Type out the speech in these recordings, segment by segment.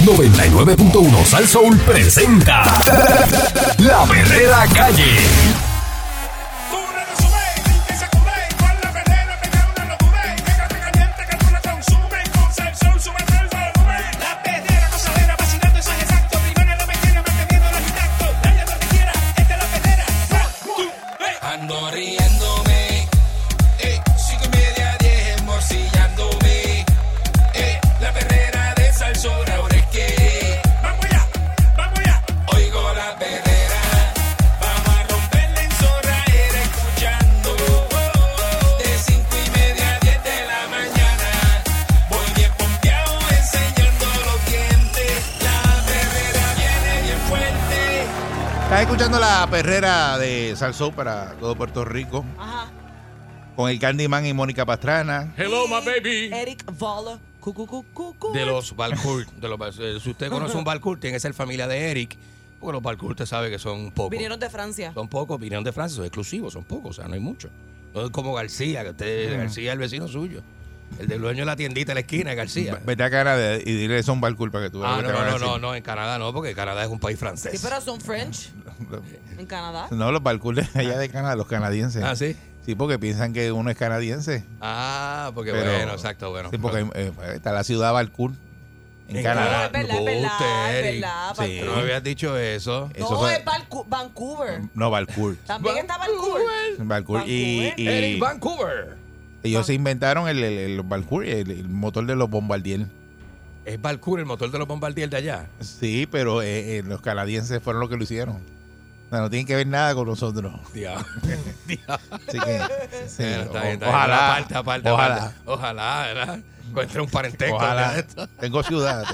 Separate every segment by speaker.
Speaker 1: 99.1 Sal Soul presenta La Verdadera Calle.
Speaker 2: Ando riéndome, 5:30, 10, morcillándome, la perrera de Sal Soul, ahora es que vamos allá, oigo la perrera, vamos a romperla en zorraera, escuchando, de 5:30 a 10 de la mañana, voy bien pompeado, enseñando los dientes, la perrera viene bien fuerte.
Speaker 3: Estás escuchando la perrera de Sal Soul para todo Puerto Rico.
Speaker 4: Ajá.
Speaker 3: Con el Candyman y Mónica Pastrana.
Speaker 5: Hello, my baby.
Speaker 4: Eric Voller.
Speaker 5: De los Valcourt. Si usted conoce un Valcourt, tiene que ser familia de Eric. Porque los Valcourt usted sabe que son pocos.
Speaker 4: Vinieron de Francia.
Speaker 5: Son pocos, vinieron de Francia, son exclusivos, son pocos, o sea, no hay mucho. No es como García, que García es el vecino suyo. El del dueño de la tiendita de la esquina es García.
Speaker 3: Vete a Canadá y dile son Balcour para que tú veas lo que te van a decir.
Speaker 5: No, en Canadá no, porque Canadá es un país francés.
Speaker 4: Sí, pero son French. En Canadá.
Speaker 3: No, los Balcour de allá de Canadá, los canadienses.
Speaker 5: Ah, ¿sí?
Speaker 3: Sí, porque piensan que uno es canadiense.
Speaker 5: Ah, porque
Speaker 3: Pero-
Speaker 5: bueno, exacto, bueno.
Speaker 3: Sí, porque está la ciudad Balcour en Canadá.
Speaker 4: Es verdad, es
Speaker 5: Embuste,
Speaker 4: verdad, es
Speaker 5: Eric.
Speaker 4: verdad.
Speaker 3: Sí.
Speaker 5: Pero no me habías dicho eso.
Speaker 3: Eso
Speaker 4: No,
Speaker 3: fue-
Speaker 4: es Vancouver.
Speaker 3: No, Balcour.
Speaker 4: También está Vancouver.
Speaker 3: Balcour.
Speaker 4: Vancouver.
Speaker 3: Y
Speaker 5: Eric Vancouver.
Speaker 3: ellos se inventaron el Balcour, el motor de los Bombardier.
Speaker 5: Es Valcourt el motor de los Bombardier de allá.
Speaker 3: Sí, pero los canadienses fueron los que lo hicieron. O sea, no tienen que ver nada con nosotros.
Speaker 5: Diablo.
Speaker 3: Así que, sí,
Speaker 5: Bueno, está bien, está bien.
Speaker 3: ojalá,
Speaker 5: Aparte. Ojalá, ¿verdad? Encuentre un parentesco.
Speaker 3: ojalá.
Speaker 5: de esto.
Speaker 3: Tengo ciudad.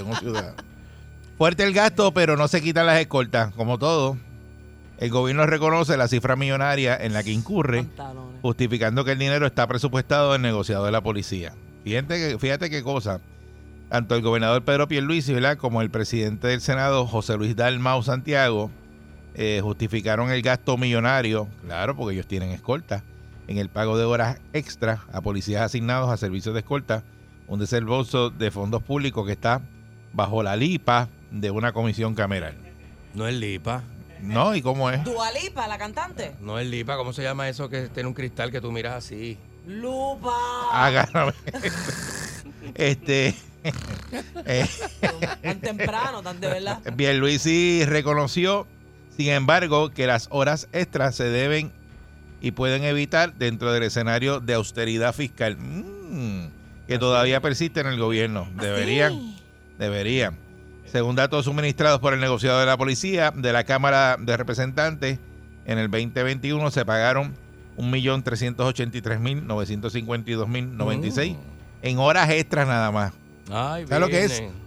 Speaker 3: Fuerte el gasto, pero no se quitan las escoltas. Como todo, el gobierno reconoce la cifra millonaria en la que incurre,
Speaker 4: Pantalones.
Speaker 3: justificando que el dinero está presupuestado en negociado de la policía. Fíjate qué cosa. Tanto el gobernador Pedro Pierluisi, ¿verdad?, como el presidente del Senado, José Luis Dalmau Santiago, justificaron el gasto millonario, claro, porque ellos tienen escolta, en el pago de horas extra a policías asignados a servicios de escolta, un desembolso de fondos públicos que está bajo la lipa de una comisión cameral.
Speaker 5: No es Lipa.
Speaker 3: ¿No? ¿Y cómo es?
Speaker 4: Dua Lipa, la cantante.
Speaker 5: No es Lipa. ¿Cómo se llama eso que tiene un cristal que tú miras así?
Speaker 4: Lupa.
Speaker 3: Agárrame.
Speaker 4: Tan temprano, tan de verdad.
Speaker 3: Pierluisi reconoció, sin embargo, que las horas extras se deben y pueden evitar dentro del escenario de austeridad fiscal que todavía persiste en el gobierno. Deberían. Según datos suministrados por el negociado de la policía de la Cámara de Representantes, en el 2021 se pagaron 1.383.952.096 en horas extras nada más.
Speaker 5: Ay,
Speaker 3: ¿Sabes lo que es?
Speaker 5: viene.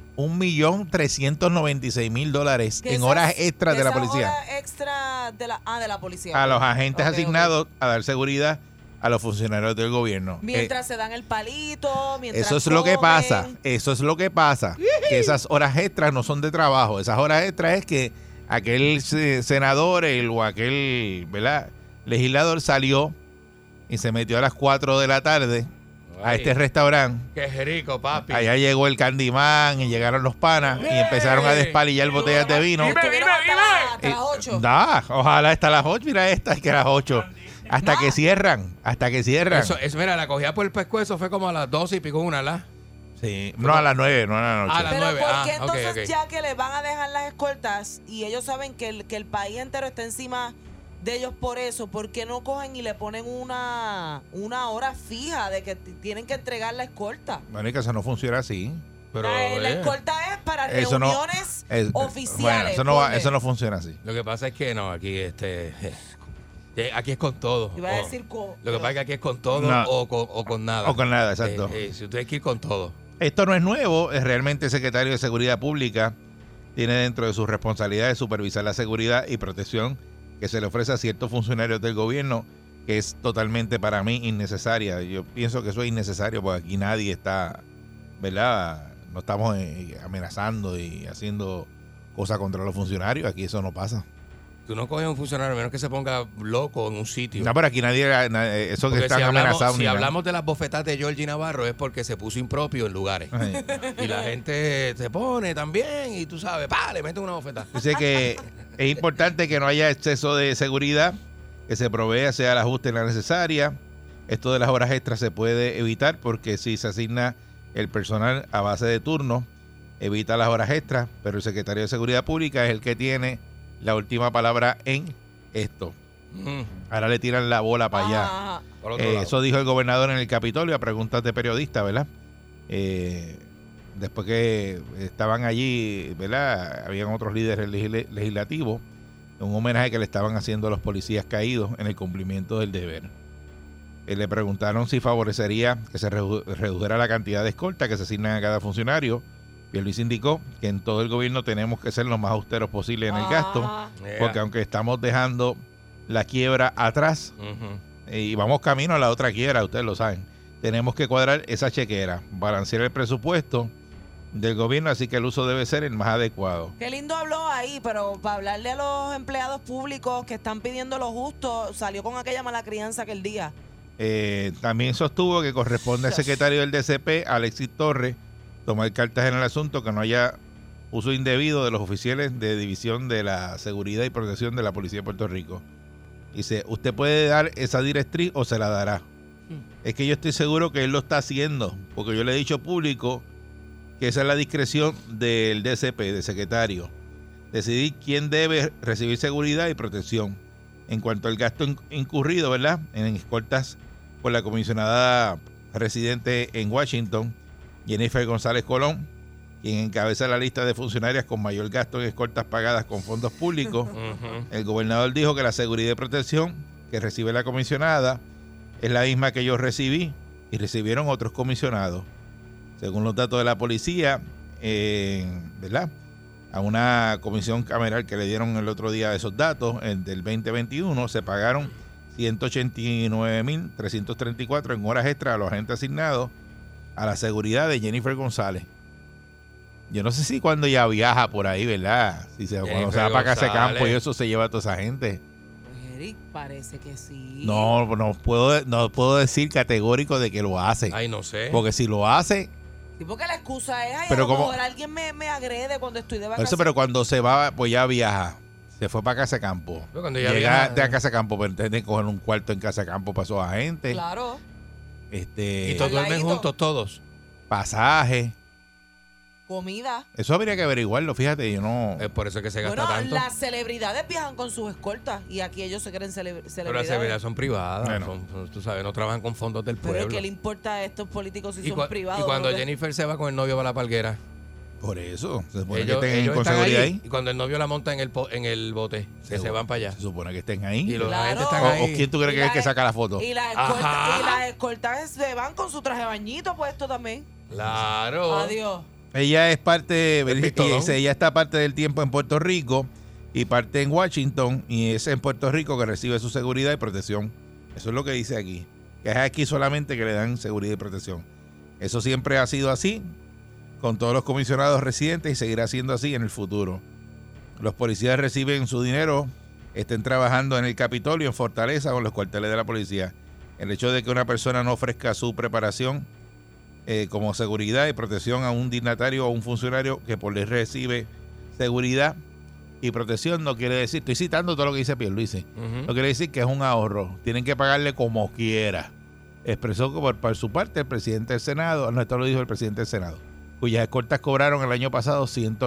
Speaker 3: $1.396.000
Speaker 4: Que
Speaker 3: en
Speaker 4: esas-
Speaker 3: horas extras de la
Speaker 4: esas
Speaker 3: policía.
Speaker 4: horas extra de la policía.
Speaker 3: A los agentes
Speaker 4: Ok,
Speaker 3: asignados a dar seguridad a los funcionarios del gobierno.
Speaker 4: Mientras se dan el palito, mientras
Speaker 3: Eso es lo que
Speaker 4: comen.
Speaker 3: pasa. Que esas horas extras no son de trabajo. Esas horas extras es que aquel senador o aquel, ¿verdad?, legislador salió y se metió a las 4 de la tarde a
Speaker 5: Ay,
Speaker 3: este restaurante.
Speaker 5: Qué rico, papi.
Speaker 3: Allá llegó el Candyman y llegaron los panas y empezaron a despalillar botellas de vino.
Speaker 4: Estuvieron hasta las 8.
Speaker 3: Ojalá hasta las 8. Mira esta, que a las 8. Hasta que cierran.
Speaker 5: Eso, mira, la cogida por el pescuezo fue como a las 12 y pico una, ¿la?
Speaker 3: Sí. No a las 9, no a la noche.
Speaker 5: A las
Speaker 4: Pero
Speaker 5: 9.
Speaker 4: ¿por qué
Speaker 5: ok,
Speaker 4: entonces
Speaker 5: ok.
Speaker 4: ya que le van a dejar las escoltas y ellos saben que el país entero está encima de ellos por eso, ¿por qué no cogen y le ponen una hora fija de que tienen que entregar la escolta?
Speaker 3: Bueno, y que eso no funciona así.
Speaker 5: Pero,
Speaker 4: La escolta es para
Speaker 3: Eso no-
Speaker 4: reuniones
Speaker 3: Bueno,
Speaker 4: oficiales.
Speaker 3: eso no funciona así.
Speaker 5: lo que pasa es que no, aquí aquí es con todo.
Speaker 4: Iba a decir
Speaker 5: Lo que pasa es que aquí es con todo
Speaker 3: No.
Speaker 5: o con nada.
Speaker 3: O con nada, exacto.
Speaker 5: Si usted hay que ir con todo.
Speaker 3: Esto no es nuevo. Realmente el secretario de Seguridad Pública tiene dentro de sus responsabilidades supervisar la seguridad y protección que se le ofrece a ciertos funcionarios del gobierno, que es totalmente para mí innecesaria. Yo pienso que eso es innecesario porque aquí nadie está, ¿verdad? No estamos amenazando y haciendo cosas contra los funcionarios. Aquí eso no pasa.
Speaker 5: Tú no coges a un funcionario a menos que se ponga loco en un sitio.
Speaker 3: No, pero aquí nadie eso que
Speaker 5: Porque
Speaker 3: están
Speaker 5: si
Speaker 3: amenazados. ni nada.
Speaker 5: hablamos de las bofetadas de Georgie Navarro es porque se puso impropio en lugares.
Speaker 3: Ay.
Speaker 5: Y la gente se pone también y tú sabes, le mete una bofetada.
Speaker 3: Dice que es importante que no haya exceso de seguridad, que se provea sea el ajuste en la necesaria. Esto de las horas extras se puede evitar porque si se asigna el personal a base de turno, evita las horas extras, pero el secretario de Seguridad Pública es el que tiene la última palabra en esto. Ahora le tiran la bola para allá.
Speaker 4: Ajá.
Speaker 5: Por otro lado.
Speaker 3: Eso dijo el gobernador en el Capitolio a preguntas de periodistas, ¿verdad? Después que estaban allí, ¿verdad? Habían otros líderes legislativos, un homenaje que le estaban haciendo a los policías caídos en el cumplimiento del deber. Le preguntaron si favorecería que se redujera la cantidad de escolta que se asignan a cada funcionario. Pierluisi indicó que en todo el gobierno tenemos que ser lo más austeros posible en el gasto, porque aunque estamos dejando la quiebra atrás y vamos camino a la otra quiebra, ustedes lo saben, tenemos que cuadrar esa chequera, balancear el presupuesto del gobierno, así que el uso debe ser el más adecuado.
Speaker 4: Qué lindo habló ahí, pero para hablarle a los empleados públicos que están pidiendo lo justo, salió con aquella mala crianza aquel día.
Speaker 3: También sostuvo que corresponde al secretario del DCP, Alexis Torres, tomar cartas en el asunto, que no haya uso indebido de los oficiales de División de la Seguridad y Protección de la Policía de Puerto Rico. Dice, usted puede dar esa directriz o se la dará. Es que yo estoy seguro que él lo está haciendo, porque yo le he dicho público que esa es la discreción del DCP, del secretario. Decidir quién debe recibir seguridad y protección. En cuanto al gasto incurrido, ¿verdad?, en escoltas por la comisionada residente en Washington, Jennifer González Colón, quien encabeza la lista de funcionarias con mayor gasto en escoltas pagadas con fondos públicos. El gobernador dijo que la seguridad y protección que recibe la comisionada es la misma que yo recibí y recibieron otros comisionados. Según los datos de la policía, ¿verdad?, a una comisión cameral que le dieron el otro día esos datos, del 2021, se pagaron 189.334 en horas extras a los agentes asignados a la seguridad de Jennifer González. Yo no sé si cuando ella viaja por ahí, ¿verdad? Si cuando se va para Casa Campo y eso se lleva a toda esa gente.
Speaker 4: Pues Eric, parece que sí.
Speaker 3: No puedo decir categórico de que lo hace.
Speaker 5: Ay, no sé.
Speaker 3: Porque si lo hace...
Speaker 4: Sí, porque la excusa es,
Speaker 3: Pero
Speaker 4: a lo
Speaker 3: como-
Speaker 4: mejor alguien me agrede cuando estoy de vacaciones.
Speaker 3: Eso, pero cuando se va, pues ya viaja. Se fue para Casa Campo.
Speaker 5: Pero cuando ya
Speaker 3: Llega
Speaker 5: viaja-
Speaker 3: a Casa Campo, pero tiene que coger un cuarto en Casa Campo para esos agentes.
Speaker 4: Claro.
Speaker 5: Y todos
Speaker 4: Al
Speaker 5: duermen
Speaker 4: ladito.
Speaker 5: juntos todos.
Speaker 3: Pasaje.
Speaker 4: Comida.
Speaker 3: Eso habría que averiguarlo, fíjate, yo no...
Speaker 5: Es por eso que se gasta
Speaker 4: Bueno,
Speaker 5: tanto.
Speaker 4: las celebridades viajan con sus escoltas y aquí ellos se creen
Speaker 5: Pero las
Speaker 4: celebridades.
Speaker 5: seguridad son privadas.
Speaker 3: Bueno.
Speaker 5: Tú sabes, no trabajan con fondos del
Speaker 4: Pero
Speaker 5: pueblo.
Speaker 4: ¿qué le importa a estos políticos si
Speaker 5: Y,
Speaker 4: son privados?
Speaker 5: y cuando
Speaker 4: brother?
Speaker 5: Jennifer se va con el novio para la palguera,
Speaker 3: Por eso. Se supone que
Speaker 5: ellos
Speaker 3: estén con
Speaker 5: están
Speaker 3: seguridad
Speaker 5: ahí,
Speaker 3: ahí.
Speaker 5: y cuando el novio la monta en el bote, que se van para allá.
Speaker 3: Se supone que estén ahí.
Speaker 5: Y los
Speaker 4: Claro.
Speaker 5: agentes están
Speaker 3: o
Speaker 5: ahí.
Speaker 3: quién tú crees
Speaker 4: Y
Speaker 3: que es el
Speaker 4: la-
Speaker 3: que saca la foto.
Speaker 4: Y las
Speaker 5: Ajá.
Speaker 4: escoltas se van con su traje de bañito puesto también.
Speaker 5: Claro.
Speaker 4: Adiós.
Speaker 3: Ella es parte,
Speaker 5: El
Speaker 3: y
Speaker 5: pistolón.
Speaker 3: dice, ella está parte del tiempo en Puerto Rico y parte en Washington, y es en Puerto Rico que recibe su seguridad y protección. Eso es lo que dice aquí. Que es aquí solamente que le dan seguridad y protección. Eso siempre ha sido así con todos los comisionados residentes y seguirá siendo así en el futuro. Los policías reciben su dinero, estén trabajando en el Capitolio, en Fortaleza o en los cuarteles de la policía. El hecho de que una persona no ofrezca su preparación como seguridad y protección a un dignatario o un funcionario que por ley recibe seguridad y protección no quiere decir, estoy citando todo lo que dice Pierluisi,
Speaker 5: Ujú.
Speaker 3: no quiere decir que es un ahorro, tienen que pagarle como quiera. Expresó que por su parte el presidente del Senado, no, esto lo dijo el presidente del Senado, cuyas escoltas cobraron el año pasado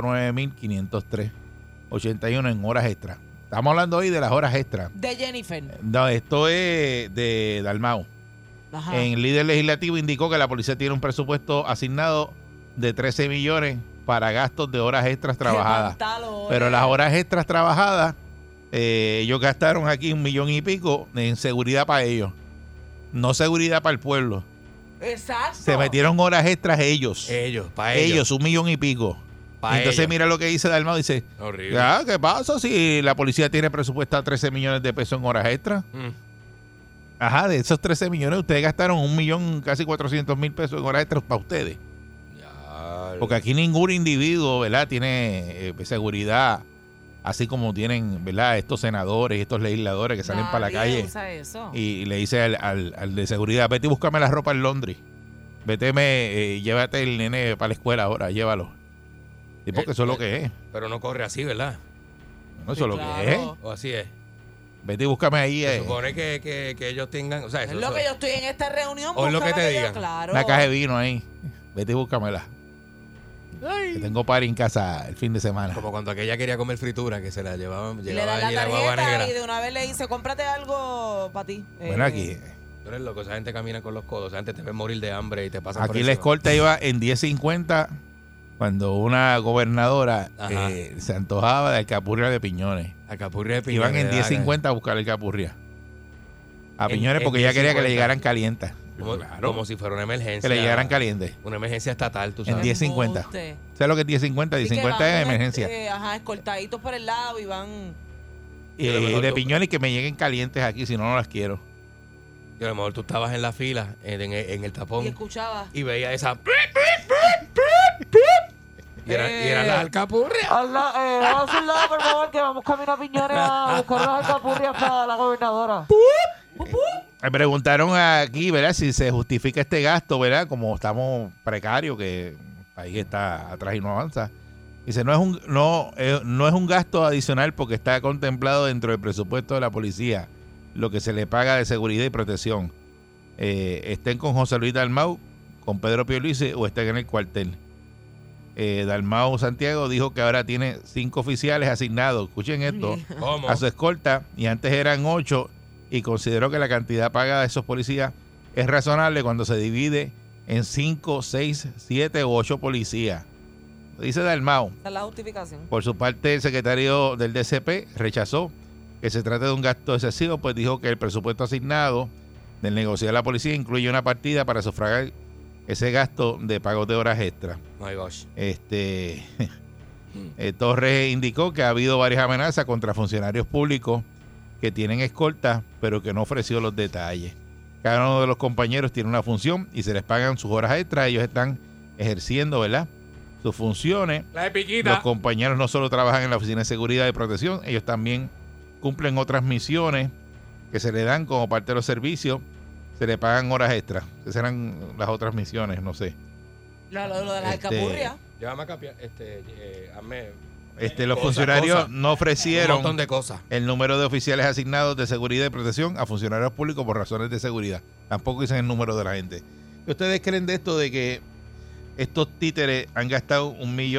Speaker 3: 109.503.81 en horas extras. Estamos hablando hoy de las horas extras.
Speaker 4: De Jennifer.
Speaker 3: No, esto es de Dalmau.
Speaker 4: Ajá.
Speaker 3: En el líder legislativo indicó que la policía tiene un presupuesto asignado de 13 millones para gastos de horas extras trabajadas.
Speaker 4: Qué pantalones.
Speaker 3: Pero las horas extras trabajadas, ellos gastaron aquí 1 millón y pico en seguridad para ellos. No seguridad para el pueblo.
Speaker 4: Exacto.
Speaker 3: Se metieron horas extras ellos.
Speaker 5: Para
Speaker 3: Ellos, 1 millón y pico.
Speaker 5: Pa'
Speaker 3: Entonces
Speaker 5: ellos.
Speaker 3: mira lo que dice Dalmau, dice,
Speaker 5: Horrible.
Speaker 3: "Ah, ¿qué pasa si la policía tiene presupuestado 13 millones de pesos en horas extras?
Speaker 5: Mm.
Speaker 3: Ajá, de esos 13 millones, ustedes gastaron 1 millón, casi 400 mil pesos en horas extras para ustedes.
Speaker 5: Ya.
Speaker 3: Porque aquí ningún individuo, ¿verdad?, tiene seguridad así como tienen, ¿verdad?, estos senadores y estos legisladores que salen para la
Speaker 4: Nadie
Speaker 3: calle
Speaker 4: usa eso.
Speaker 3: y le dice al de seguridad, vete y búscame la ropa en Londres, llévate el nene para la escuela ahora, llévalo. Y porque eso es lo que es.
Speaker 5: Pero no corre así, ¿verdad?
Speaker 3: No, eso es lo
Speaker 4: claro.
Speaker 3: que es.
Speaker 5: O así es.
Speaker 3: Vete y búscame ahí
Speaker 5: Se supone que ellos tengan, o sea,
Speaker 4: Es
Speaker 5: eso,
Speaker 4: lo que yo estoy en esta reunión.
Speaker 5: O es lo que
Speaker 4: búscame
Speaker 5: te
Speaker 4: yo,
Speaker 5: digan.
Speaker 4: Claro.
Speaker 3: una caja de vino ahí. Vete y búscamela. Que tengo party en casa el fin de semana.
Speaker 5: como cuando aquella quería comer fritura, que se la llevaban,
Speaker 4: Y le
Speaker 5: llevaba
Speaker 4: da
Speaker 5: allí
Speaker 4: la
Speaker 5: la guagua
Speaker 4: tarjeta
Speaker 5: negra.
Speaker 4: y de una vez le dice, cómprate algo para ti.
Speaker 3: Bueno, aquí
Speaker 5: Tú eres loco, esa gente camina con los codos, esa gente te ve morir de hambre y te pasan por
Speaker 3: Aquí la
Speaker 5: encima.
Speaker 3: escolta iba en 10.50 cuando una gobernadora
Speaker 5: Ajá.
Speaker 3: se antojaba de alcapurria de piñones.
Speaker 5: Acapurria de
Speaker 3: Iban
Speaker 5: piñones,
Speaker 3: en
Speaker 5: ¿verdad?
Speaker 3: 10.50 a buscar alcapurria. A
Speaker 5: En-
Speaker 3: piñones
Speaker 5: en
Speaker 3: porque ella quería que le
Speaker 5: 10.50.
Speaker 3: llegaran calientes.
Speaker 5: Como,
Speaker 3: Claro,
Speaker 5: como si fuera una emergencia.
Speaker 3: que le llegaran calientes.
Speaker 5: Una emergencia estatal, tú
Speaker 3: En
Speaker 5: sabes.
Speaker 3: 10.50.
Speaker 4: Embuste.
Speaker 3: ¿Sabes lo que es 10.50?
Speaker 4: Sí, que
Speaker 3: 10.50
Speaker 4: van,
Speaker 3: es emergencia.
Speaker 4: Ajá, escoltaditos por el lado y van...
Speaker 3: Y
Speaker 5: a lo mejor
Speaker 3: de
Speaker 5: tú-
Speaker 3: piñones que me lleguen calientes aquí, si no, no las quiero.
Speaker 5: Y a lo mejor tú estabas en la fila, en el tapón,
Speaker 4: Y escuchaba.
Speaker 5: y veías esa... Y eran las alcapurrias.
Speaker 4: Vamos a un lado, por favor, que vamos camino a Piñones a buscar unas alcapurrias para la gobernadora.
Speaker 3: Me preguntaron aquí, ¿verdad? Si se justifica este gasto, ¿verdad? Como estamos precarios, que el país está atrás y no avanza. Dice, no es un gasto adicional porque está contemplado dentro del presupuesto de la policía, lo que se le paga de seguridad y protección. Estén con José Luis Dalmau, con Pedro Pierluisi o estén en el cuartel. Dalmau Santiago dijo que ahora tiene 5 oficiales asignados, escuchen esto,
Speaker 5: ¿Cómo?
Speaker 3: a su escolta, y antes eran 8, y consideró que la cantidad pagada de esos policías es razonable cuando se divide en 5, 6, 7 u 8 policías. Dice Dalmau.
Speaker 4: Esa es la justificación.
Speaker 3: Por su parte, el secretario del DCP rechazó que se trate de un gasto excesivo, pues dijo que el presupuesto asignado del negociado de la policía incluye una partida para sufragar ese gasto de pagos de horas extra.
Speaker 5: My gosh.
Speaker 3: Torres indicó que ha habido varias amenazas contra funcionarios públicos que tienen escolta, pero que no ofreció los detalles. Cada uno de los compañeros tiene una función y se les pagan sus horas extras. Ellos están ejerciendo, ¿verdad?, sus funciones.
Speaker 5: La de piquita.
Speaker 3: Los compañeros no solo trabajan en la Oficina de Seguridad y Protección, ellos también cumplen otras misiones que se le dan como parte de los servicios. Se le pagan horas extras. Esas serán las otras misiones, no sé.
Speaker 4: Lo de la alcapurria.
Speaker 5: Llévame a capiar, hazme
Speaker 3: Los
Speaker 5: cosas,
Speaker 3: funcionarios
Speaker 5: cosas.
Speaker 3: no
Speaker 5: un
Speaker 3: ofrecieron
Speaker 5: montón de cosas.
Speaker 3: el número de oficiales asignados de seguridad y protección a funcionarios públicos por razones de seguridad. Tampoco dicen el número de la gente. ¿Y ustedes creen de esto de que estos títeres han gastado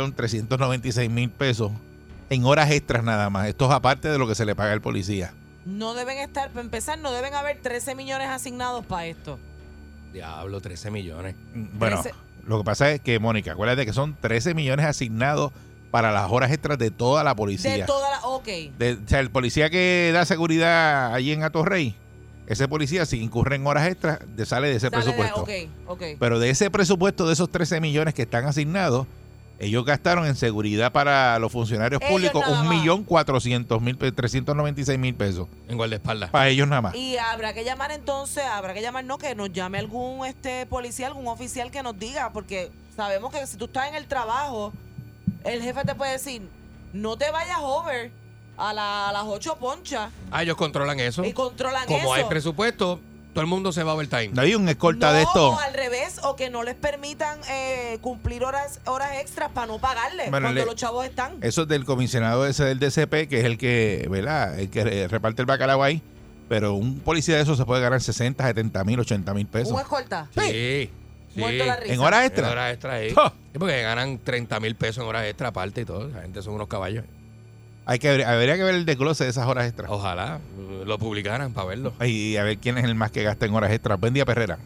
Speaker 3: 1.396.000 pesos en horas extras nada más? Esto es aparte de lo que se le paga al policía.
Speaker 4: No deben estar, para empezar, no deben haber 13 millones asignados para esto.
Speaker 5: Diablo, 13 millones.
Speaker 3: Bueno,
Speaker 4: 13.
Speaker 3: lo que pasa es que, Mónica, acuérdate que son 13 millones asignados para las horas extras de toda la policía.
Speaker 4: De toda la... Ok.
Speaker 3: O sea, el policía que da seguridad allí en Atorrey, ese policía, si incurre en horas extras, sale de ese
Speaker 4: Sale de-
Speaker 3: presupuesto.
Speaker 4: ok.
Speaker 3: Pero de ese presupuesto, de esos 13 millones que están asignados, ellos gastaron en seguridad para los funcionarios
Speaker 4: Ellos
Speaker 3: públicos
Speaker 4: nada más.
Speaker 3: 1.400.000, 396.000 pesos.
Speaker 5: En guardaespaldas.
Speaker 3: Para ellos nada más.
Speaker 4: Y habrá que llamar entonces, que nos llame algún policía, algún oficial que nos diga, porque sabemos que si tú estás en el trabajo, el jefe te puede decir, no te vayas over a las 8 ponchas
Speaker 5: Ellos controlan eso.
Speaker 4: y controlan
Speaker 5: Como
Speaker 4: eso.
Speaker 5: hay presupuesto, todo el mundo se va a overtime.
Speaker 3: No hay un escolta
Speaker 4: No,
Speaker 3: de esto.
Speaker 4: o al revés, o que no les permitan cumplir horas extras para no pagarles
Speaker 3: Bueno,
Speaker 4: cuando los chavos están.
Speaker 3: Eso es del comisionado ese del DCP, que es el que, ¿verdad?, el que reparte el bacalao ahí. Pero un policía de eso se puede ganar 60, 70 mil, 80 mil pesos.
Speaker 4: Un escolta.
Speaker 5: Sí.
Speaker 4: Muerto la risa.
Speaker 3: En horas
Speaker 5: En
Speaker 3: extras.
Speaker 5: horas extras, sí.
Speaker 3: ¡Ja!
Speaker 5: Sí, porque ganan 30 mil pesos en horas extras aparte y todo. La gente son unos caballos.
Speaker 3: Habría que ver el desglose de esas horas extras.
Speaker 5: Ojalá lo publicaran para verlo.
Speaker 3: Y a ver quién es el más que gasta en horas extras. Buen día, Perrera.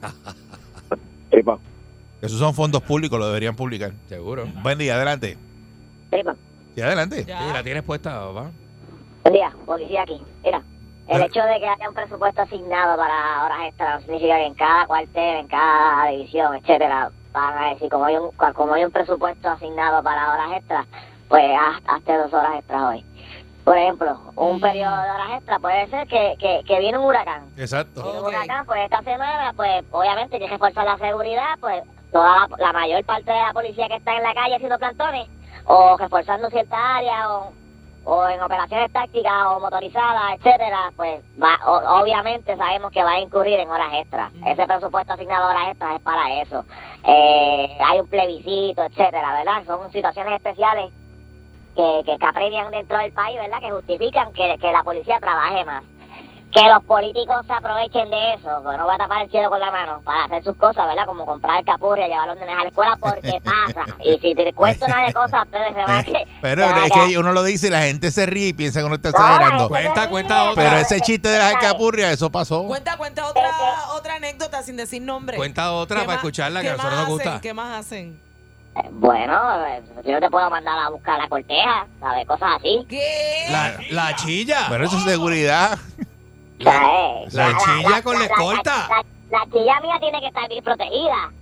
Speaker 6: Tripa,
Speaker 3: Esos son fondos públicos, lo deberían publicar.
Speaker 5: Seguro.
Speaker 3: Buen día, adelante.
Speaker 7: Tripa.
Speaker 3: Sí, adelante.
Speaker 4: Ya.
Speaker 5: Sí, la tienes puesta, papá.
Speaker 7: Buen día, policía aquí. Mira, el
Speaker 3: Ah.
Speaker 7: hecho de que haya un presupuesto asignado para horas extras no significa que en cada cuartel, en cada división, etcétera, van a decir, como hay un presupuesto asignado para horas extras, pues hazte 2 horas extras hoy. Por ejemplo, un periodo de horas extras puede ser que viene un huracán.
Speaker 3: Exacto.
Speaker 7: Viene un
Speaker 4: Ok.
Speaker 7: huracán, pues esta semana, pues obviamente hay que reforzar la seguridad, pues toda la mayor parte de la policía que está en la calle haciendo plantones, o reforzando cierta área, o o en operaciones tácticas o motorizadas, etcétera, pues obviamente sabemos que va a incurrir en horas extras. Ese presupuesto asignado a horas extras es para eso. Hay un plebiscito, etcétera, ¿verdad? Son situaciones especiales que apremian dentro del país, ¿verdad? Que justifican que la policía trabaje más. Que los políticos se aprovechen de eso, que no va a tapar el cielo con la mano para hacer sus cosas, ¿verdad? Como comprar capurria, llevar a los nenes a la escuela, porque pasa. Y si te cuento una de cosas, ustedes se van a que...
Speaker 3: Pero es que uno lo dice y la gente se ríe y piensa que uno está exagerando.
Speaker 5: Cuenta otra.
Speaker 3: Pero ese chiste de las alcapurrias, eso pasó.
Speaker 4: Cuenta otra anécdota sin decir nombre.
Speaker 5: Cuenta otra para escucharla, que a nosotros nos gusta.
Speaker 4: ¿Qué más hacen?
Speaker 7: Bueno, yo te puedo mandar a buscar la corteja, ¿sabes? Cosas así.
Speaker 4: ¿Qué?
Speaker 5: La chilla.
Speaker 3: Bueno, eso es seguridad.
Speaker 5: La chilla con la escolta.
Speaker 7: La chilla mía tiene que estar bien protegida.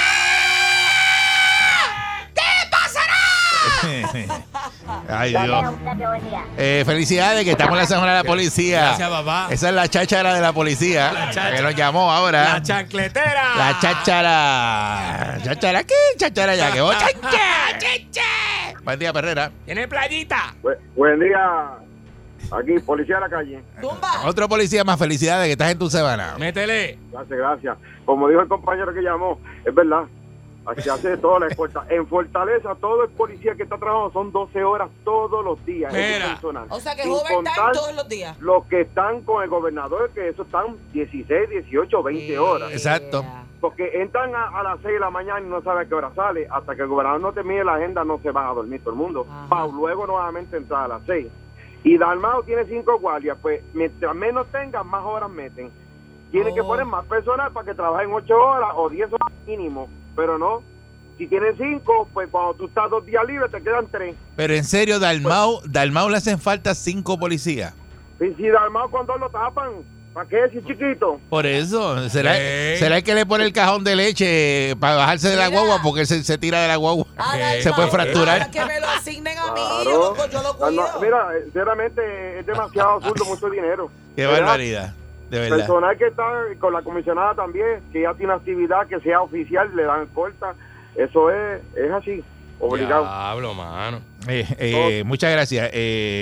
Speaker 3: Ay,
Speaker 7: Dale,
Speaker 3: Dios.
Speaker 7: un beso, buen día.
Speaker 3: Felicidades, que estamos en la semana de la policía.
Speaker 5: Gracias, papá.
Speaker 3: Esa es la cháchara de la policía. Que nos llamó ahora.
Speaker 5: La chancletera.
Speaker 3: La cháchara. ¿Cháchara aquí? ¿Cháchara allá? Que vos, chacha. Buen día, Perrera.
Speaker 5: Tiene playita.
Speaker 6: Buen día. Aquí, policía de la calle.
Speaker 4: ¡Tumba!
Speaker 3: Otro policía más. Felicidades, que estás en tu semana.
Speaker 5: Métele.
Speaker 6: Gracias. Como dijo el compañero que llamó, es verdad. Aquí hace toda la escolta. En Fortaleza, todo el policía que está trabajando son 12 horas todos los días.
Speaker 5: Mira.
Speaker 6: Eso es personal.
Speaker 4: O sea que
Speaker 6: Sin
Speaker 4: overtime
Speaker 6: contar
Speaker 4: todos los días.
Speaker 6: Los que están con el gobernador, que esos están 16, 18, 20 horas.
Speaker 3: Exacto.
Speaker 6: Porque entran a las 6 de la mañana y no saben a qué hora sale. Hasta que el gobernador no termine la agenda, no se van a dormir todo el mundo.
Speaker 4: Ajá.
Speaker 6: Para luego nuevamente entrar a las 6. Y Dalmau tiene 5 guardias. Pues mientras menos tengan, más horas meten. Tienen que poner más personal para que trabajen 8 horas o 10 horas mínimo. Pero no. Si tienes 5, pues cuando tú estás 2 días libres, te quedan 3.
Speaker 3: Pero en serio, Dalmau le hacen falta 5 policías.
Speaker 6: Y si Dalmau con 2 lo tapan, ¿para qué? Si chiquito.
Speaker 3: Por eso, ¿será el que le pone el cajón de leche para bajarse de la
Speaker 4: Mira.
Speaker 3: guagua? Porque él se tira de la guagua.
Speaker 4: Ay,
Speaker 3: Se puede fracturar.
Speaker 4: Que me lo asignen a mí,
Speaker 6: Claro.
Speaker 4: yo lo cuido.
Speaker 6: Mira, sinceramente es demasiado absurdo, mucho dinero.
Speaker 3: Qué
Speaker 6: ¿Verdad?
Speaker 3: barbaridad, de verdad.
Speaker 6: Personal que está con la comisionada también, que ya tiene actividad, que sea oficial, le dan corta. Eso es así, obligado.
Speaker 5: Diablo, mano.
Speaker 3: Muchas gracias.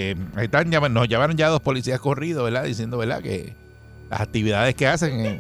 Speaker 3: Nos llamaron ya 2 policías corridos, ¿verdad? Diciendo, ¿verdad? Que las actividades que hacen,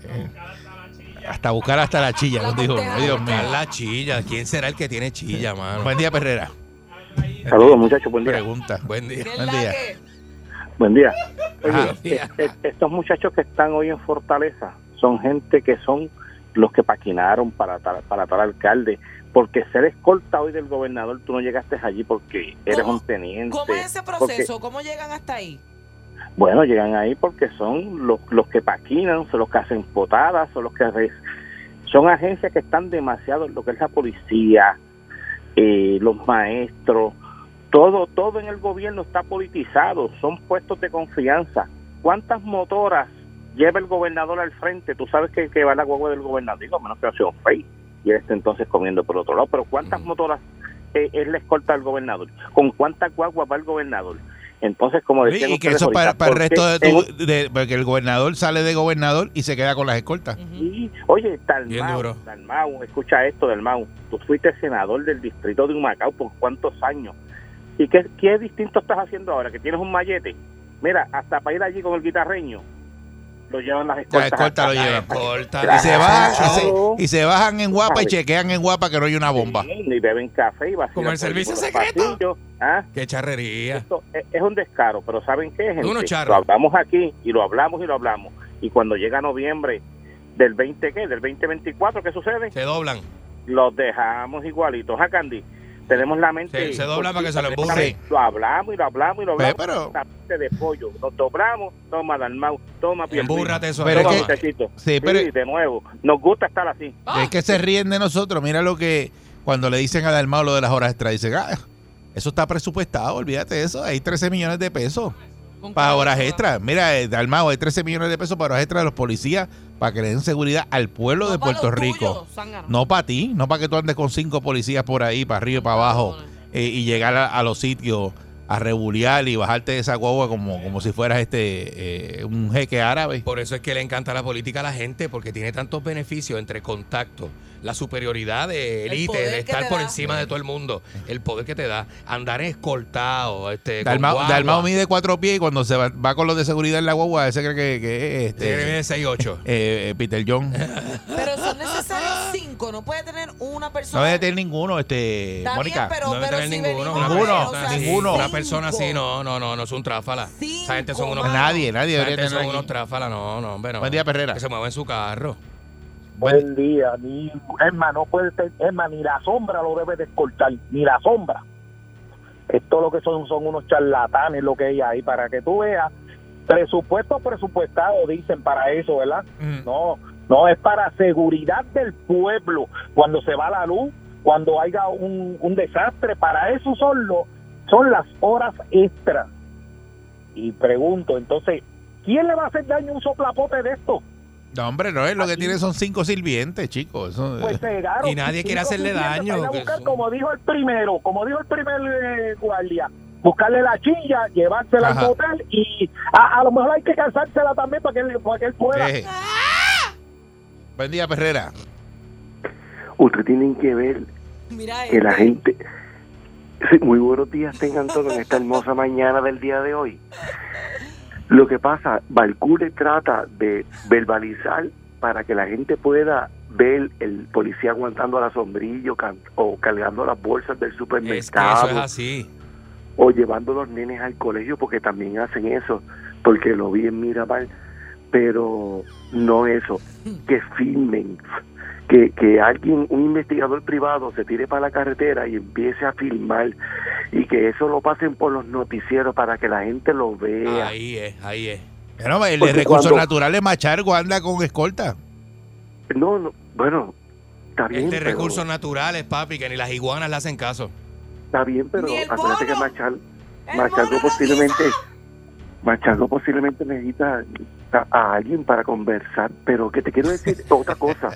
Speaker 3: hasta buscar hasta la chilla, nos dijo. Dios mío.
Speaker 5: La chilla. ¿Quién será el que tiene chilla, mano?
Speaker 3: Buen día, Perrera.
Speaker 6: Saludos, muchachos, buen día.
Speaker 3: Pregunta.
Speaker 5: Buen día.
Speaker 4: ¿Qué es
Speaker 3: Buen
Speaker 4: la
Speaker 3: día.
Speaker 4: que?
Speaker 6: Buen día.
Speaker 3: Ajá.
Speaker 6: Estos muchachos que están hoy en Fortaleza son gente que son los que paquinaron para tal alcalde, porque ser escolta hoy del gobernador, tú no llegaste allí porque eres
Speaker 4: ¿Cómo?
Speaker 6: un teniente.
Speaker 4: ¿Cómo es ese
Speaker 6: porque-
Speaker 4: proceso? ¿Cómo llegan hasta ahí?
Speaker 6: Bueno, llegan ahí porque son los que paquinan, son los que hacen potadas, son los que son agencias que están demasiado en lo que es la policía, los maestros, todo en el gobierno está politizado, son puestos de confianza. ¿Cuántas motoras lleva el gobernador al frente? Tú sabes que va la guagua del gobernador, digo, a menos que sea un fey y él esté entonces comiendo por otro lado, pero ¿cuántas motoras es la escolta del gobernador? ¿Con cuántas guaguas va el gobernador? Entonces, como decían
Speaker 3: Y que
Speaker 6: ustedes
Speaker 3: eso
Speaker 6: ahorita,
Speaker 3: para el resto
Speaker 6: porque
Speaker 3: porque el gobernador sale de gobernador y se queda con las escoltas.
Speaker 6: y, oye,
Speaker 5: Bien duro.
Speaker 6: Dalmau, escucha esto, Dalmau, tú fuiste senador del distrito de Humacao por cuántos años, y qué distinto estás haciendo ahora, que tienes un mallete, mira, hasta para ir allí con el guitarreño, lo llevan las escoltas.
Speaker 3: Las escoltas lo
Speaker 5: La
Speaker 3: llevan.
Speaker 5: escolta.
Speaker 3: Y se bajan,
Speaker 6: Claro.
Speaker 3: y se bajan en guapa y
Speaker 6: Ay.
Speaker 3: chequean en guapa que no hay una bomba.
Speaker 6: Sí, y beben café y vacilan
Speaker 5: Como el
Speaker 6: por
Speaker 5: servicio
Speaker 6: por los
Speaker 5: secreto.
Speaker 6: pasillos. ¿Ah?
Speaker 5: Qué charrería.
Speaker 6: Esto es un descaro, pero ¿saben qué, gente?
Speaker 5: Uno charro.
Speaker 6: Lo hablamos aquí y lo hablamos. Y cuando llega noviembre del 2024, ¿qué sucede?
Speaker 5: Se doblan.
Speaker 6: Los dejamos igualitos. ¿A Candy? Tenemos la mente...
Speaker 5: Se doblan para que se lo
Speaker 6: cortita,
Speaker 5: emburre.
Speaker 6: Lo hablamos y lo hablamos y lo hablamos.
Speaker 3: Pero-
Speaker 6: La mente de pollo. Nos doblamos, toma Dalmau, toma Pierluisi.
Speaker 5: Embúrrate eso.
Speaker 3: Pero
Speaker 6: Toma,
Speaker 3: es que-
Speaker 6: muchachito.
Speaker 3: Sí, pero-
Speaker 6: de nuevo. Nos gusta estar así.
Speaker 3: Es que se ríen de nosotros. Mira lo que cuando le dicen a Dalmau lo de las horas extras, dicen, eso está presupuestado, olvídate de eso. Hay 13 millones de pesos
Speaker 4: ¿Con
Speaker 3: para
Speaker 4: qué
Speaker 3: horas
Speaker 4: cosa?
Speaker 3: extras. Mira, Dalmau, hay 13 millones de pesos para horas extras de los policías para que le den seguridad al pueblo
Speaker 4: No
Speaker 3: de
Speaker 4: para
Speaker 3: Puerto
Speaker 4: los
Speaker 3: Rico.
Speaker 4: tuyos, zángano.
Speaker 3: No para ti, no para que tú andes con 5 policías por ahí, para arriba y para abajo, y llegar a los sitios rebuliar y bajarte de esa guagua como si fueras un jeque árabe.
Speaker 5: Por eso es que le encanta la política a la gente, porque tiene tantos beneficios entre contactos, la superioridad de élite,
Speaker 4: poder
Speaker 5: de
Speaker 4: que
Speaker 5: estar
Speaker 4: te
Speaker 5: por
Speaker 4: da.
Speaker 5: encima de todo el mundo, el poder que te da, andar escoltado, con guagua.
Speaker 3: Dalmau mide 4 pies y cuando se va con los de seguridad en la guagua, ese cree que es
Speaker 5: Tiene que mide 6'8".
Speaker 3: Peter John.
Speaker 4: Pero son necesarios 5, no puede tener una persona.
Speaker 3: No debe tener ninguno,
Speaker 4: Está
Speaker 3: Mónica.
Speaker 4: bien, pero,
Speaker 5: No debe
Speaker 4: pero
Speaker 5: tener
Speaker 4: si
Speaker 5: ninguno.
Speaker 4: venimos
Speaker 3: Ninguno,
Speaker 4: a ver, o sea,
Speaker 3: ninguno.
Speaker 5: Una persona así,
Speaker 4: 5.
Speaker 5: no es un tráfala. Esa gente son unos...
Speaker 4: Cinco,
Speaker 3: Nadie
Speaker 5: Esa
Speaker 3: debería
Speaker 5: gente
Speaker 3: tener
Speaker 5: son
Speaker 3: aquí.
Speaker 5: unos tráfalas, no, hombre, no.
Speaker 3: Buen día, Perrera.
Speaker 5: Que se mueva en su carro.
Speaker 8: Buen día, no puede ser, ni la sombra lo debe de escoltar, ni la sombra. Esto lo que son unos charlatanes lo que hay ahí, para que tú veas, presupuestado, dicen para eso, ¿verdad? No, es para seguridad del pueblo, cuando se va la luz, cuando haya un desastre, para eso son las horas extras. Y pregunto, entonces, ¿quién le va a hacer daño a un soplapote de esto?
Speaker 3: No, hombre, no es lo que tiene son 5 sirvientes, chicos. Eso,
Speaker 8: Pues cegaron.
Speaker 5: Y nadie quiere hacerle daño,
Speaker 8: Para ir a
Speaker 5: que
Speaker 8: buscar,
Speaker 5: eso-
Speaker 8: como dijo el primer guardia, buscarle la chilla, llevársela
Speaker 3: Ajá.
Speaker 8: al motel y a lo mejor hay que calzársela también para que él pueda.
Speaker 3: Buen día, Perrera.
Speaker 9: Ustedes tienen que ver
Speaker 4: Mira
Speaker 9: que la gente... Sí, muy buenos días tengan todos en esta hermosa mañana del día de hoy. Lo que pasa, Balcure trata de verbalizar para que la gente pueda ver el policía aguantando a la sombrilla o cargando las bolsas del
Speaker 5: Es que
Speaker 9: supermercado.
Speaker 5: eso es así.
Speaker 9: O llevando los nenes al colegio, porque también hacen eso, porque lo vi en Miramar, pero no eso, que filmen, que alguien, un investigador privado se tire para la carretera y empiece a filmar y que eso lo pasen por los noticieros para que la gente lo vea.
Speaker 5: Ahí es.
Speaker 3: Bueno, el de
Speaker 9: Porque
Speaker 3: recursos
Speaker 9: cuando-
Speaker 3: naturales, Machargo anda con escolta.
Speaker 9: No, bueno, está bien,
Speaker 5: El de
Speaker 9: pero,
Speaker 5: recursos naturales, papi, que ni las iguanas le hacen caso.
Speaker 9: está bien, pero
Speaker 4: Ni el
Speaker 9: acuérdate que
Speaker 4: mono.
Speaker 9: Machargo posiblemente necesita a alguien para conversar, pero que te quiero decir otra cosa.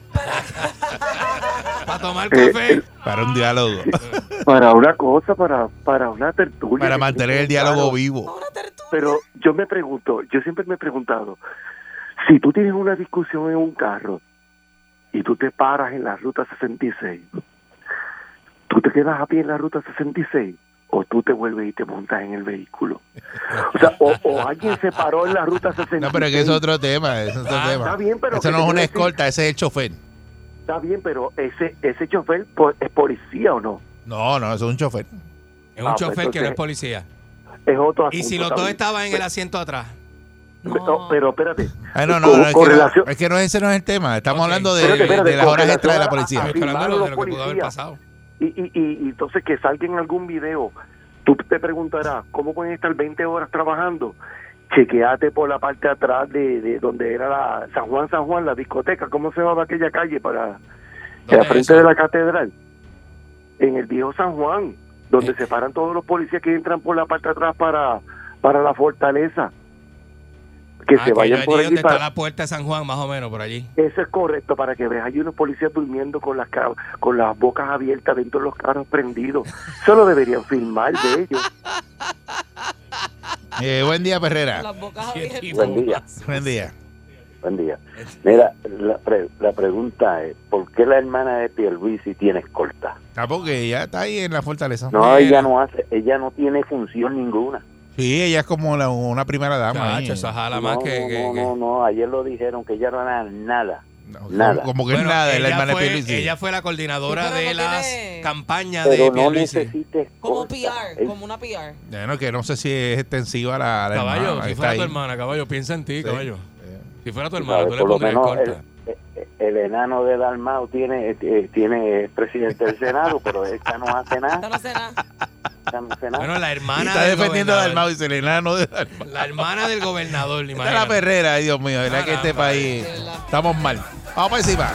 Speaker 5: Para tomar café.
Speaker 3: Para un diálogo.
Speaker 9: Para una cosa, para una tertulia.
Speaker 3: Para
Speaker 9: que
Speaker 3: mantener el
Speaker 9: tiene que
Speaker 3: diálogo
Speaker 9: estar,
Speaker 3: vivo.
Speaker 4: Una tertulia.
Speaker 9: Pero yo siempre me he preguntado, si tú tienes una discusión en un carro y tú te paras en la ruta 66, ¿tú te quedas a pie en la ruta 66 o tú te vuelves y te montas en el vehículo? O sea, o alguien se paró en la ruta 66.
Speaker 3: No, pero que es otro tema.
Speaker 9: Está bien, pero
Speaker 3: Eso
Speaker 9: que
Speaker 3: no
Speaker 9: te
Speaker 3: es una
Speaker 9: quiero decir-
Speaker 3: escolta, ese es el chofer.
Speaker 9: Está bien, pero ese chofer es policía o no.
Speaker 3: No, eso es un chofer.
Speaker 5: Es un
Speaker 9: pues
Speaker 5: chofer que no
Speaker 9: entonces-
Speaker 5: es policía.
Speaker 9: Es otro asunto.
Speaker 5: Y si los dos
Speaker 9: también.
Speaker 5: estaban en el asiento atrás.
Speaker 9: No, pero espérate.
Speaker 3: Ay, no,
Speaker 9: Con-
Speaker 3: es,
Speaker 9: con
Speaker 3: que
Speaker 9: relación-
Speaker 3: es que ese no es el tema. Estamos
Speaker 5: Ok.
Speaker 3: hablando de,
Speaker 9: Espérate,
Speaker 3: de las
Speaker 9: con
Speaker 3: horas extras de la
Speaker 9: relación
Speaker 3: policía.
Speaker 9: a-
Speaker 5: Estoy hablando
Speaker 9: firmaron
Speaker 5: de lo que pudo haber
Speaker 9: los
Speaker 5: pasado.
Speaker 9: Y entonces que salga en algún video, tú te preguntarás, ¿cómo pueden estar 20 horas trabajando? Chequeate por la parte de atrás de donde era la San Juan, la discoteca, ¿cómo se llamaba aquella calle para
Speaker 5: ¿Dónde
Speaker 9: la
Speaker 5: es
Speaker 9: frente
Speaker 5: eso?
Speaker 9: de la catedral? En el viejo San Juan, donde se paran todos los policías que entran por la parte de atrás para la fortaleza. Que se vayan
Speaker 5: allí
Speaker 9: por allí
Speaker 5: donde está
Speaker 9: para...
Speaker 5: la puerta de San Juan, más o menos, por allí.
Speaker 9: Eso es correcto, para que veas, hay unos policías durmiendo con con las bocas abiertas dentro de los carros prendidos. Eso lo deberían filmar de ellos.
Speaker 3: Buen día, Perrera.
Speaker 4: Las bocas
Speaker 5: Qué
Speaker 4: abiertas.
Speaker 5: tipo.
Speaker 10: Buen día.
Speaker 3: Buen día.
Speaker 10: Buen día. Mira, la pregunta es, ¿por qué la hermana de Pierluisi tiene escolta?
Speaker 3: Ah, porque ella está ahí en la fortaleza.
Speaker 10: No, ella no tiene función ninguna.
Speaker 3: Sí, ella es como una primera dama. ahí.
Speaker 5: Chacho, esa jala más que...
Speaker 10: No, ayer lo dijeron que ella no era nada.
Speaker 3: No,
Speaker 10: nada.
Speaker 3: Como que
Speaker 5: Bueno,
Speaker 3: es nada, es la
Speaker 5: ella
Speaker 3: hermana de
Speaker 5: fue-
Speaker 3: Pierluisi.
Speaker 5: Ella fue la coordinadora
Speaker 4: Sí, pero
Speaker 5: de
Speaker 4: no
Speaker 5: las
Speaker 4: tiene-
Speaker 5: campañas de
Speaker 10: Pero no
Speaker 5: Pierluisi.
Speaker 10: necesita escolta.
Speaker 4: Como PR,
Speaker 10: Es-
Speaker 4: como una PR.
Speaker 3: Bueno, que no sé si es extensiva la
Speaker 5: Caballo,
Speaker 3: hermana que
Speaker 5: si
Speaker 3: está
Speaker 5: fuera tu
Speaker 3: ahí.
Speaker 5: hermana, caballo, piensa en ti,
Speaker 3: Sí.
Speaker 5: caballo. Si fuera tu
Speaker 10: tú
Speaker 5: hermana,
Speaker 10: sabes,
Speaker 5: tú le
Speaker 10: por lo
Speaker 5: pondrías
Speaker 10: menos
Speaker 5: escolta.
Speaker 10: el enano de Dalmau tiene presidente del Senado, pero esta no hace
Speaker 4: Esta
Speaker 10: nada.
Speaker 4: no sé nada.
Speaker 10: Esta no hace nada.
Speaker 5: Bueno, la
Speaker 3: Y
Speaker 5: hermana
Speaker 3: está
Speaker 5: del
Speaker 3: defendiendo a
Speaker 5: gobernador.
Speaker 3: Dalmau y se le enano de Dalmau.
Speaker 5: La hermana del gobernador,
Speaker 3: Está la
Speaker 5: imagínate.
Speaker 3: Perrera, ay Dios mío, ¿verdad que este
Speaker 5: Caramba,
Speaker 3: país
Speaker 4: de verdad.
Speaker 3: estamos mal? Vamos para encima.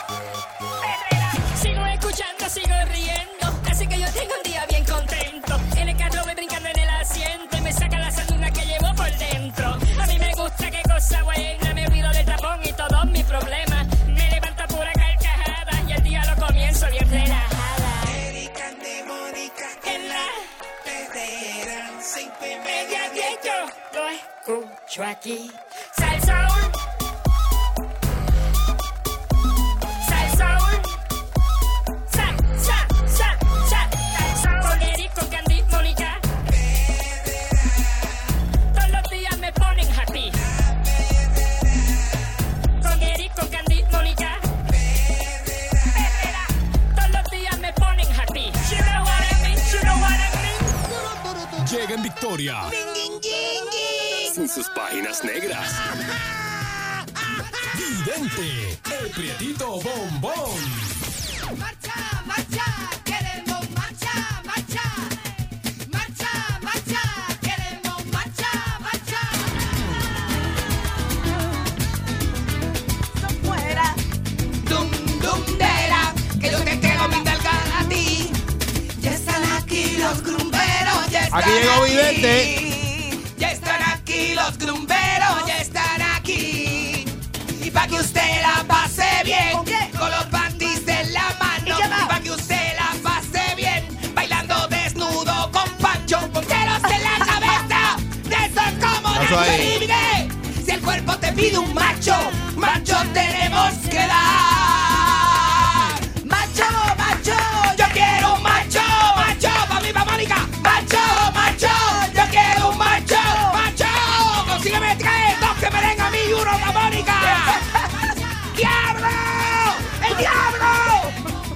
Speaker 11: Sigo escuchando, sigo riendo, así que yo tengo un día bien contento. En el carro voy brincando en el asiento y me saca la sanduna que llevo por dentro. A mí me gusta, qué cosa buena, me olvido del tapón y todos mis problemas. Me levanta pura carcajada y el día lo comienzo bien relajada. En la perrera, sí. Yo lo escucho aquí. Salsoul. Salsoul. Salsoul. Con Eric, con Candy, Mónica. Todos los días me ponen happy. Con Eric, con Candy, Mónica. Todos los días me ponen happy. You know what I mean, you know what I mean.
Speaker 1: Llega en victoria. Sin sus páginas negras. Vidente, el prietito bombón.
Speaker 2: Marcha, marcha, queremos marcha, marcha. Marcha, marcha, queremos marcha, marcha.
Speaker 4: No fuera.
Speaker 2: Dum, dum, dera, que yo te quiero brindar a ti. Ya están aquí los grumberos, ya están
Speaker 3: Aquí llegó
Speaker 2: aquí.
Speaker 3: Vidente.
Speaker 2: Ya están aquí los grumberos, ya están aquí. Y para que usted la pase bien, con los panties en la mano. Y para que usted la pase bien, bailando desnudo con Pancho, con ceros en la cabeza. De eso es como
Speaker 3: Eso
Speaker 2: Nacho
Speaker 3: ahí.
Speaker 2: Libre. Si el cuerpo te pide un macho, macho tenemos que dar. Macho, macho, yo quiero un macho, macho, pa' mí, pa' Mónica. Macho, macho, yo quiero un macho, macho. Consígueme 3, 2 que me den a mí y uno pa' Mónica. ¡Diablo! ¡El diablo!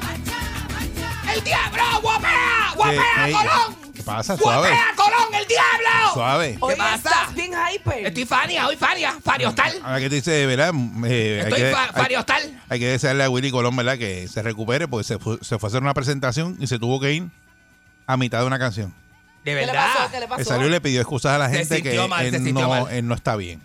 Speaker 2: ¡El diablo! ¡Guapea! ¡Guapea,
Speaker 3: Ey,
Speaker 2: Colón!
Speaker 3: ¿qué pasa? Suave.
Speaker 2: ¡Guapea, Colón, el diablo!
Speaker 3: Suave.
Speaker 4: Hoy
Speaker 2: pasa?
Speaker 4: estás bien hyper.
Speaker 2: Estoy Fania, hoy Fania, Fariostal.
Speaker 3: Ahora que te dice, ¿verdad?
Speaker 2: Estoy Fariostal.
Speaker 3: Hay que desearle a Willy Colón, ¿verdad? Que se recupere porque se fue a hacer una presentación y se tuvo que ir a mitad de una canción.
Speaker 5: De
Speaker 4: ¿Qué le
Speaker 5: verdad.
Speaker 4: pasó? ¿Qué le pasó?
Speaker 3: Él salió y le pidió excusas a la
Speaker 5: Se
Speaker 3: gente que
Speaker 5: sintió mal, se sintió mal.
Speaker 3: él no está bien.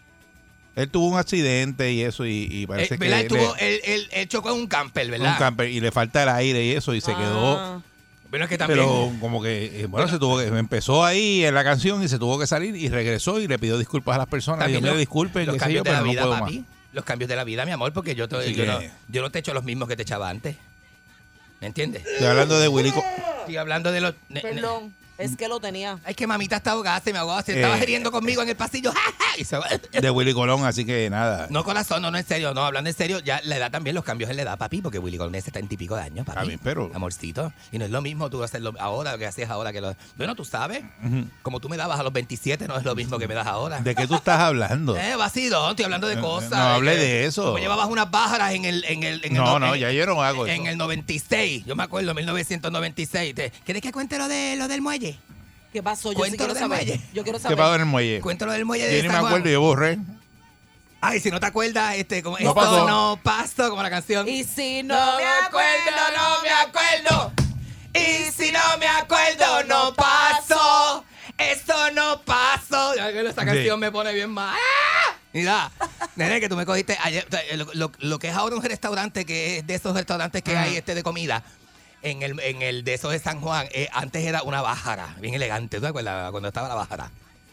Speaker 3: Él tuvo un accidente y eso y parece que
Speaker 5: ¿Verdad? Él chocó en un camper, ¿verdad?
Speaker 3: un camper y le falta el aire y eso y se quedó.
Speaker 5: Bueno, es que también.
Speaker 3: Pero como que, bueno, se tuvo que empezó ahí en la canción y se tuvo que salir y regresó y le pidió disculpas a las personas. Y
Speaker 5: también
Speaker 3: yo me disculpen,
Speaker 5: los
Speaker 3: qué sé yo,
Speaker 5: cambios de
Speaker 3: pero
Speaker 5: la
Speaker 3: no
Speaker 5: vida,
Speaker 3: puedo
Speaker 5: papi.
Speaker 3: más.
Speaker 5: Los cambios de la vida, mi amor, porque yo
Speaker 3: Así
Speaker 5: no te echo los mismos que te echaba antes. ¿Me entiendes?
Speaker 3: Estoy hablando de Willy
Speaker 5: Estoy hablando de los.
Speaker 4: Perdón, es que lo tenía.
Speaker 5: Ay, que mamita está ahogada, se me ahogó, se estaba riendo conmigo en el pasillo. ¡Ja, ja! Y se-
Speaker 3: de Willy Colón, así que nada.
Speaker 5: No, corazón, no, en serio, no, hablando en serio, ya la edad también, los cambios en la edad, papi, porque Willy Colón es 70 y pico de años, papi.
Speaker 3: A mí, pero
Speaker 5: Amorcito. Y no es lo mismo tú hacerlo ahora, lo que hacías ahora que lo. Bueno, tú sabes, como tú me dabas a los 27, no es lo mismo que me das ahora.
Speaker 3: ¿de qué tú estás hablando?
Speaker 5: Vacilón, estoy hablando de cosas.
Speaker 3: no hable de eso.
Speaker 5: Como llevabas unas bájaras en el.
Speaker 3: No, ya yo no hago eso.
Speaker 5: En el 96, yo me acuerdo, 1996. ¿Quieres que cuente lo del muelle?
Speaker 4: ¿Qué pasó? Yo sí
Speaker 5: Cuéntalo
Speaker 4: quiero
Speaker 5: del
Speaker 4: saber.
Speaker 5: muelle.
Speaker 4: Yo quiero
Speaker 3: ¿Qué
Speaker 4: saber.
Speaker 3: pasó en el muelle?
Speaker 5: Cuéntalo del muelle de
Speaker 3: Yo ni me
Speaker 5: San Juan.
Speaker 3: acuerdo, yo borré.
Speaker 5: Ay, si no te acuerdas, como
Speaker 3: No
Speaker 5: esto
Speaker 3: pasó.
Speaker 5: no pasó, como la canción.
Speaker 4: Y si no,
Speaker 5: No me acuerdo, no me acuerdo. Y si no me acuerdo, no pasó. Eso no pasó. Esa canción me pone bien mal. Mira, nene, que tú me cogiste ayer. Lo que es ahora un restaurante, que es de esos restaurantes que hay de comida. En el de esos de San Juan, antes era una bájara, bien elegante. ¿Tú te acuerdas cuando estaba la bájara?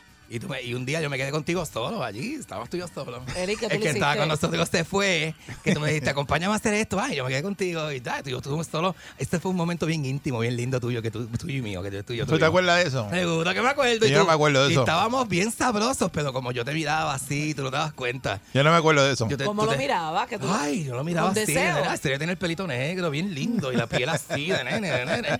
Speaker 5: Y un día yo me quedé contigo solo allí, estabas tú y yo solo.
Speaker 4: Eric, ¿qué tú
Speaker 5: El que
Speaker 4: le
Speaker 5: estaba
Speaker 4: hiciste?
Speaker 5: con nosotros se fue, que tú me dijiste, acompáñame a hacer esto. Ay, yo me quedé contigo y tal, tú y yo estuvimos solos. Este fue un momento bien íntimo, bien lindo tuyo, que tuyo y mío, que tú y yo
Speaker 3: ¿Tú te
Speaker 5: tuvimos.
Speaker 3: acuerdas de eso?
Speaker 5: Seguro que me acuerdo.
Speaker 3: Yo no me acuerdo de
Speaker 5: Y
Speaker 3: eso.
Speaker 5: estábamos bien sabrosos, pero como yo te miraba así, tú no te das cuenta.
Speaker 3: Yo no me acuerdo de eso.
Speaker 4: ¿Cómo lo mirabas? Que tú...
Speaker 5: Ay, yo lo miraba
Speaker 4: Con
Speaker 5: así.
Speaker 4: deseo.
Speaker 5: Nena, sería tener el pelito negro, bien lindo, y la piel así, de nene, de nene.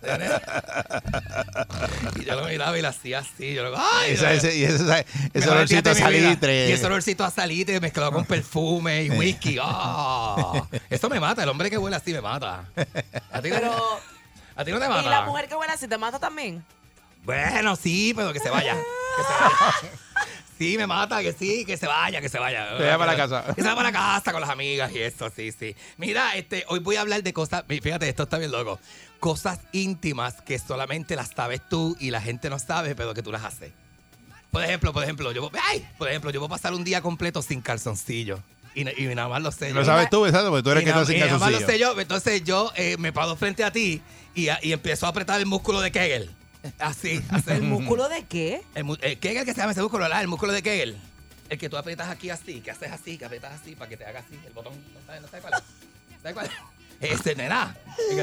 Speaker 5: Y yo lo miraba y la hacía así. Yo lo, ay,
Speaker 3: Ese olorcito a salitre.
Speaker 5: Y ese olorcito a salitre mezclado con perfume y whisky. Ah, eso me mata. El hombre que huele así me mata. ¿A ti,
Speaker 4: Pero...
Speaker 5: ¿A ti no te mata?
Speaker 4: ¿Y la mujer que huele así te mata también?
Speaker 5: Bueno, sí, pero que se vaya. Que se vaya. Sí, me mata, que sí, que se vaya, que se vaya.
Speaker 3: Se vaya para la casa.
Speaker 5: Que se vaya para la casa con las amigas y eso, sí, sí. Mira, hoy voy a hablar de cosas, fíjate, esto está bien loco. Cosas íntimas que solamente las sabes tú y la gente no sabe, pero que tú las haces. Por ejemplo, yo puedo pasar un día completo sin calzoncillo. Y nada más lo sé.
Speaker 3: Lo sabes tú, exacto, porque tú eres que estás sin
Speaker 5: nada más lo
Speaker 3: calzoncillo.
Speaker 5: sé yo. Entonces yo me paro frente a ti y empiezo a apretar el músculo de Kegel. Así.
Speaker 4: ¿El músculo de qué?
Speaker 5: Kegel, que se llama ese músculo, ¿verdad? El músculo de Kegel. El que tú aprietas aquí así, que haces así, que aprietas así para que te haga así el botón. ¿No sabes cuál es? ¿Sabes cuál es? Nena,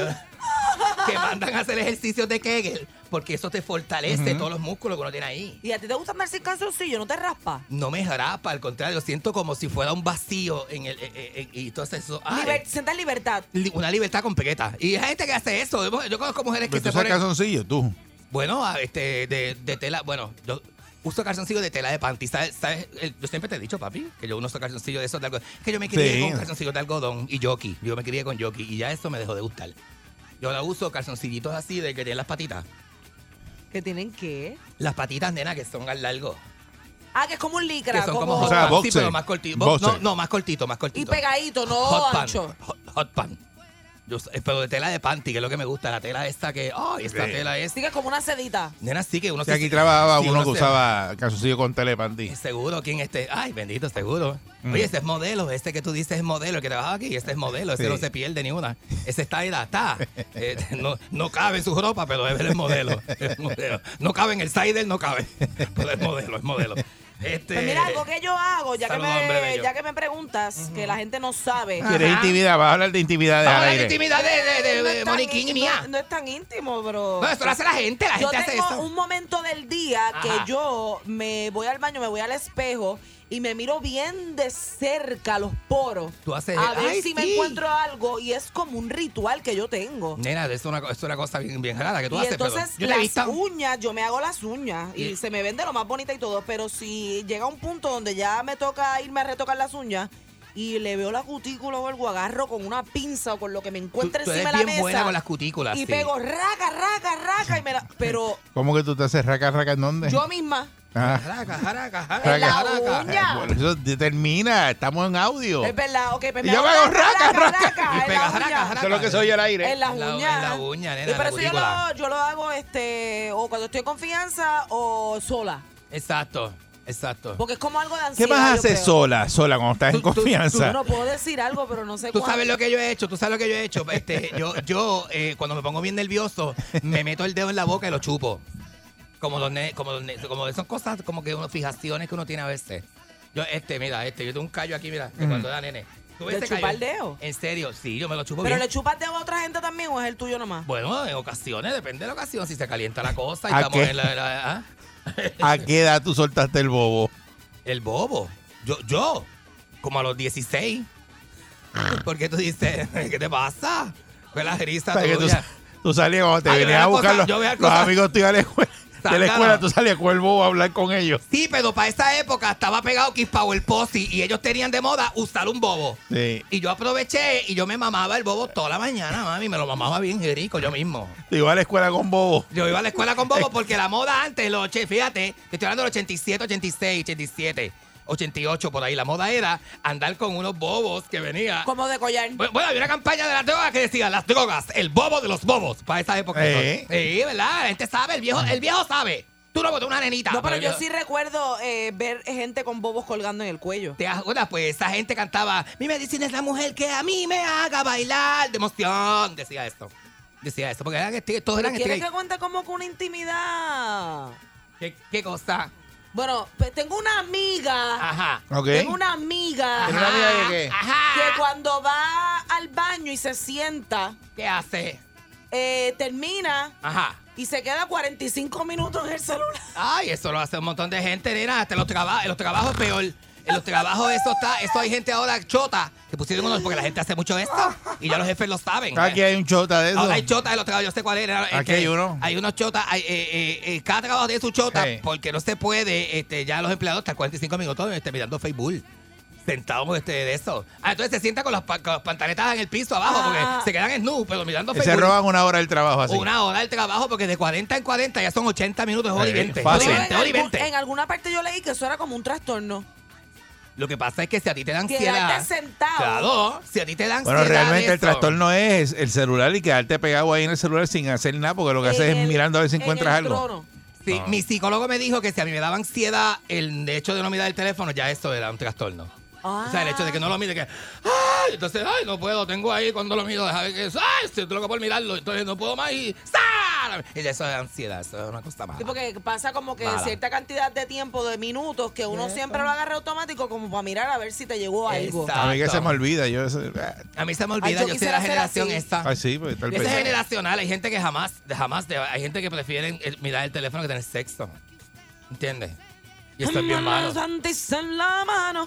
Speaker 5: que mandan a hacer ejercicios de Kegel, porque eso te fortalece todos los músculos que uno tiene ahí.
Speaker 4: ¿Y a ti te gusta andar sin calzoncillo? ¿No te raspa?
Speaker 5: No me raspa, al contrario, siento como si fuera un vacío en el y entonces eso.
Speaker 4: Sientas libertad.
Speaker 5: Una libertad completa. Y hay gente que hace eso. Yo conozco mujeres que
Speaker 3: Pero
Speaker 5: se
Speaker 3: tú usas
Speaker 5: ponen.
Speaker 3: calzoncillo, tú.
Speaker 5: Bueno, de tela. Bueno, yo uso calzoncillo de tela de panty. ¿Sabes? Yo siempre te he dicho, papi, que yo uso calzoncillo de esos de algodón. Que yo me crié con calzoncillo de algodón y jockey. Yo me crié con jockey y ya eso me dejó de gustar. Yo ahora uso calzoncillitos así de que tienen las patitas.
Speaker 4: ¿Que tienen qué?
Speaker 5: Las patitas, nena, que son al largo.
Speaker 4: Ah, que es como un licra.
Speaker 5: Que son como
Speaker 3: O sea,
Speaker 5: hot pan, sí,
Speaker 3: boxer.
Speaker 5: pero más cortito.
Speaker 3: Boxer.
Speaker 5: No, más cortito.
Speaker 4: Y pegadito, no
Speaker 5: Hot pan.
Speaker 4: ancho.
Speaker 5: Hot pan. Pero de tela de panty, que es lo que me gusta. La tela esta que... ¡Ay, esta tela es...
Speaker 4: Sí, que es como una sedita.
Speaker 5: Nena, sí que uno
Speaker 3: Si aquí trabajaba
Speaker 5: sí,
Speaker 3: uno que
Speaker 5: se-
Speaker 3: usaba calzoncillo con telepanty.
Speaker 5: Seguro, ¿quién esté? Ay, bendito, seguro. Oye, ese es modelo, este que tú dices es modelo, el que trabaja aquí, este es modelo, ese
Speaker 3: Sí.
Speaker 5: no se pierde ni una. Ese está ahí, está. No cabe en su ropa, pero él es modelo. Es modelo. No cabe en el cider, no cabe. Pero es modelo.
Speaker 4: Pues mira, algo que yo hago, ya
Speaker 5: Saludos, hombre bello.
Speaker 4: que me preguntas, que la gente no sabe.
Speaker 3: ¿Quieres intimidad? Vas a hablar de intimidad
Speaker 5: Vamos a
Speaker 3: al
Speaker 5: hablar de
Speaker 3: aire.
Speaker 5: intimidad
Speaker 4: No
Speaker 5: de
Speaker 4: es tan
Speaker 5: Moniquín y mía.
Speaker 4: No es tan íntimo, pero...
Speaker 5: No, eso lo hace la gente
Speaker 4: Yo
Speaker 5: hace
Speaker 4: tengo
Speaker 5: eso.
Speaker 4: un momento del día
Speaker 5: Ajá.
Speaker 4: que yo me voy al baño, me voy al espejo y me miro bien de cerca los poros.
Speaker 5: Tú haces...
Speaker 4: A ver
Speaker 5: Ay,
Speaker 4: si me
Speaker 5: sí.
Speaker 4: encuentro algo y es como un ritual que yo tengo.
Speaker 5: Nena, es una cosa bien rara que tú
Speaker 4: Y
Speaker 5: haces,
Speaker 4: entonces
Speaker 5: pero yo te he
Speaker 4: las
Speaker 5: visto.
Speaker 4: uñas, yo me hago las uñas y
Speaker 5: Y-
Speaker 4: se me ven de lo más bonita y todo, pero si llega un punto donde ya me toca irme a retocar las uñas y le veo la cutícula o algo, agarro con una pinza o con lo que me encuentre
Speaker 5: Tú
Speaker 4: encima
Speaker 5: eres
Speaker 4: de la
Speaker 5: bien
Speaker 4: mesa
Speaker 5: buena con las cutículas,
Speaker 4: y
Speaker 5: sí.
Speaker 4: pego raca y me la... Pero
Speaker 3: ¿Cómo que tú te haces raca en dónde?
Speaker 4: yo misma,
Speaker 3: Ah,
Speaker 5: Jaraca.
Speaker 4: en la
Speaker 3: raca.
Speaker 4: uña.
Speaker 3: Por eso determina, estamos en audio.
Speaker 4: Es verdad, ok, pues
Speaker 3: Y yo me hago raca.
Speaker 5: Y
Speaker 4: en
Speaker 5: pega
Speaker 4: la uña.
Speaker 5: jaraca.
Speaker 3: Eso es lo que soy al aire.
Speaker 4: En las
Speaker 5: En la-
Speaker 4: uñas.
Speaker 5: en la uña, nena,
Speaker 4: Y por
Speaker 5: la
Speaker 4: eso
Speaker 5: cutícula.
Speaker 4: yo lo hago o cuando estoy en confianza o sola.
Speaker 5: Exacto.
Speaker 4: Porque es como algo de
Speaker 3: ¿Qué
Speaker 4: ansiedad.
Speaker 3: más
Speaker 4: yo
Speaker 3: haces
Speaker 4: creo.
Speaker 3: sola cuando estás en confianza?
Speaker 4: No puedo decir algo, pero no sé
Speaker 5: Tú
Speaker 4: cuándo.
Speaker 5: sabes lo que yo he hecho, yo cuando me pongo bien nervioso, me meto el dedo en la boca y lo chupo. Como son cosas, como que fijaciones que uno tiene a veces. Yo tengo un callo aquí, mira, de cuando era nene. ¿Tú ves
Speaker 4: ¿De
Speaker 5: este
Speaker 4: chupar
Speaker 5: callo?
Speaker 4: el dedo?
Speaker 5: En serio, sí, yo me lo chupo
Speaker 4: ¿Pero
Speaker 5: bien.
Speaker 4: le chupas dedo a otra gente también o es el tuyo nomás?
Speaker 5: Bueno, en ocasiones, depende de la ocasión, si se calienta la cosa y
Speaker 3: ¿A
Speaker 5: estamos
Speaker 3: qué?
Speaker 5: en ¿ah?
Speaker 3: ¿A qué edad tú soltaste el bobo?
Speaker 5: El bobo. Yo, como a los 16. ¿Por qué tú dices? ¿Qué te pasa? Fue la risa
Speaker 3: O sea, que
Speaker 5: tuya.
Speaker 3: tú salías cuando te
Speaker 5: Ah, yo
Speaker 3: venías
Speaker 5: veía
Speaker 3: a buscar
Speaker 5: cosas, yo veía
Speaker 3: los
Speaker 5: cosas.
Speaker 3: amigos tuyos de la
Speaker 5: Zángano.
Speaker 3: escuela, tú salías con el bobo a hablar con ellos.
Speaker 5: Sí, pero para esa época estaba pegado Kiss Power Posse y ellos tenían de moda usar un bobo.
Speaker 3: Sí.
Speaker 5: Y yo aproveché y yo me mamaba el bobo toda la mañana, mami. Me lo mamaba bien rico yo mismo.
Speaker 3: Tú ibas a la escuela con bobo.
Speaker 5: Yo iba a la escuela con bobo porque la moda antes, fíjate, te estoy hablando del 87, 86, 87, 88, por ahí. La moda era andar con unos bobos que venía.
Speaker 4: Como de collar.
Speaker 5: Bueno, había una campaña de las drogas que decía, las drogas, el bobo de los bobos, para esa época. Sí, ¿verdad? La gente sabe, el viejo sabe. Tú no botas una nenita.
Speaker 4: No, pero yo sí recuerdo ver gente con bobos colgando en el cuello.
Speaker 5: ¿Te acuerdas? Pues esa gente cantaba, mi medicina es la mujer que a mí me haga bailar de emoción. Decía esto, porque todos eran
Speaker 4: ¿Quieres
Speaker 5: straight.
Speaker 4: que cuente como con una intimidad?
Speaker 5: ¿Qué cosa?
Speaker 4: Bueno, pues tengo una amiga.
Speaker 5: Ajá.
Speaker 3: Ok.
Speaker 4: Tengo una amiga.
Speaker 3: ¿Tienes una amiga de qué?
Speaker 4: Que cuando va al baño y se sienta,
Speaker 5: ¿Qué hace?
Speaker 4: termina
Speaker 5: Ajá.
Speaker 4: y se queda 45 minutos en el celular.
Speaker 5: Ay, eso lo hace un montón de gente, nena. Hasta en los trabajos es peor. En los trabajos eso hay gente ahora chota que pusieron unos porque la gente hace mucho esto y ya los jefes lo saben.
Speaker 3: Aquí hay un chota de eso.
Speaker 5: Ahora hay chotas en los trabajos, yo sé cuál era.
Speaker 3: Aquí hay uno.
Speaker 5: Hay unos chotas, cada trabajo tiene su chota
Speaker 3: Sí.
Speaker 5: porque no se puede, ya los empleados están 45 minutos mirando Facebook. Sentados de eso. Entonces se sienta con las pantaletas en el piso abajo porque se quedan snus, pero mirando
Speaker 3: Se
Speaker 5: Facebook.
Speaker 3: roban una hora del trabajo así.
Speaker 5: Una hora del trabajo porque de 40 en 40 ya son 80 minutos, hora y 20.
Speaker 3: fácil.
Speaker 5: Hora y 20.
Speaker 4: En alguna parte yo leí que eso era como un trastorno.
Speaker 5: Lo que pasa es que si a ti te da ansiedad.
Speaker 4: Quedarte sentado.
Speaker 5: Claro, si a ti te da ansiedad.
Speaker 3: Bueno, realmente el
Speaker 5: eso.
Speaker 3: trastorno es el celular y quedarte pegado ahí en el celular sin hacer nada, porque lo que haces es mirando a ver si encuentras algo.
Speaker 5: Sí, mi psicólogo me dijo que si a mí me daba ansiedad el hecho de no mirar el teléfono, ya eso era un trastorno. O sea, el hecho de que no lo mire, que ¡ay! Entonces, ¡ay! No puedo, tengo ahí cuando lo miro, deja ver que ¡ay! Estoy loco por mirarlo, entonces no puedo más y ¡sa! Y eso es ansiedad, eso es una cosa mala.
Speaker 4: Sí, porque pasa como que
Speaker 5: Mala.
Speaker 4: cierta cantidad de tiempo, de minutos, que uno siempre lo agarra automático como para mirar a ver si te llegó algo.
Speaker 5: Exacto.
Speaker 3: A mí que se me olvida.
Speaker 5: A mí se me olvida,
Speaker 4: Ay, yo
Speaker 5: yo soy de
Speaker 4: quisiera
Speaker 5: la
Speaker 4: ser
Speaker 5: generación
Speaker 4: así.
Speaker 5: esta.
Speaker 3: Ay, sí, pues está el
Speaker 5: Ese es
Speaker 3: PC.
Speaker 5: generacional, hay gente que hay gente que prefieren mirar el teléfono que tener sexo. ¿Entiendes? Y esto es bien malo.
Speaker 4: En la mano,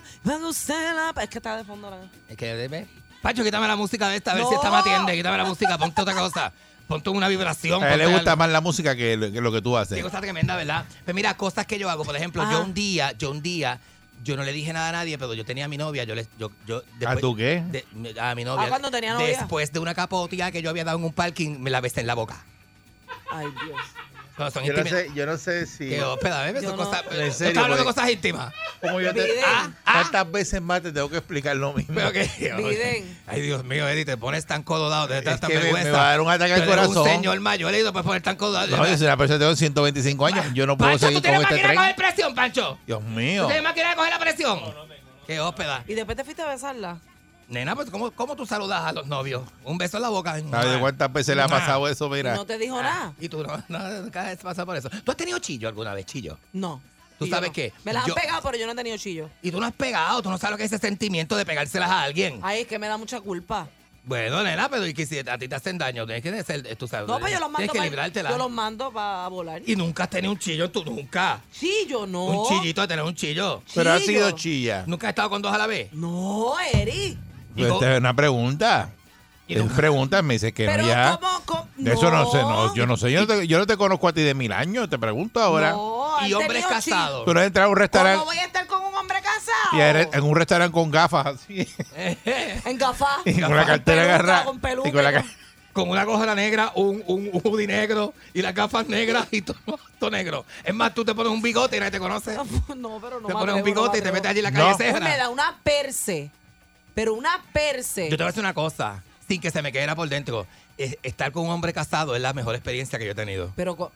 Speaker 4: es que está de fondo la...
Speaker 5: Es que debe. Pacho, quítame la música de esta, a ver
Speaker 4: No.
Speaker 5: si esta me atiende. Quítame la música, ponte otra cosa. Ponte una vibración.
Speaker 3: A él le
Speaker 5: ponte
Speaker 3: gusta
Speaker 5: algo.
Speaker 3: más la música que lo que tú
Speaker 5: Qué
Speaker 3: haces.
Speaker 5: cosa tremenda, ¿verdad? Pues mira, cosas que yo hago. Por ejemplo,
Speaker 4: Ajá.
Speaker 5: yo un día, yo no le dije nada a nadie, pero yo tenía a mi novia.
Speaker 3: ¿A tú qué?
Speaker 5: A mi novia.
Speaker 4: Ah, ¿cuándo tenía novia?
Speaker 5: Después de una capotía que yo había dado en un parking, me la besé en la boca.
Speaker 4: Ay, Dios.
Speaker 5: No, son
Speaker 3: Yo no
Speaker 5: íntimas.
Speaker 3: sé, yo no sé si...
Speaker 5: Qué ópera, bebé,
Speaker 4: Yo
Speaker 5: son
Speaker 4: no-
Speaker 5: cosas.
Speaker 3: En
Speaker 5: No
Speaker 3: serio,
Speaker 5: estás hablando de
Speaker 3: pues.
Speaker 5: cosas íntimas.
Speaker 3: Como yo te...
Speaker 4: Biden.
Speaker 3: ¿Cuántas veces más te tengo que explicar lo mismo?
Speaker 5: Pero que.
Speaker 4: Biden.
Speaker 5: Ay, Dios mío, Eddie, te pones tan codado, te das tan
Speaker 3: que me
Speaker 5: vergüenza.
Speaker 3: va a dar un ataque al
Speaker 5: Tú eres
Speaker 3: corazón.
Speaker 5: un señor mayor y no puedes poner tan codado.
Speaker 3: No, yo soy una persona que tengo 125 años. Yo no puedo
Speaker 5: Pancho,
Speaker 3: seguir
Speaker 5: ¿tú
Speaker 3: con
Speaker 5: tienes
Speaker 3: este
Speaker 5: máquina de
Speaker 3: tren.
Speaker 5: coger presión, Pancho?
Speaker 3: Dios
Speaker 5: ¿Tú
Speaker 3: mío.
Speaker 5: tienes máquina de coger la presión? Qué ópeda.
Speaker 4: Y después te fuiste a besarla.
Speaker 5: Nena, pues, ¿cómo tú saludas a los novios? Un beso en la boca.
Speaker 3: ¿Sabes cuántas veces le ha pasado eso? Mira.
Speaker 4: No te dijo nada.
Speaker 5: Y tú no, nunca has pasado por eso. ¿Tú has tenido chillo alguna vez, chillo?
Speaker 4: No.
Speaker 5: ¿Tú
Speaker 4: Y yo
Speaker 5: sabes
Speaker 4: no.
Speaker 5: qué?
Speaker 4: Me las
Speaker 5: Yo-
Speaker 4: han pegado, pero yo no he tenido chillo.
Speaker 5: Y tú no has pegado, tú no sabes lo que es ese sentimiento de pegárselas a alguien.
Speaker 4: Ay, es que me da mucha culpa.
Speaker 5: Bueno, nena, pero ¿y que si a ti te hacen daño? Tienes que ser, tú sabes.
Speaker 4: No, pues yo los mando
Speaker 5: Tienes que
Speaker 4: pa-
Speaker 5: librártela.
Speaker 4: yo los mando para volar.
Speaker 5: Y nunca has tenido un chillo, tú nunca.
Speaker 4: Chillo, no.
Speaker 5: Un chillito de tener un chillo.
Speaker 3: Pero ha
Speaker 4: Chillo.
Speaker 3: sido chilla.
Speaker 5: ¿Nunca has estado con dos a la vez?
Speaker 4: No, Eri.
Speaker 3: Pues esta es una pregunta.
Speaker 5: Y
Speaker 3: Es
Speaker 5: nunca-
Speaker 3: pregunta, me dice que
Speaker 4: Pero
Speaker 3: no ya.
Speaker 4: ¿cómo?
Speaker 3: De eso no sé, no, yo no sé. Yo no te conozco a ti de 1000 años, te pregunto ahora.
Speaker 4: No,
Speaker 5: Y
Speaker 4: han
Speaker 5: hombres
Speaker 4: tenido
Speaker 5: casados.
Speaker 3: Tú no has entrado a un
Speaker 4: chillo.
Speaker 3: restaurante
Speaker 4: ¿Cómo voy a estar con un hombre casado?
Speaker 3: y eres en un restaurante con gafas así.
Speaker 4: En gafas.
Speaker 3: Y con la cartera
Speaker 4: peluca,
Speaker 3: agarrada.
Speaker 4: con peluca.
Speaker 3: Y con la
Speaker 5: Con una gorra negra, un hoodie negro y las gafas negras y todo negro. Es más, tú te pones un bigote y nadie te conoce.
Speaker 4: No, pero no
Speaker 5: Te
Speaker 4: me
Speaker 5: pones un
Speaker 4: atrevo,
Speaker 5: bigote y
Speaker 4: no
Speaker 5: te
Speaker 4: me
Speaker 5: metes allí en la
Speaker 3: No.
Speaker 5: calle
Speaker 4: atrevo. Me
Speaker 5: Ceja.
Speaker 4: da una perse. Pero una perse.
Speaker 5: Yo te voy a decir una cosa, sin que se me quede por dentro. Estar con un hombre casado es la mejor experiencia que yo he tenido.
Speaker 4: Pero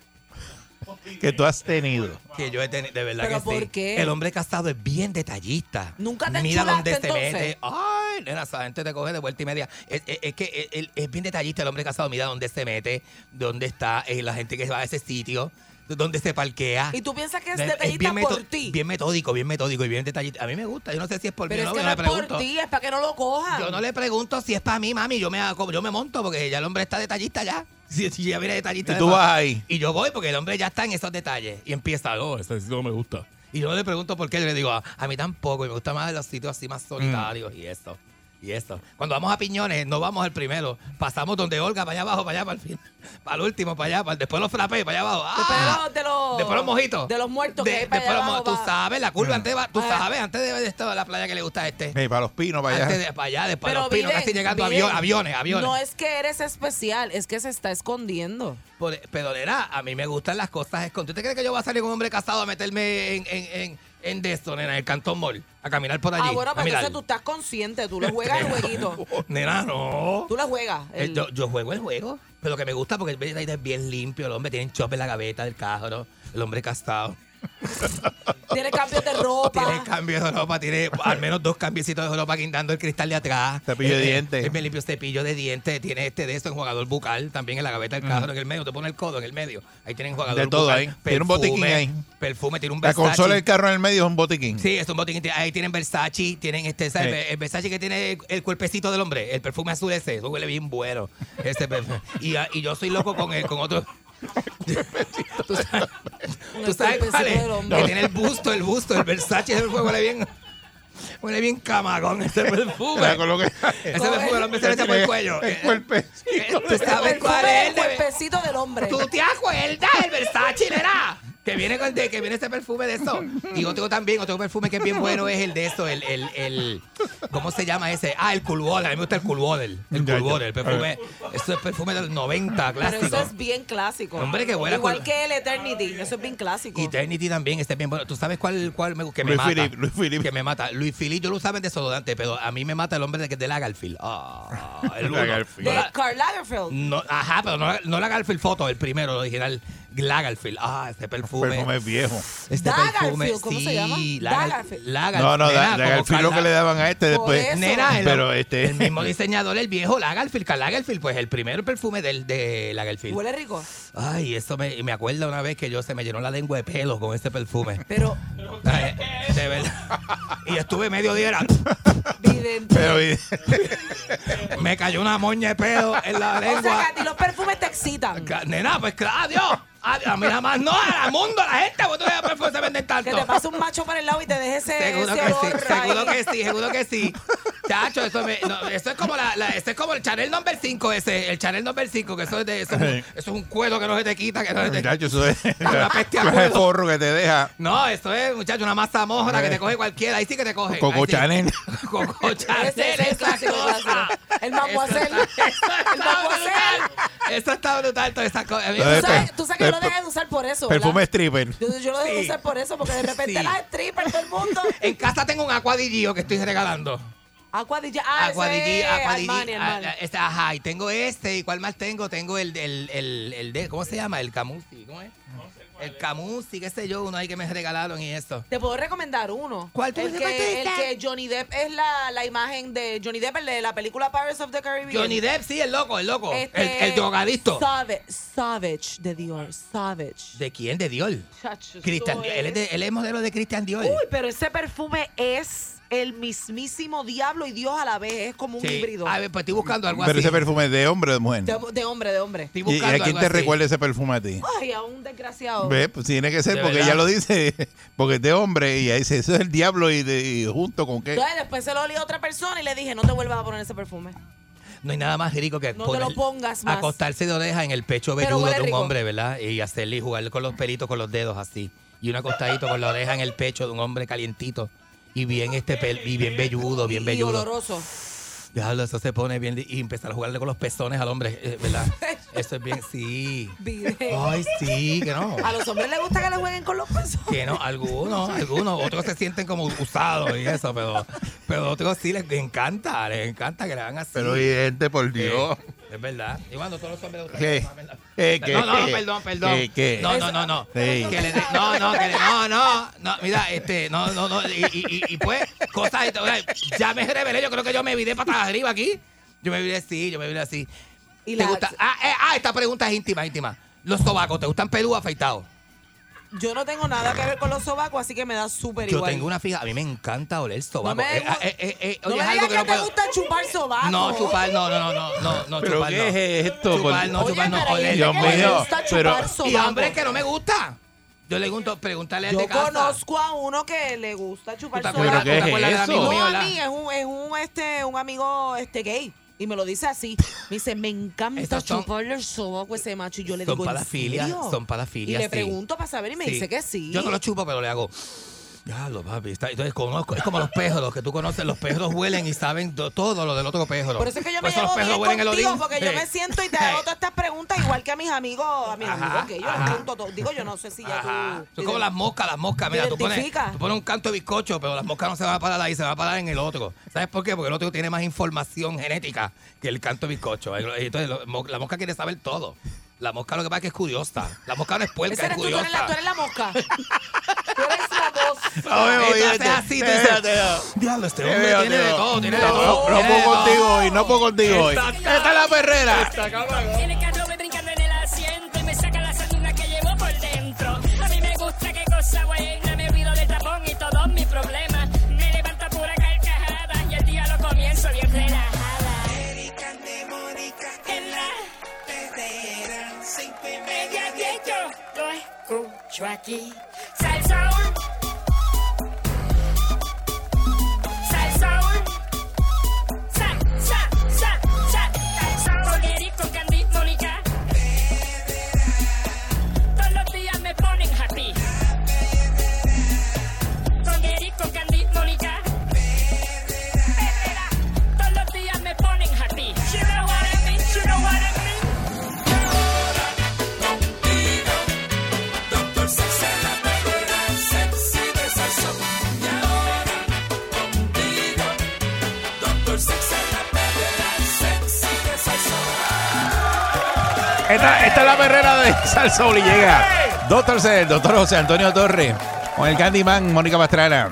Speaker 3: que tú has tenido.
Speaker 5: Que yo he tenido, de verdad
Speaker 4: ¿Pero
Speaker 5: que
Speaker 4: por
Speaker 5: sí.
Speaker 4: qué?
Speaker 5: El hombre casado es bien detallista.
Speaker 4: ¿Nunca te
Speaker 5: Mira dónde
Speaker 4: enchulaste,
Speaker 5: se
Speaker 4: entonces?
Speaker 5: mete. Ay, nena, esa gente te coge de vuelta y media. Es que es bien detallista el hombre casado. Mira dónde se mete, dónde está la gente que va a ese sitio, dónde se parquea.
Speaker 4: ¿Y tú piensas que es
Speaker 5: Es
Speaker 4: detallista
Speaker 5: bien
Speaker 4: por ti?
Speaker 5: Bien metódico y bien detallista. A mí me gusta. Yo no sé si es por mí
Speaker 4: Pero
Speaker 5: o
Speaker 4: es
Speaker 5: no,
Speaker 4: que
Speaker 5: yo
Speaker 4: no
Speaker 5: le
Speaker 4: es
Speaker 5: pregunto.
Speaker 4: por ti, es para que no lo cojan.
Speaker 5: Yo no le pregunto si es para mí, mami. Yo me monto porque ya el hombre está detallista ya. Si ya viene detallista.
Speaker 3: Y tú vas ahí.
Speaker 5: Y yo voy porque el hombre ya está en esos detalles. Y empieza, eso no me gusta. Y yo no le pregunto por qué. Yo le digo, a mí tampoco. Y me gusta más los sitios así más solitarios y eso. Y eso. Cuando vamos a Piñones, no vamos al primero. Pasamos donde Olga, para allá abajo, para allá, para el fin. Para el último, para allá. Después los frappés, para allá abajo. ¡Ah!
Speaker 4: Después
Speaker 5: los mojitos.
Speaker 4: De los muertos que hay para
Speaker 5: Después
Speaker 4: allá
Speaker 5: los
Speaker 4: abajo,
Speaker 5: Tú sabes, la curva antes
Speaker 4: Ah.
Speaker 5: antes de esto, la playa que le gusta a este.
Speaker 3: Para los pinos, para allá.
Speaker 5: Antes de, para allá, después
Speaker 4: Pero
Speaker 5: los pinos,
Speaker 4: Biden,
Speaker 5: casi llegando a
Speaker 4: Biden,
Speaker 5: aviones.
Speaker 4: No es que eres especial, es que se está escondiendo.
Speaker 5: Pero, nena, a mí me gustan las cosas escondidas. ¿Tú te crees que yo voy a salir con un hombre casado a meterme en de esto, nena, en el Cantón Mall? A caminar por allí.
Speaker 4: Ah, bueno,
Speaker 5: a
Speaker 4: pero
Speaker 5: mirar.
Speaker 4: entonces tú estás consciente, tú le juegas el jueguito.
Speaker 5: Nena, no.
Speaker 4: Tú le juegas.
Speaker 5: Yo juego el juego, pero que me gusta porque es bien limpio. El hombre tiene chop en la gaveta del carro. El hombre casado.
Speaker 4: Tiene cambios de ropa.
Speaker 5: Tiene cambios de ropa, tiene al menos 2 cambiecitos de ropa guindando el cristal de atrás.
Speaker 3: Cepillo de dientes.
Speaker 5: Es bien limpio, cepillo de dientes. Tiene de esto, enjuagador bucal, también en la gaveta del carro, en el medio. Te pone el codo en el medio. Ahí tiene enjuagador
Speaker 3: De todo
Speaker 5: bucal.
Speaker 3: ahí. Tiene un botiquín ahí.
Speaker 5: Perfume, tiene un
Speaker 3: La
Speaker 5: Versace.
Speaker 3: consola del carro en el medio es un botiquín.
Speaker 5: Sí, es un botiquín. Ahí tienen Versace, tienen ¿sabes? El Versace que tiene el cuerpecito del hombre, el perfume azul ese, eso huele bien bueno. Ese perfume. Y yo soy loco con otro. ¿Tú sabes cuál es? Que tiene el busto, el Versace, ese huele bien camagón ese perfume. Ese perfume el hombre se le echa por el cuello.
Speaker 3: El cuerpecito.
Speaker 5: ¿Tú sabes cuál es?
Speaker 4: El cuerpecito del hombre.
Speaker 5: ¿Tú te acuerdas del Versace, nena? Que viene ese perfume de eso. Y otro perfume que es bien bueno es el de eso, el ¿cómo se llama ese? Ah, el Cool Water. A mí me gusta el Cool Water. El Cool Water, el perfume. Eso es perfume del 90,
Speaker 4: Pero
Speaker 5: clásico.
Speaker 4: eso es bien clásico.
Speaker 5: Hombre, que huele
Speaker 4: igual
Speaker 5: con-
Speaker 4: que el Eternity, eso es bien clásico.
Speaker 5: Eternity también, este es bien bueno. ¿Tú sabes cuál que me
Speaker 3: Luis
Speaker 5: mata?
Speaker 3: Philippe, Luis Philippe.
Speaker 5: Que me mata. Luis Philippe, yo lo usaba en desodorante, pero a mí me mata el hombre de Lagerfeld. El uno.
Speaker 3: Lagerfeld.
Speaker 4: De Karl Lagerfeld.
Speaker 5: No, ajá, pero no Lagerfeld foto, el primero, el original. Lagerfeld. Este perfume.
Speaker 3: Perfume viejo.
Speaker 5: Este perfume,
Speaker 4: ¿cómo se llama? Lagerfeld.
Speaker 3: No, Lagerfeld lo que le daban a este después.
Speaker 5: Nena,
Speaker 3: pero
Speaker 5: el mismo diseñador, el viejo Lagerfeld, Karl Lagerfeld, pues el primer perfume de Lagerfeld.
Speaker 4: ¿Huele rico?
Speaker 5: Ay, eso me acuerdo una vez que se me llenó la lengua de pelos con este perfume.
Speaker 4: Pero...
Speaker 5: de verdad. Y estuve medio día.
Speaker 3: Pero
Speaker 5: me cayó una moña de pelo en la lengua.
Speaker 4: O sea, que a ti los perfumes te excitan.
Speaker 5: Nena, pues claro, Dios. A mí nada más no, al mundo, a la gente, porque tú perfumes se venden tanto.
Speaker 4: Que te pase un macho por el lado y te deje ese
Speaker 5: Seguro que
Speaker 4: olor
Speaker 5: sí, seguro que sí. Chacho, eso es como eso es como el Chanel No. 5 ese, el Chanel No. 5, que eso es un cuero que no se te quita, que no se te
Speaker 3: Muchacho, eso es
Speaker 5: una peste a
Speaker 3: el
Speaker 5: cuero.
Speaker 3: forro que te deja.
Speaker 5: No, eso es, muchacho, una masa mojra que te coge cualquiera, ahí sí que te coge.
Speaker 3: Coco Chanel.
Speaker 5: Coco Chanel,
Speaker 4: Ese es
Speaker 5: esa cosa.
Speaker 4: El mamuacel.
Speaker 5: Eso está brutal, todas esas cosas.
Speaker 4: Tú sabes que yo lo dejé de usar por eso, ¿verdad?
Speaker 3: Perfume stripper.
Speaker 4: Yo lo dejé de usar por eso, porque de repente las strippers, todo el mundo.
Speaker 5: En casa tengo un Aqua di Gio que estoy regalando.
Speaker 4: Aqua di Gio.
Speaker 5: Aqua di Gio.
Speaker 4: Armani.
Speaker 5: Ajá, y tengo ¿y cuál más tengo? Tengo el de, ¿cómo se llama? El Camusi, ¿cómo es? El Camusi, qué sé yo, uno ahí que me regalaron y eso.
Speaker 4: Te puedo recomendar uno.
Speaker 5: ¿Cuál tú
Speaker 4: el que Johnny Depp es la imagen de Johnny Depp, el de la película Pirates of the Caribbean.
Speaker 5: Johnny Depp, sí, el loco. El drogadicto.
Speaker 4: Savage de Dior, Savage.
Speaker 5: ¿De quién? De Dior.
Speaker 4: Chacho,
Speaker 5: Él es modelo de Christian Dior.
Speaker 4: Uy, pero ese perfume es el mismísimo diablo y Dios a la vez. Es como un híbrido.
Speaker 5: A ver, pues estoy buscando algo
Speaker 3: Pero
Speaker 5: así.
Speaker 3: ese perfume es de hombre o de mujer.
Speaker 4: De hombre.
Speaker 5: Estoy
Speaker 3: ¿Y
Speaker 5: buscando
Speaker 3: a quién
Speaker 5: algo
Speaker 3: te
Speaker 5: así.
Speaker 3: recuerda ese perfume a ti?
Speaker 4: Ay, a un desgraciado.
Speaker 3: Ve, pues tiene que ser,
Speaker 5: ¿De
Speaker 3: porque
Speaker 5: verdad?
Speaker 3: ella lo dice, porque es de hombre y ahí dice, eso es el diablo y junto con qué.
Speaker 4: Entonces después se lo olí a otra persona y le dije, no te vuelvas a poner ese perfume.
Speaker 5: No hay nada más rico que
Speaker 4: No te lo pongas más.
Speaker 5: acostarse de oreja en el pecho
Speaker 4: Pero
Speaker 5: velludo
Speaker 4: huele
Speaker 5: de un
Speaker 4: rico.
Speaker 5: hombre, ¿verdad? Y hacerle y jugar con los pelitos, con los dedos así. Y un acostadito con la oreja en el pecho de un hombre calientito. Y bien y bien velludo, bien
Speaker 4: Y
Speaker 5: velludo.
Speaker 4: oloroso.
Speaker 5: Diablo, eso se pone bien. Y empezar a jugarle con los pezones al hombre, ¿verdad? Eso es bien, sí. Ay, sí, que no.
Speaker 4: A los hombres les gusta que le jueguen con los pesos.
Speaker 5: Que no, algunos. Otros se sienten como usados y eso, pero otros sí les encanta que le hagan así.
Speaker 3: Pero evidente, por Dios.
Speaker 5: Es verdad. Y cuando todos los hombres
Speaker 3: ¿Qué?
Speaker 5: No, perdón.
Speaker 3: ¿Qué?
Speaker 5: No.
Speaker 3: Sí.
Speaker 5: Que le no, mira, no. Y pues, cosas, ya me revelé, yo creo que yo me viré para arriba aquí. Yo me viré así.
Speaker 4: Y
Speaker 5: ¿Te gusta? Esta pregunta es íntima. ¿Los sobacos te gustan peludos o afeitados?
Speaker 4: Yo no tengo nada que ver con los sobacos, así que me da súper
Speaker 5: Yo
Speaker 4: igual.
Speaker 5: tengo una fija, a mí me encanta oler sobaco.
Speaker 4: No me
Speaker 5: Oye,
Speaker 4: no me
Speaker 5: es
Speaker 4: digas
Speaker 5: algo que
Speaker 4: que
Speaker 5: no
Speaker 4: te
Speaker 5: puedo.
Speaker 4: gusta chupar sobaco.
Speaker 5: No, chupar, no,
Speaker 3: ¿Pero
Speaker 5: chupar,
Speaker 3: qué
Speaker 5: no.
Speaker 3: es esto?
Speaker 5: Chupar, no,
Speaker 4: Oye,
Speaker 5: chupar, no.
Speaker 4: pero hay
Speaker 5: Oler,
Speaker 4: gente
Speaker 3: Dios
Speaker 4: que le
Speaker 3: mío,
Speaker 4: gusta
Speaker 3: pero-
Speaker 4: chupar sobaco.
Speaker 5: Y hombres que no me gusta. Yo le pregunto, preguntarle al
Speaker 4: Yo
Speaker 5: de casa.
Speaker 4: conozco a uno que le gusta chupar
Speaker 5: ¿Tú te
Speaker 4: sobaco.
Speaker 5: acuerdas? ¿Tú te acuerdas del
Speaker 3: eso?
Speaker 5: amigo
Speaker 4: No,
Speaker 5: mío,
Speaker 4: a
Speaker 5: verdad?
Speaker 4: mí es un amigo gay. Y me lo dice así. Me dice, me encanta
Speaker 5: Estos son-
Speaker 4: chuparle el sobaco a ese macho. Y yo le
Speaker 5: Son
Speaker 4: digo, ¿en
Speaker 5: parafilias,
Speaker 4: serio?
Speaker 5: son parafilias,
Speaker 4: Y le
Speaker 5: sí.
Speaker 4: pregunto para saber y me
Speaker 5: Sí.
Speaker 4: dice que sí.
Speaker 5: Yo no lo chupo, pero le hago. Diablo, papi. Entonces conozco, es como los péjaros, que tú conoces, los péjaros huelen y saben todo lo del otro péjaro.
Speaker 4: Por eso es que yo me
Speaker 5: Por eso
Speaker 4: llevo
Speaker 5: los
Speaker 4: bien
Speaker 5: péjaros huelen el
Speaker 4: contigo,
Speaker 5: orín.
Speaker 4: porque yo me siento y te hago todas estas preguntas igual que a mis amigos, que yo les
Speaker 5: ajá.
Speaker 4: pregunto todo. Digo, yo no sé si ya
Speaker 5: Ajá.
Speaker 4: tú...
Speaker 5: Son como las moscas, Mira, tú pones
Speaker 4: identifica.
Speaker 5: un canto de bizcocho, pero las moscas no se van a parar ahí, se van a parar en el otro. ¿Sabes por qué? Porque el otro tiene más información genética que el canto de bizcocho. Entonces, la mosca quiere saber todo. La mosca lo que pasa es que es curiosa. La mosca no es puerca,
Speaker 4: Ese
Speaker 5: es
Speaker 4: eres tú,
Speaker 5: curiosa.
Speaker 4: tú eres la mosca. Tú eres la voz.
Speaker 5: Entonces haces así, tú dices, diablo, este hombre tiene de todo, tiene de todo.
Speaker 3: No
Speaker 5: tiene de
Speaker 3: puedo
Speaker 5: todo".
Speaker 3: contigo hoy, no puedo contigo hoy.
Speaker 5: Esta es la perrera.
Speaker 11: En el carro voy brincando en el asiento y me saca la sanduna que llevo por dentro. A mí me gusta, qué cosa buena, me olvido del tapón y todos mis problemas. Me levanta pura carcajada y el día lo comienzo bien relajada. Erika de Mónica en la perrera, 5:30, yo lo escucho aquí. Salsaúl. Salsaúl. Con Eric, con Candy, Mónica. Todos los días me ponen happy. Con Eric, con Candy, Mónica. Todos los días me ponen happy. You know what I mean, you know what I mean.
Speaker 2: Doctor Sexy en la
Speaker 3: Esta es la perrera de Sal Soul y llega doctor José Antonio Torres con el Candyman, Mónica Pastrana.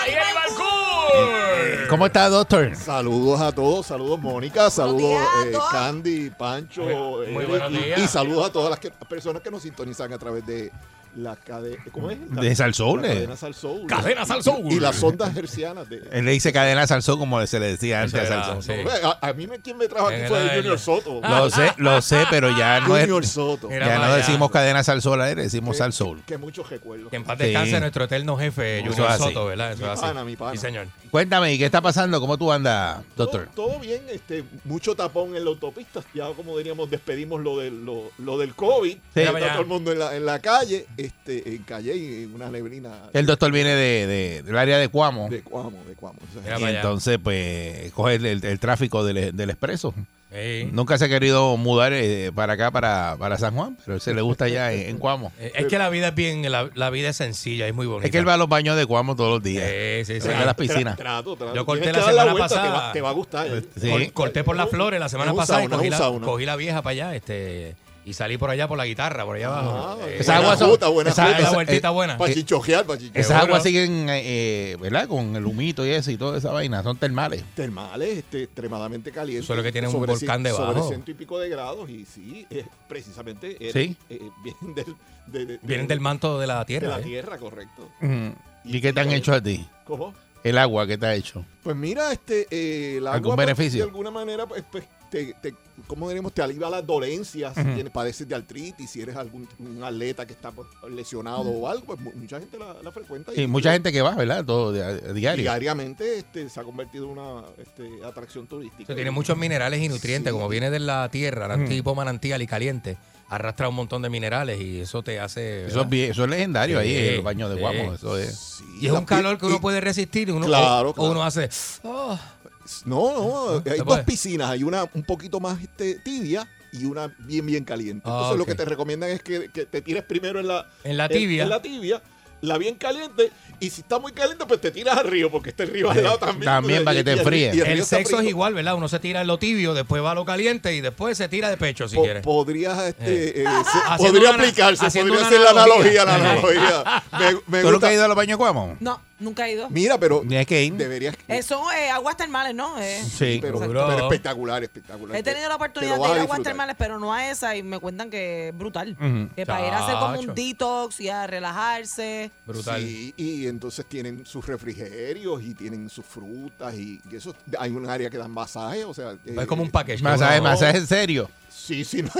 Speaker 3: ¿Cómo está, doctor?
Speaker 12: Saludos a todos, saludos Mónica, saludos Candy, Pancho,
Speaker 5: muy buenos días.
Speaker 12: y saludos a todas las personas que nos sintonizan a través de la cadena, ¿cómo es?
Speaker 3: De Sal Soul.
Speaker 12: Cadena Sal Soul.
Speaker 5: Cadena Sal Soul.
Speaker 12: Y las ondas hercianas.
Speaker 3: Él le dice cadena Sal Soul como se le decía antes a Sal Soul.
Speaker 5: Sí.
Speaker 12: A mí quien me trajo aquí fue Junior Soto.
Speaker 3: Lo sé, pero ya no es.
Speaker 12: Junior Soto.
Speaker 3: Ya no decimos cadena Sal Soul, decimos Sal Soul.
Speaker 12: Que muchos recuerdos.
Speaker 5: Que en paz descanse nuestro eterno jefe,
Speaker 3: Eso
Speaker 5: Junior
Speaker 3: es así.
Speaker 5: Soto, ¿verdad? Eso es así.
Speaker 12: Mi pana.
Speaker 5: Sí, señor.
Speaker 3: Cuéntame, ¿y qué está pasando? ¿Cómo tú andas, doctor?
Speaker 12: Todo bien, mucho tapón en la autopista. Ya como diríamos, despedimos lo del COVID.
Speaker 3: Sí.
Speaker 12: Está todo el mundo en la calle, en calle y una neblina.
Speaker 3: El doctor viene del área de Cuamo.
Speaker 12: De Cuamo. O sea,
Speaker 3: Y entonces, pues, coge el tráfico del expreso.
Speaker 5: Sí.
Speaker 3: Nunca se ha querido mudar para acá, para San Juan, pero se le gusta ya en Cuamo.
Speaker 5: Es que la vida es bien, la vida es sencilla, es muy bonita.
Speaker 3: Es que él va a los baños de Cuamo todos los días.
Speaker 5: Sí.
Speaker 3: Se va a las piscinas.
Speaker 12: Trato.
Speaker 5: Yo corté
Speaker 12: Tienes
Speaker 5: la
Speaker 12: que dar
Speaker 5: semana
Speaker 12: vuelta,
Speaker 5: pasada.
Speaker 12: Te va a gustar.
Speaker 3: Sí.
Speaker 5: Corté por las flores la semana
Speaker 12: un
Speaker 5: pasada
Speaker 12: sauna,
Speaker 5: y
Speaker 12: un sauna.
Speaker 5: cogí la vieja para allá, y salí por allá por la guitarra, por allá abajo.
Speaker 3: Esa agua
Speaker 12: buena
Speaker 3: esa-
Speaker 12: fruta.
Speaker 5: la vueltita buena.
Speaker 12: Para chichojear.
Speaker 3: Esas aguas siguen, ¿verdad? Con el humito y eso y toda esa vaina. Son termales.
Speaker 12: Termales, extremadamente calientes.
Speaker 5: Eso es lo que tiene un
Speaker 12: sobre
Speaker 5: volcán debajo.
Speaker 12: Sobre 100 y pico de grados. Y sí, precisamente
Speaker 3: Sí.
Speaker 12: vienen
Speaker 5: del manto de la tierra.
Speaker 12: De la
Speaker 5: ¿eh?
Speaker 12: tierra, correcto.
Speaker 3: ¿Y qué te han hecho a ti?
Speaker 12: ¿Cómo?
Speaker 3: El agua, ¿qué te ha hecho?
Speaker 12: Pues mira, el agua,
Speaker 3: ¿Algún
Speaker 12: pues,
Speaker 3: beneficio?
Speaker 12: de alguna manera, pues ¿cómo diremos? Te alivia las dolencias, si padeces de artritis, si eres un atleta que está pues, lesionado o algo, pues mucha gente la frecuenta.
Speaker 3: Y mucha gente que va, ¿verdad? Todo diario.
Speaker 12: Diariamente se ha convertido en una atracción turística.
Speaker 5: Eso tiene muchos minerales y nutrientes, como viene de la tierra, tipo manantial y caliente, arrastra un montón de minerales y eso te hace...
Speaker 3: Eso es legendario ahí,
Speaker 5: Sí,
Speaker 3: el baño de
Speaker 5: sí.
Speaker 3: Guamo. Eso es.
Speaker 12: Sí,
Speaker 5: Y es un calor que uno puede resistir, uno,
Speaker 12: Claro,
Speaker 5: o uno hace... "Oh".
Speaker 12: No, hay
Speaker 5: ¿Se
Speaker 12: dos
Speaker 5: puede?
Speaker 12: piscinas, hay una un poquito más tibia y una bien caliente. Entonces
Speaker 5: ok.
Speaker 12: lo que te recomiendan es que te tires primero en la
Speaker 5: tibia.
Speaker 12: En la tibia, la bien caliente, y si está muy caliente, pues te tiras al río, porque está el río al lado también.
Speaker 3: También para que te enfríe.
Speaker 12: y el río
Speaker 5: El
Speaker 12: está
Speaker 5: sexo es
Speaker 12: frío.
Speaker 5: igual, ¿verdad? Uno se tira en lo tibio, después va a lo caliente y después se tira de pecho, si quiere.
Speaker 12: Podrías,
Speaker 5: Haciendo
Speaker 12: podría
Speaker 5: una-
Speaker 12: aplicarse,
Speaker 5: haciendo
Speaker 12: podría
Speaker 5: una
Speaker 12: ser la
Speaker 5: analogía.
Speaker 12: analogía. Me
Speaker 3: ¿Tú nunca
Speaker 12: gusta.
Speaker 3: has ido a los baños de Guamo?
Speaker 4: No, nunca he ido.
Speaker 12: Mira, pero
Speaker 3: Tienes que ir.
Speaker 12: deberías.
Speaker 4: Son aguas termales, ¿no?
Speaker 3: Sí.
Speaker 12: Pero
Speaker 5: Seguro.
Speaker 12: espectacular.
Speaker 4: He tenido la oportunidad
Speaker 12: Te lo
Speaker 4: de
Speaker 12: vas
Speaker 4: ir
Speaker 12: a
Speaker 4: a aguas
Speaker 12: disfrutar.
Speaker 4: termales, pero no a esa, y me cuentan que es brutal.
Speaker 3: Ujú.
Speaker 4: Que para ir a hacer como
Speaker 5: Chacho.
Speaker 4: un detox y a relajarse.
Speaker 5: Brutal.
Speaker 12: Sí, y entonces tienen sus refrigerios y tienen sus frutas y eso. Hay un área que dan masaje, o sea.
Speaker 5: Es como un package.
Speaker 3: Masaje en serio.
Speaker 12: Sí, sí. No.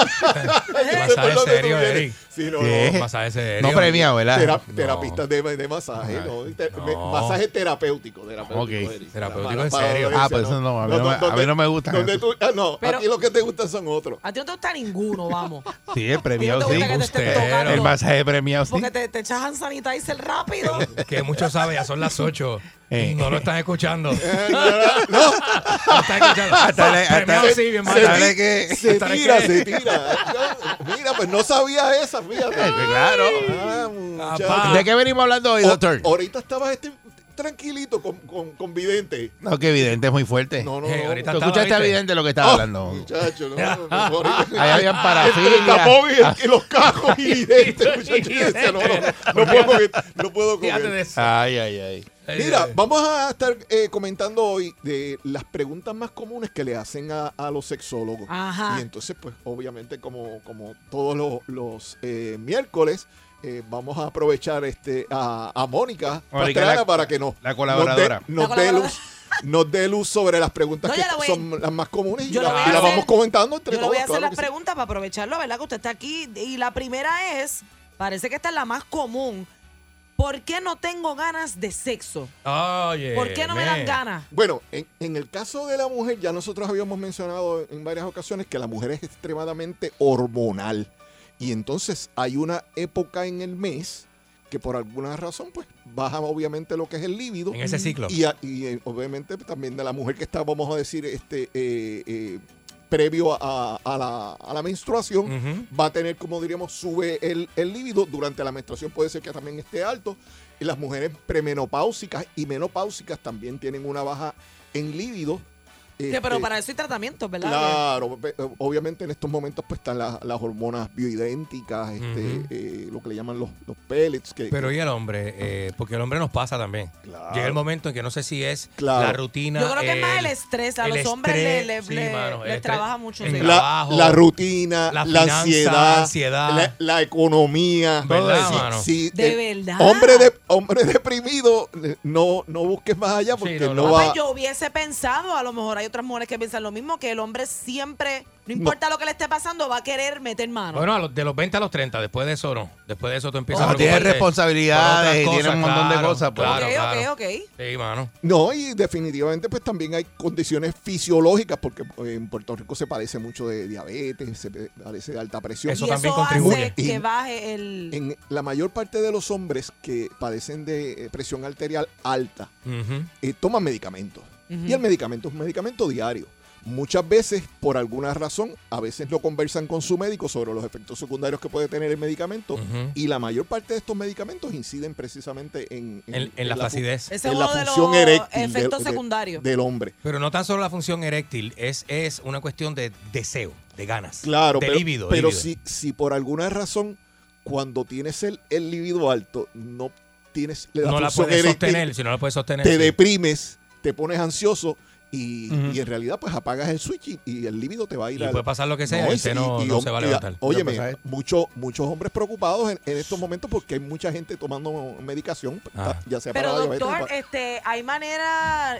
Speaker 5: Masaje serio, Eric.
Speaker 12: Sí, no,
Speaker 3: ¿Qué?
Speaker 12: no.
Speaker 5: Masaje serio.
Speaker 3: No premiado, ¿verdad?
Speaker 12: Terapistas de masaje, ¿no? Masaje terapéutico.
Speaker 3: Ok.
Speaker 12: Eric.
Speaker 5: Terapéutico en serio.
Speaker 3: Ah, pues eso no, a mí no me gusta.
Speaker 12: Donde tú, no,
Speaker 4: Pero-
Speaker 12: a ti lo que te gustan son otros.
Speaker 4: A ti no te gusta ninguno, vamos.
Speaker 3: Sí, el premiado
Speaker 4: ¿A ti
Speaker 3: sí.
Speaker 4: no te gusta que te estén
Speaker 5: Embustero.
Speaker 4: tocando?
Speaker 3: El masaje premiado sí.
Speaker 4: Porque te echas hand sanitizer rápido.
Speaker 5: Que muchos saben, ya son las 8. No lo están escuchando.
Speaker 12: No,
Speaker 5: Lo están escuchando. Premiado sí, bien mal.
Speaker 3: Dale que...
Speaker 12: se
Speaker 5: ¿Estaré
Speaker 12: tira,
Speaker 5: qué?
Speaker 12: se tira. Mira, pues no sabía esa, fíjate.
Speaker 3: Claro.
Speaker 12: Ah, muchacho.
Speaker 5: Papá.
Speaker 3: ¿De qué venimos hablando hoy, doctor?
Speaker 12: Ahorita estabas tranquilito con Vidente.
Speaker 3: No, que evidente es muy fuerte.
Speaker 12: No, no,
Speaker 5: Hey,
Speaker 12: no.
Speaker 5: ahorita
Speaker 3: ¿Tú
Speaker 5: estaba,
Speaker 3: escuchaste a
Speaker 5: ¿viste?
Speaker 3: evidente lo que estaba
Speaker 12: Oh,
Speaker 3: hablando?
Speaker 12: Muchacho, no. Ahorita-
Speaker 3: Ahí habían
Speaker 12: Entre el
Speaker 3: parafilia.
Speaker 12: tapón y los cajos y Vidente, muchacho. Yo decía, no puedo
Speaker 5: Fíjate de
Speaker 12: comer.
Speaker 5: eso.
Speaker 3: Ay.
Speaker 12: Mira, vamos a estar comentando hoy de las preguntas más comunes que le hacen a los sexólogos.
Speaker 4: Ajá.
Speaker 12: Y entonces, pues, obviamente, como todos los miércoles, vamos a aprovechar a Mónica
Speaker 3: Mónica,
Speaker 12: Pastrana para que
Speaker 3: la colaboradora.
Speaker 12: nos
Speaker 4: La
Speaker 12: dé
Speaker 4: colaboradora.
Speaker 12: nos dé luz sobre las preguntas
Speaker 4: No,
Speaker 12: que
Speaker 4: yo la voy-
Speaker 12: son las más comunes y
Speaker 4: yo la voy a
Speaker 12: las
Speaker 4: hacer-
Speaker 12: vamos comentando entre
Speaker 4: Yo le
Speaker 12: todos.
Speaker 4: voy a hacer
Speaker 12: claro
Speaker 4: las
Speaker 12: que sí.
Speaker 4: preguntas para aprovecharlo, ¿verdad? Que usted está aquí. Y la primera es, parece que esta es la más común. ¿Por qué no tengo ganas de sexo?
Speaker 5: Oye.
Speaker 4: ¿Por qué no me dan ganas?
Speaker 12: Bueno, en el caso de la mujer, ya nosotros habíamos mencionado en varias ocasiones que la mujer es extremadamente hormonal. Y entonces hay una época en el mes que por alguna razón, pues, baja obviamente lo que es el líbido.
Speaker 5: En ese ciclo.
Speaker 12: Y obviamente también de la mujer que está, vamos a decir, previo a la menstruación,
Speaker 5: Ujú.
Speaker 12: va a tener, como diríamos, sube el líbido. Durante la menstruación puede ser que también esté alto. Y las mujeres premenopáusicas y menopáusicas también tienen una baja en líbido.
Speaker 4: Sí, pero para eso hay tratamientos, ¿verdad?
Speaker 12: Claro, obviamente en estos momentos pues están las hormonas bioidénticas, lo que le llaman los pellets.
Speaker 13: Pero ¿y el hombre? Porque el hombre nos pasa también.
Speaker 12: Claro.
Speaker 13: Llega el momento en que no sé si es
Speaker 12: Claro.
Speaker 13: la rutina.
Speaker 4: Yo creo que es más el estrés. A los hombres les trabaja mucho.
Speaker 13: El
Speaker 4: sí.
Speaker 13: trabajo,
Speaker 12: la rutina,
Speaker 13: la
Speaker 12: la
Speaker 13: finanza,
Speaker 12: ansiedad, la economía.
Speaker 13: ¿Verdad,
Speaker 12: Sí,
Speaker 13: mano?
Speaker 12: sí,
Speaker 4: De verdad.
Speaker 12: Hombre deprimido, no busques más allá porque no va.
Speaker 4: Pues yo hubiese pensado, a lo mejor hay otras mujeres que piensan lo mismo, que el hombre siempre, no importa lo que le esté pasando, va a querer meter mano.
Speaker 13: Bueno, de los 20 a los 30, después de eso no. Después de eso tú empiezas a
Speaker 3: Tienes
Speaker 13: preocuparte
Speaker 3: responsabilidades y
Speaker 13: por otras
Speaker 3: tienes un montón de
Speaker 13: claro,
Speaker 3: cosas. Pues.
Speaker 13: Claro,
Speaker 4: Ok.
Speaker 13: Sí, mano.
Speaker 12: No, y definitivamente pues también hay condiciones fisiológicas porque en Puerto Rico se padece mucho de diabetes, se padece de alta presión.
Speaker 13: Eso
Speaker 4: y
Speaker 13: también
Speaker 4: eso
Speaker 13: contribuye.
Speaker 4: hace que baje el...
Speaker 12: En la mayor parte de los hombres que padecen de presión arterial alta toman medicamentos. Y el medicamento es un medicamento diario. Muchas veces, por alguna razón, a veces no conversan con su médico sobre los efectos secundarios que puede tener el medicamento. Y la mayor parte de estos medicamentos inciden precisamente en
Speaker 13: la flacidez.
Speaker 4: Ese es
Speaker 12: en la
Speaker 4: uno de
Speaker 12: función
Speaker 4: los
Speaker 12: eréctil
Speaker 4: efectos secundarios.
Speaker 12: del hombre.
Speaker 13: Pero no tan solo la función eréctil, es una cuestión de deseo, de ganas.
Speaker 12: Claro,
Speaker 13: de líbido.
Speaker 12: pero
Speaker 13: líbido.
Speaker 12: si por alguna razón, cuando tienes el líbido alto, no tienes
Speaker 13: no la
Speaker 12: función
Speaker 13: puedes
Speaker 12: eréctil,
Speaker 13: sostener, si no la puedes sostener.
Speaker 12: te
Speaker 13: sí.
Speaker 12: deprimes, te pones ansioso y en realidad pues apagas el switch y el líbido te va a ir
Speaker 13: Y puede pasar lo que sea, el seno no se va a levantar.
Speaker 12: Óyeme, muchos hombres preocupados en estos momentos porque hay mucha gente tomando medicación, ya sea
Speaker 4: Pero
Speaker 12: para la diabetes.
Speaker 4: doctor, hay maneras,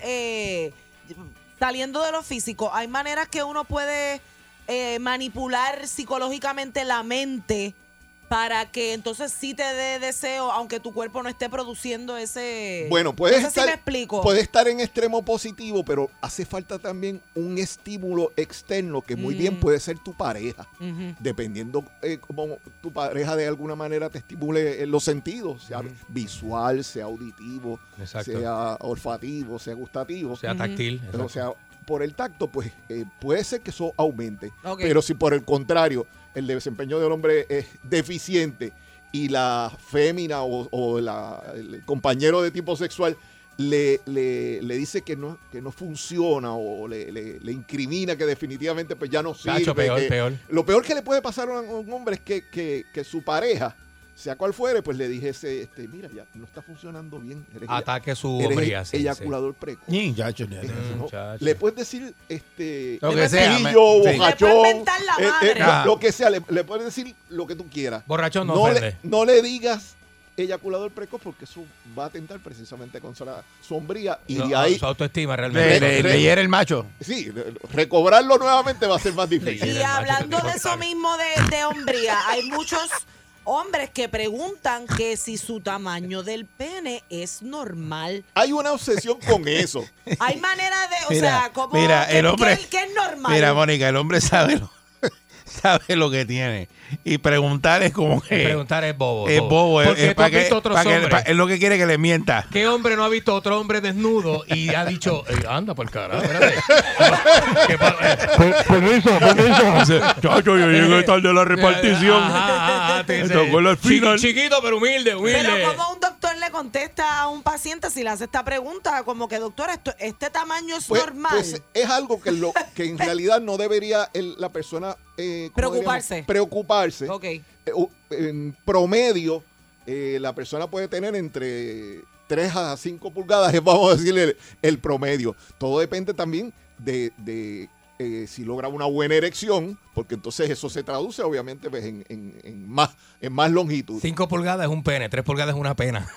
Speaker 4: saliendo de lo físico, hay maneras que uno puede manipular psicológicamente la mente para que entonces sí te dé deseo, aunque tu cuerpo no esté produciendo ese...
Speaker 12: Bueno,
Speaker 4: no sé si me explico.
Speaker 12: puede estar en extremo positivo, pero hace falta también un estímulo externo que muy bien puede ser tu pareja, dependiendo cómo tu pareja de alguna manera te estimule en los sentidos, sea visual, sea auditivo, sea olfativo, sea gustativo,
Speaker 13: sea táctil.
Speaker 12: O sea, por el tacto, pues puede ser que eso aumente.
Speaker 4: Ok.
Speaker 12: Pero si por el contrario el desempeño del hombre es deficiente y la fémina o el compañero de tipo sexual le dice que no funciona o le incrimina que definitivamente pues ya no sirve.
Speaker 13: Cacho, peor.
Speaker 12: Lo peor que le puede pasar a un hombre es que su pareja, sea cual fuere, pues le dijese, mira, ya no está funcionando bien.
Speaker 13: Ataque su
Speaker 12: eres
Speaker 13: hombría. Sí,
Speaker 12: eyaculador precoz.
Speaker 3: Muchacho,
Speaker 12: Le puedes decir,
Speaker 3: lo que sea,
Speaker 12: pillo,
Speaker 3: sí.
Speaker 12: borrachón,
Speaker 4: Le puedes mentar la madre.
Speaker 12: lo que sea, le puedes decir lo que tú quieras.
Speaker 13: Borrachón no ofende.
Speaker 12: No le digas eyaculador precoz porque eso va a atentar precisamente con su hombría y de ahí
Speaker 13: su autoestima realmente.
Speaker 3: Le hiere el macho.
Speaker 12: sí, recobrarlo nuevamente va a ser más difícil.
Speaker 4: Y hablando de eso mismo de hombría, hay muchos hombres que preguntan que si su tamaño del pene es normal.
Speaker 12: Hay una obsesión con eso.
Speaker 4: Hay manera de,
Speaker 3: Mira,
Speaker 4: ¿cómo?
Speaker 3: mira, el hombre-
Speaker 4: ¿Qué es normal?
Speaker 3: Mira, Mónica, el hombre sabe lo que tiene. Y preguntar es como que...
Speaker 13: Preguntar es bobo.
Speaker 3: Es bobo.
Speaker 13: Porque tú has visto otros hombres.
Speaker 3: Es lo que quiere que le mienta.
Speaker 13: ¿Qué hombre no ha visto otro hombre desnudo y ha dicho, anda por carajo, espérate?
Speaker 3: Permiso. Chacho, yo llegué tarde a la repartición.
Speaker 13: Me
Speaker 3: tocó al final.
Speaker 13: Chiquito, pero humilde.
Speaker 4: Pero como un doctor le contesta a un paciente si le hace esta pregunta, como que doctor, este tamaño es normal.
Speaker 12: Pues es algo que en realidad no debería la persona preocuparse.
Speaker 4: Ok.
Speaker 12: En promedio, la persona puede tener entre 3 a 5 pulgadas, vamos a decirle el promedio. Todo depende también de si logra una buena erección, porque entonces eso se traduce obviamente pues, en más longitud.
Speaker 13: 5 pulgadas es un pene, 3 pulgadas es una pena.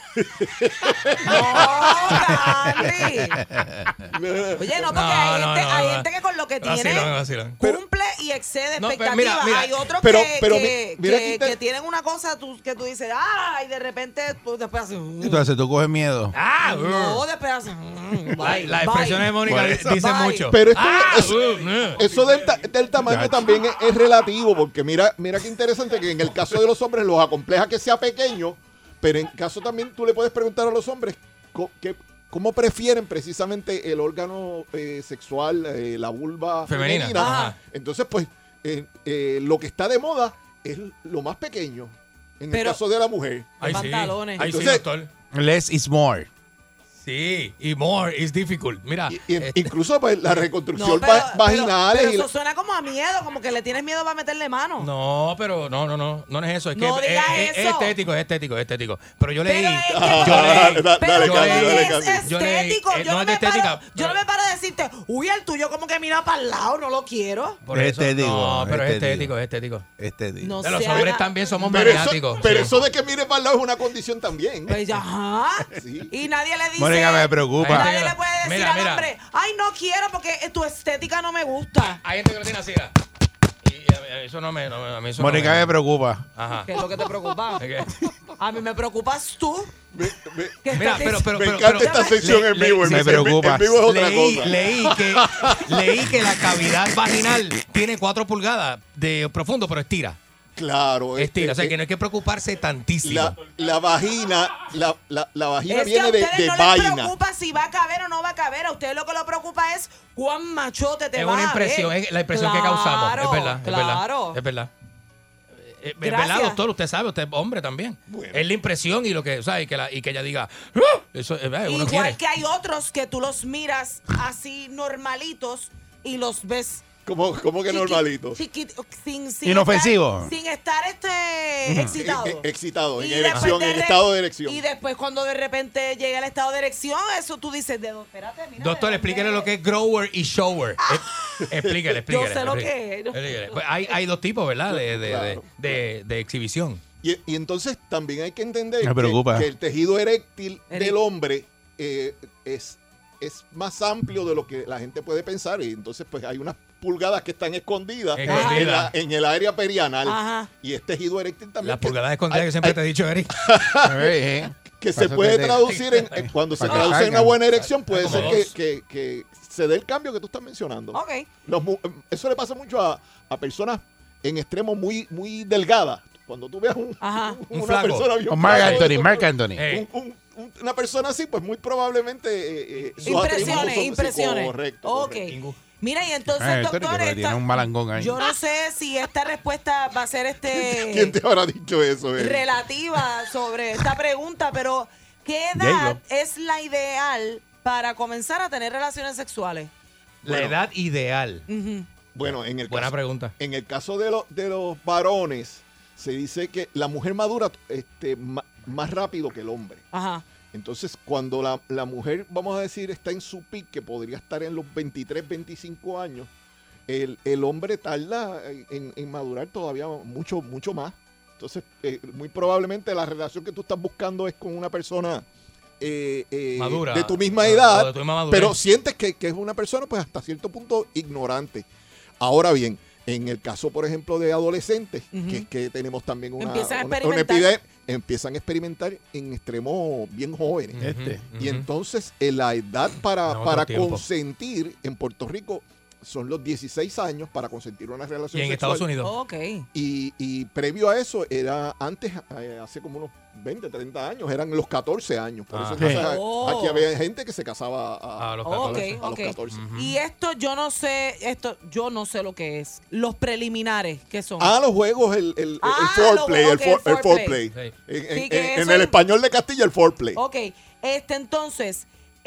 Speaker 4: Oye, no, porque hay gente que con lo que tiene
Speaker 13: Vacilón.
Speaker 4: cumple y excede expectativas.
Speaker 13: mira,
Speaker 4: hay otros que tienen una cosa que tú dices, y de repente tú después haces...
Speaker 3: Entonces tú coges miedo.
Speaker 4: No, después haces...
Speaker 13: Las expresiones de Mónica dicen mucho.
Speaker 12: Pero eso del tamaño también es relativo, porque mira qué interesante que en el caso de los hombres los acompleja que sea pequeño, pero en caso también tú le puedes preguntar a los hombres cómo prefieren precisamente el órgano sexual, la vulva femenina. Entonces, pues, lo que está de moda es lo más pequeño en el caso de la mujer.
Speaker 4: Pantalones.
Speaker 13: Entonces,
Speaker 3: Less is more.
Speaker 13: Sí, y more is difficult. Mira,
Speaker 12: Incluso pues, la reconstrucción
Speaker 4: No, pero
Speaker 12: vaginal.
Speaker 4: eso suena como a miedo, como que le tienes miedo para meterle mano.
Speaker 13: no, pero no es eso. Es
Speaker 4: No
Speaker 13: que
Speaker 4: digas
Speaker 13: es
Speaker 4: eso.
Speaker 13: estético. Pero yo leí.
Speaker 4: Pero es que-
Speaker 12: Dale,
Speaker 13: yo
Speaker 12: Candy,
Speaker 13: leí-
Speaker 12: dale,
Speaker 4: es
Speaker 12: Candy.
Speaker 13: yo leí-
Speaker 4: estético. Yo
Speaker 13: no
Speaker 4: no
Speaker 13: es de
Speaker 4: me
Speaker 13: estética.
Speaker 4: paro- yo no me paro de decirte, uy, el tuyo como que mira para el lado, no lo quiero.
Speaker 13: Por eso,
Speaker 3: Estético,
Speaker 13: no, pero es
Speaker 3: estético.
Speaker 13: estético.
Speaker 4: No
Speaker 13: De los
Speaker 4: sea-
Speaker 13: hombres también somos
Speaker 12: Pero,
Speaker 13: maniáticos.
Speaker 12: pero
Speaker 13: sí.
Speaker 12: eso de que mire para el lado es una condición también.
Speaker 4: Pues, ajá.
Speaker 12: Sí.
Speaker 4: Y nadie le dice.
Speaker 3: Mónica, me preocupa.
Speaker 4: Nadie le puede decir
Speaker 13: Mira,
Speaker 4: al
Speaker 13: mira.
Speaker 4: hombre, ay, no quiero porque tu estética no me gusta.
Speaker 13: Hay gente que lo tiene así. ¿verdad? Y eso no me. A mí eso
Speaker 3: Mónica
Speaker 13: no
Speaker 3: me preocupa.
Speaker 13: Ajá.
Speaker 4: ¿Qué es lo que te preocupa?
Speaker 13: ¿De qué?
Speaker 4: A mí me preocupas tú. Que
Speaker 13: Mira,
Speaker 4: estás
Speaker 13: pero
Speaker 12: Me encanta esta sección en vivo.
Speaker 3: me preocupa.
Speaker 12: En vivo es otra
Speaker 13: leí,
Speaker 12: cosa.
Speaker 13: leí que la cavidad vaginal tiene 4 pulgadas de profundo, pero estira.
Speaker 12: Claro.
Speaker 13: Estira. O sea que no hay que preocuparse tantísimo.
Speaker 12: La vagina, la vagina
Speaker 4: Es que a
Speaker 12: viene de
Speaker 4: ustedes no les
Speaker 12: vaina.
Speaker 4: preocupa si va a caber o no va a caber. A ustedes lo que les preocupa es cuán machote te
Speaker 13: Es
Speaker 4: va
Speaker 13: una
Speaker 4: a
Speaker 13: impresión,
Speaker 4: ver.
Speaker 13: es la impresión que causamos. Es verdad,
Speaker 4: Claro.
Speaker 13: es verdad. Es
Speaker 4: Gracias.
Speaker 13: verdad, doctor, usted sabe, usted es hombre también.
Speaker 12: Bueno.
Speaker 13: Es la impresión y lo que, ¿sabe? Y que ella diga, "Ah", eso uno
Speaker 4: Igual
Speaker 13: quiere.
Speaker 4: que hay otros que tú los miras así normalitos y los ves
Speaker 12: ¿Cómo que normalito?
Speaker 4: sin
Speaker 3: Inofensivo.
Speaker 4: Sin estar excitado.
Speaker 12: Excitado, en
Speaker 4: Y
Speaker 12: erección,
Speaker 4: después
Speaker 12: en estado de erección.
Speaker 4: Y después cuando de repente llega el estado de erección, eso tú dices, espérate, mira.
Speaker 13: Doctor, explíquele lo que es grower y shower. Explíquele.
Speaker 4: Yo sé lo que es.
Speaker 13: Explíquele. Pues hay dos tipos, ¿verdad?
Speaker 12: Claro.
Speaker 13: De exhibición.
Speaker 12: Y entonces también hay que entender
Speaker 3: Me preocupa.
Speaker 12: que el tejido eréctil del hombre es más amplio de lo que la gente puede pensar. Y entonces pues hay unas pulgadas que están escondidas en el área perianal.
Speaker 4: Ajá.
Speaker 12: Y es tejido eréctil también.
Speaker 13: Las pulgadas escondidas que siempre te he dicho, Eric.
Speaker 12: Que se puede traducir cuando se traduce en una buena erección, puede
Speaker 13: Como
Speaker 12: ser
Speaker 13: dos.
Speaker 12: que se dé el cambio que tú estás mencionando.
Speaker 4: Ok.
Speaker 12: Eso le pasa mucho a personas en extremo muy delgadas. Cuando tú veas
Speaker 13: Un
Speaker 12: una
Speaker 13: flaco.
Speaker 12: persona bien
Speaker 3: Con Marc
Speaker 12: flaca,
Speaker 3: Anthony, Marc Anthony.
Speaker 12: una persona así, pues muy probablemente sus atributos son- sí,
Speaker 4: Impresiones.
Speaker 12: correcto.
Speaker 4: Ok.
Speaker 12: correcto.
Speaker 4: Mira, y entonces,
Speaker 3: Anthony,
Speaker 4: doctor,
Speaker 3: que tiene un malangón ahí.
Speaker 4: yo no sé si esta respuesta va a ser
Speaker 12: ¿Quién te habrá dicho eso?
Speaker 4: relativa sobre esta pregunta, pero ¿qué edad es la ideal para comenzar a tener relaciones sexuales?
Speaker 13: La edad ideal.
Speaker 4: Ujú.
Speaker 12: Bueno,
Speaker 13: Buena pregunta.
Speaker 12: En el caso de los varones, se dice que la mujer madura más rápido que el hombre.
Speaker 4: Ajá.
Speaker 12: Entonces, cuando la mujer, vamos a decir, está en su pic, que podría estar en los 23, 25 años, el hombre tarda en madurar todavía mucho, mucho más. Entonces, muy probablemente la relación que tú estás buscando es con una persona
Speaker 13: Madura.
Speaker 12: de tu misma edad,
Speaker 13: O de tu misma madurez.
Speaker 12: pero sientes que es una persona, pues hasta cierto punto, ignorante. Ahora bien, en el caso, por ejemplo, de adolescentes, que tenemos también
Speaker 4: Empiezan a
Speaker 12: una epidemia, empiezan a experimentar en extremos bien jóvenes. Y entonces, la edad para
Speaker 13: otro tiempo.
Speaker 12: consentir en Puerto Rico son los 16 años para consentir una relación
Speaker 13: Y en
Speaker 12: sexual.
Speaker 13: Estados Unidos.
Speaker 4: Ok.
Speaker 12: Y previo a eso, era antes, hace como unos 20, 30 años, eran los 14 años. Por eso entonces, aquí había gente que se casaba a los 14.
Speaker 4: Ok. Y esto yo no sé lo que es. Los preliminares, ¿qué son?
Speaker 12: Los juegos, el foreplay,
Speaker 4: el
Speaker 12: el foreplay.
Speaker 4: Sí,
Speaker 12: En
Speaker 4: que
Speaker 12: en
Speaker 4: eso-
Speaker 12: el español de Castilla, el foreplay.
Speaker 4: Ok, entonces,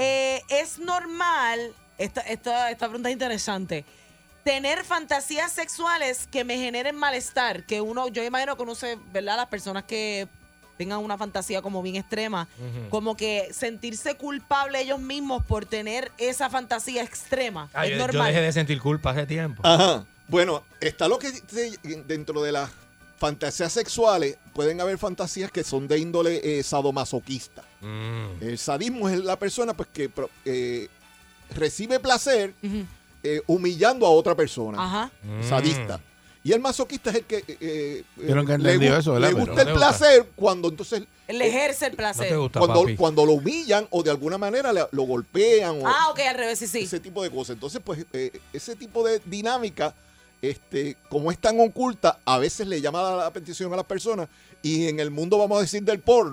Speaker 4: es normal, esta pregunta es interesante, tener fantasías sexuales que me generen malestar, que yo imagino que uno se, ¿verdad? Las personas que tengan una fantasía como bien extrema, como que sentirse culpable ellos mismos por tener esa fantasía extrema. Es
Speaker 13: Yo
Speaker 4: normal.
Speaker 13: dejé de sentir culpa hace tiempo.
Speaker 12: Ajá. Bueno, está lo que dentro de las fantasías sexuales, pueden haber fantasías que son de índole sadomasoquista. El sadismo es la persona pues que recibe placer humillando a otra persona.
Speaker 4: Ajá.
Speaker 12: Sadista. Y el masoquista es el que
Speaker 3: Yo nunca he entendido eso, ¿verdad?
Speaker 12: le
Speaker 3: Pero
Speaker 12: gusta
Speaker 3: no
Speaker 12: el
Speaker 3: te gusta.
Speaker 12: placer cuando entonces
Speaker 4: Le ejerce el placer.
Speaker 12: cuando lo humillan o de alguna manera lo golpean o
Speaker 4: Ok, al revés, sí.
Speaker 12: ese tipo de cosas. Entonces, pues, ese tipo de dinámica, como es tan oculta, a veces le llama la atención a las personas. Y en el mundo, vamos a decir, del porno,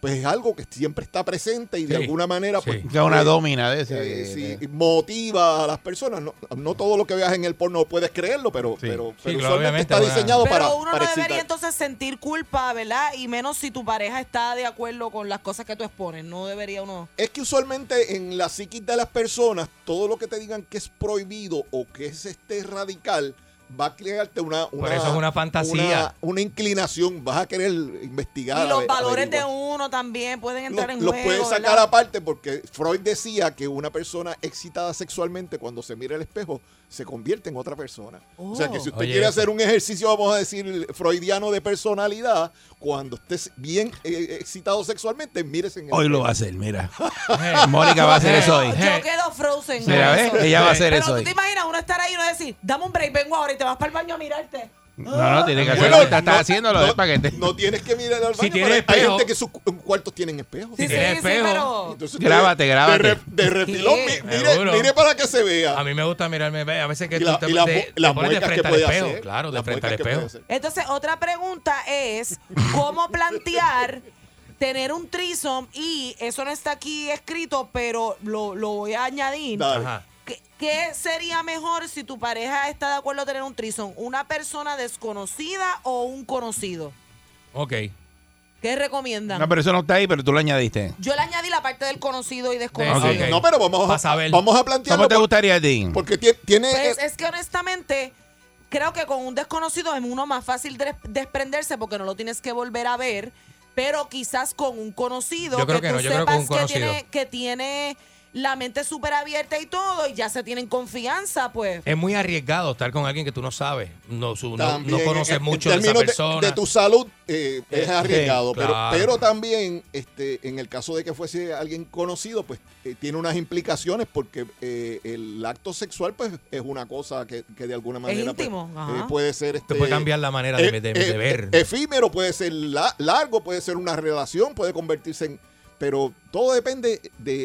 Speaker 12: pues es algo que siempre está presente y de alguna manera pues
Speaker 3: que es una domina de esa.
Speaker 12: sí, motiva a las personas. No todo lo que veas en el porno puedes creerlo, pero usualmente está diseñado para
Speaker 4: Pero uno no
Speaker 12: excitar.
Speaker 4: debería entonces sentir culpa, ¿verdad? Y menos si tu pareja está de acuerdo con las cosas que tú expones. No debería uno...
Speaker 12: Es que usualmente en la psiquis de las personas, todo lo que te digan que es prohibido o que es radical, va a crearte una
Speaker 13: Por eso es una fantasía.
Speaker 12: Una inclinación, vas a querer investigar.
Speaker 4: Y los valores de uno también pueden entrar en
Speaker 12: los
Speaker 4: juego.
Speaker 12: puedes sacar
Speaker 4: ¿verdad?
Speaker 12: aparte porque Freud decía que una persona excitada sexualmente cuando se mira al espejo se convierte en otra persona. O sea que si usted quiere hacer un ejercicio, vamos a decir, freudiano de personalidad, cuando estés bien excitado sexualmente, mírese en el
Speaker 3: Hoy
Speaker 12: espejo.
Speaker 3: lo va a hacer, mira. Mónica va a hacer eso hoy.
Speaker 4: Yo quedo frozen.
Speaker 3: Mira,
Speaker 4: con eso.
Speaker 3: ¿ves? Ella va a hacer
Speaker 4: Pero
Speaker 3: eso
Speaker 4: tú
Speaker 3: hoy.
Speaker 4: te imaginas uno estar ahí y uno decir, dame un break, vengo ahora y te vas para el baño a mirarte.
Speaker 3: No, tiene que hacerlo. Estás haciéndolo de paquete.
Speaker 12: No tienes que mirar al baño.
Speaker 3: Si tiene
Speaker 12: pero hay
Speaker 3: espejo.
Speaker 12: gente que sus cuartos tienen espejos.
Speaker 4: Sí, tiene espejo. Pero...
Speaker 12: Entonces,
Speaker 3: Grábate.
Speaker 12: De refilón, mire para que se vea.
Speaker 13: A mí me gusta mirarme, a veces que
Speaker 12: Y
Speaker 13: tú te
Speaker 12: las
Speaker 13: pones de
Speaker 12: muecas que
Speaker 13: frente al
Speaker 12: puede
Speaker 13: espejo.
Speaker 12: hacer.
Speaker 13: Claro, de
Speaker 12: Las
Speaker 13: frente al
Speaker 12: muecas que
Speaker 13: espejo.
Speaker 12: puede hacer.
Speaker 4: Entonces, otra pregunta es, ¿cómo plantear tener un threesome? Y eso no está aquí escrito, pero lo voy a añadir.
Speaker 12: Dale.
Speaker 13: Ajá.
Speaker 4: ¿Qué sería mejor si tu pareja está de acuerdo a tener un threesome? ¿Una persona desconocida o un conocido?
Speaker 13: Ok.
Speaker 4: ¿Qué recomiendan?
Speaker 3: No, pero eso no está ahí, pero tú lo añadiste.
Speaker 4: Yo le añadí la parte del conocido y desconocido.
Speaker 3: Ok.
Speaker 12: No, pero vamos a plantearlo.
Speaker 3: ¿Cómo te gustaría a ti?
Speaker 12: Porque tiene...
Speaker 4: Pues es que honestamente creo que con un desconocido es uno más fácil desprenderse porque no lo tienes que volver a ver, pero quizás con un conocido
Speaker 13: Yo creo que
Speaker 4: tú
Speaker 13: no, yo creo que
Speaker 4: sepas
Speaker 13: con un conocido.
Speaker 4: que tiene la mente súper abierta y todo y ya se tienen confianza, pues.
Speaker 13: Es muy arriesgado estar con alguien que tú no sabes, no
Speaker 12: También,
Speaker 13: conoces mucho
Speaker 12: en
Speaker 13: de esa
Speaker 12: términos
Speaker 13: persona.
Speaker 12: de tu salud es arriesgado,
Speaker 13: claro.
Speaker 12: pero también en el caso de que fuese alguien conocido, pues tiene unas implicaciones porque el acto sexual pues es una cosa que de alguna manera
Speaker 4: íntimo,
Speaker 12: pues,
Speaker 4: ajá.
Speaker 12: puede ser
Speaker 13: Te puede cambiar la manera de ver.
Speaker 12: efímero, puede ser largo, puede ser una relación, puede convertirse en... Pero todo depende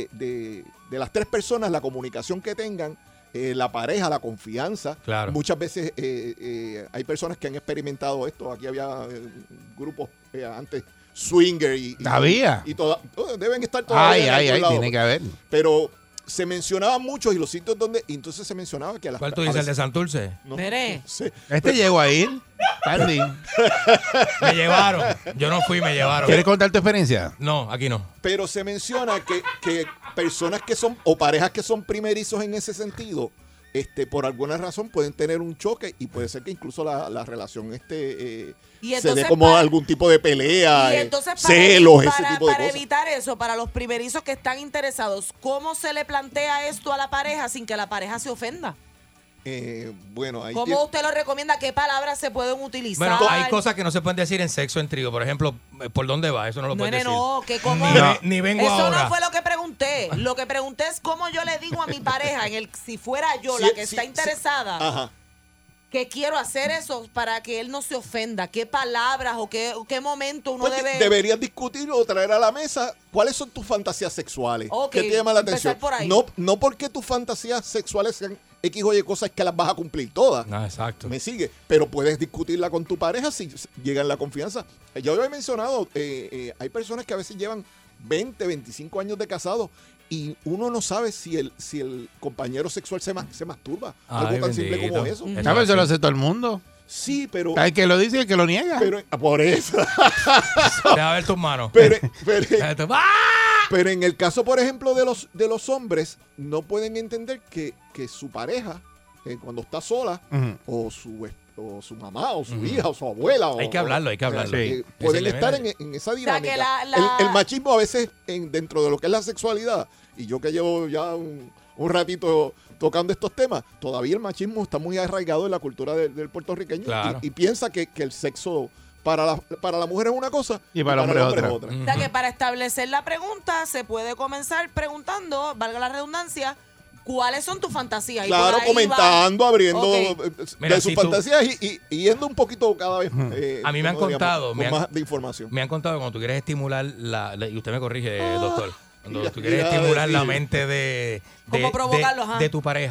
Speaker 12: de las tres personas, la comunicación que tengan, la pareja, la confianza.
Speaker 13: Claro.
Speaker 12: Muchas veces hay personas que han experimentado esto. Aquí había grupos antes, swinger y deben estar todavía.
Speaker 3: Ay, tiene que haber.
Speaker 12: Pero se mencionaban muchos y los sitios donde... Y entonces se mencionaba que...
Speaker 13: ¿Cuál tú dices, el de Santurce?
Speaker 12: No,
Speaker 4: Mire.
Speaker 12: no sé.
Speaker 3: Llegó a ir. Tardy.
Speaker 13: Me llevaron. Yo no fui, me llevaron.
Speaker 3: ¿Quieres contar tu experiencia?
Speaker 13: No, aquí no.
Speaker 12: Pero se menciona que personas que son, o parejas que son primerizos en ese sentido, por alguna razón pueden tener un choque y puede ser que incluso la relación se dé como algún tipo de pelea,
Speaker 4: Y entonces
Speaker 12: celos, ese tipo de
Speaker 4: para
Speaker 12: cosas.
Speaker 4: evitar eso, para los primerizos que están interesados, ¿cómo se le plantea esto a la pareja sin que la pareja se ofenda?
Speaker 12: Bueno, ahí
Speaker 4: ¿Cómo usted lo recomienda? ¿Qué palabras se pueden utilizar?
Speaker 13: Bueno, hay cosas que no se pueden decir en sexo en trío. Por ejemplo, ¿por dónde va? Eso no lo puedes decir.
Speaker 4: No, que cómo...
Speaker 13: Ni vengo
Speaker 4: Eso
Speaker 13: ahora.
Speaker 4: no fue lo que pregunté. Lo que pregunté es cómo yo le digo a mi pareja, si fuera yo la que está interesada,
Speaker 12: Ajá.
Speaker 4: que quiero hacer eso para que él no se ofenda. ¿Qué palabras o qué momento uno
Speaker 12: Pues
Speaker 4: debe...
Speaker 12: deberías discutirlo o traer a la mesa cuáles son tus fantasías sexuales.
Speaker 4: Ok,
Speaker 12: ¿Qué te llama la
Speaker 4: empezar
Speaker 12: atención?
Speaker 4: por ahí.
Speaker 12: No porque tus fantasías sexuales sean X o Y cosas que las vas a cumplir todas.
Speaker 13: No, exacto.
Speaker 12: Me sigue. Pero puedes discutirla con tu pareja si llega en la confianza. Yo había mencionado, hay personas que a veces llevan 20, 25 años de casados y uno no sabe si el compañero sexual se masturba.
Speaker 13: Ay,
Speaker 12: Algo tan simple
Speaker 13: bendito.
Speaker 12: como eso.
Speaker 3: ¿Sabes? Eso lo hace todo el mundo.
Speaker 12: Sí, pero...
Speaker 3: Hay que lo dice y el que lo niega.
Speaker 12: Pero por eso.
Speaker 13: Deja ver tus manos.
Speaker 12: Pero en el caso, por ejemplo, de los hombres, no pueden entender que su pareja, cuando está sola, o su mamá, o su hija, o su abuela.
Speaker 13: Hay que hablarlo.
Speaker 12: Pueden estar en esa dinámica. El machismo a veces, dentro de lo que es la sexualidad, y yo que llevo ya un ratito tocando estos temas, todavía el machismo está muy arraigado en la cultura del puertorriqueño.
Speaker 13: Claro.
Speaker 12: Y piensa que el sexo para la mujer es una cosa
Speaker 3: y para el hombre es otra.
Speaker 4: O sea que para establecer la pregunta se puede comenzar preguntando, valga la redundancia, ¿cuáles son tus fantasías? Y
Speaker 12: claro,
Speaker 4: por ahí
Speaker 12: comentando,
Speaker 4: va.
Speaker 12: abriendo
Speaker 13: Mira,
Speaker 12: de sus fantasías y yendo un poquito cada vez
Speaker 13: a mí me han contado,
Speaker 12: con más de información.
Speaker 13: Me han contado que cuando tú quieres estimular y usted me corrige, doctor, cuando
Speaker 12: ya
Speaker 13: tú quieres
Speaker 12: iba a
Speaker 13: estimular
Speaker 12: decir.
Speaker 13: la mente
Speaker 4: ¿Cómo provocarlo?
Speaker 13: de tu pareja,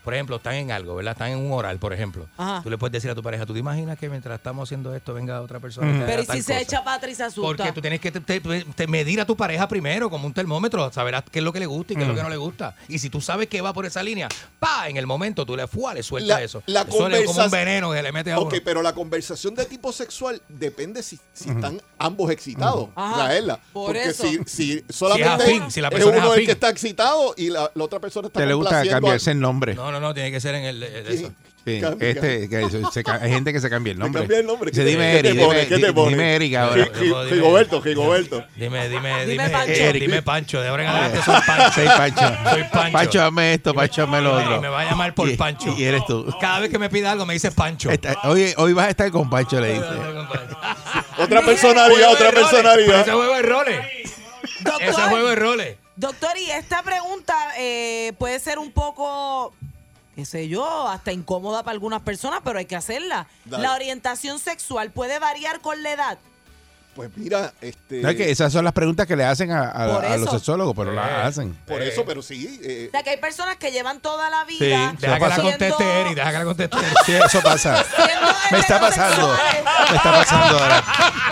Speaker 13: por ejemplo, están en algo, ¿verdad? Están en un oral, por ejemplo.
Speaker 4: Ajá.
Speaker 13: Tú le puedes decir a tu pareja, ¿tú te imaginas que mientras estamos haciendo esto venga otra persona? y te
Speaker 4: Pero
Speaker 13: haga
Speaker 4: ¿y
Speaker 13: tal
Speaker 4: si se
Speaker 13: cosa?
Speaker 4: echa para atrás y se asusta?
Speaker 13: Porque tú tienes que te medir a tu pareja primero como un termómetro, saberás qué es lo que le gusta y qué es lo que no le gusta. Y si tú sabes que va por esa línea, ¡pa! En el momento tú le sueltas eso.
Speaker 12: La
Speaker 13: Eso es como un
Speaker 12: conversación-
Speaker 13: veneno que le mete a
Speaker 12: Ok,
Speaker 13: uno.
Speaker 12: pero la conversación de tipo sexual depende si están ambos excitados.
Speaker 4: Ajá.
Speaker 12: Traerla.
Speaker 4: Por
Speaker 12: Porque
Speaker 4: eso.
Speaker 12: si solamente
Speaker 13: afín, si la
Speaker 12: es
Speaker 13: persona es
Speaker 12: uno el
Speaker 13: afín.
Speaker 12: que está excitado y la otra persona está
Speaker 3: ¿Te le gusta
Speaker 12: complaciendo
Speaker 3: cambiarse
Speaker 12: al-
Speaker 3: el nombre?
Speaker 13: No, tiene que ser en eso.
Speaker 3: Sí,
Speaker 12: Cambia,
Speaker 3: hay gente que se cambia el nombre.
Speaker 12: cambia el nombre.
Speaker 3: Dice,
Speaker 12: ¿Qué
Speaker 3: dime
Speaker 12: te
Speaker 3: Eri,
Speaker 12: pone? ¿Qué te pone?
Speaker 3: dime Eric ahora.
Speaker 12: Rigoberto.
Speaker 13: Dime
Speaker 4: Pancho.
Speaker 13: Dime Pancho, de ahora en adelante soy Pancho.
Speaker 3: Soy Pancho.
Speaker 13: Soy Pancho.
Speaker 3: Pancho, hazme esto, Pancho, hazme lo
Speaker 13: Y
Speaker 3: otro.
Speaker 13: me va a llamar por Pancho.
Speaker 3: Y eres tú.
Speaker 13: Cada vez que me pida algo me dice Pancho.
Speaker 3: Hoy vas a estar con Pancho, le dice.
Speaker 12: Otra personalidad, otra
Speaker 13: Pero
Speaker 12: personalidad.
Speaker 13: ese juego de roles.
Speaker 4: Doctor,
Speaker 13: Ese juego de roles.
Speaker 4: doctor, y esta pregunta puede ser un poco, qué sé yo, hasta incómoda para algunas personas, pero hay que hacerla.
Speaker 12: Dale.
Speaker 4: ¿La orientación sexual puede variar con la edad?
Speaker 12: Pues mira,
Speaker 3: No, es que esas son las preguntas que le hacen
Speaker 4: Por
Speaker 3: a los
Speaker 4: eso.
Speaker 3: sexólogos, pero las hacen.
Speaker 12: por eso, pero sí.
Speaker 4: O sea, que hay personas que llevan toda la vida
Speaker 3: Sí,
Speaker 13: Deja que la
Speaker 4: siendo-
Speaker 13: conteste Eri, deja que la conteste Eri.
Speaker 3: Sí, eso pasa.
Speaker 4: siendo
Speaker 3: Me está pasando.
Speaker 4: heterosexuales.
Speaker 3: Me está pasando ahora.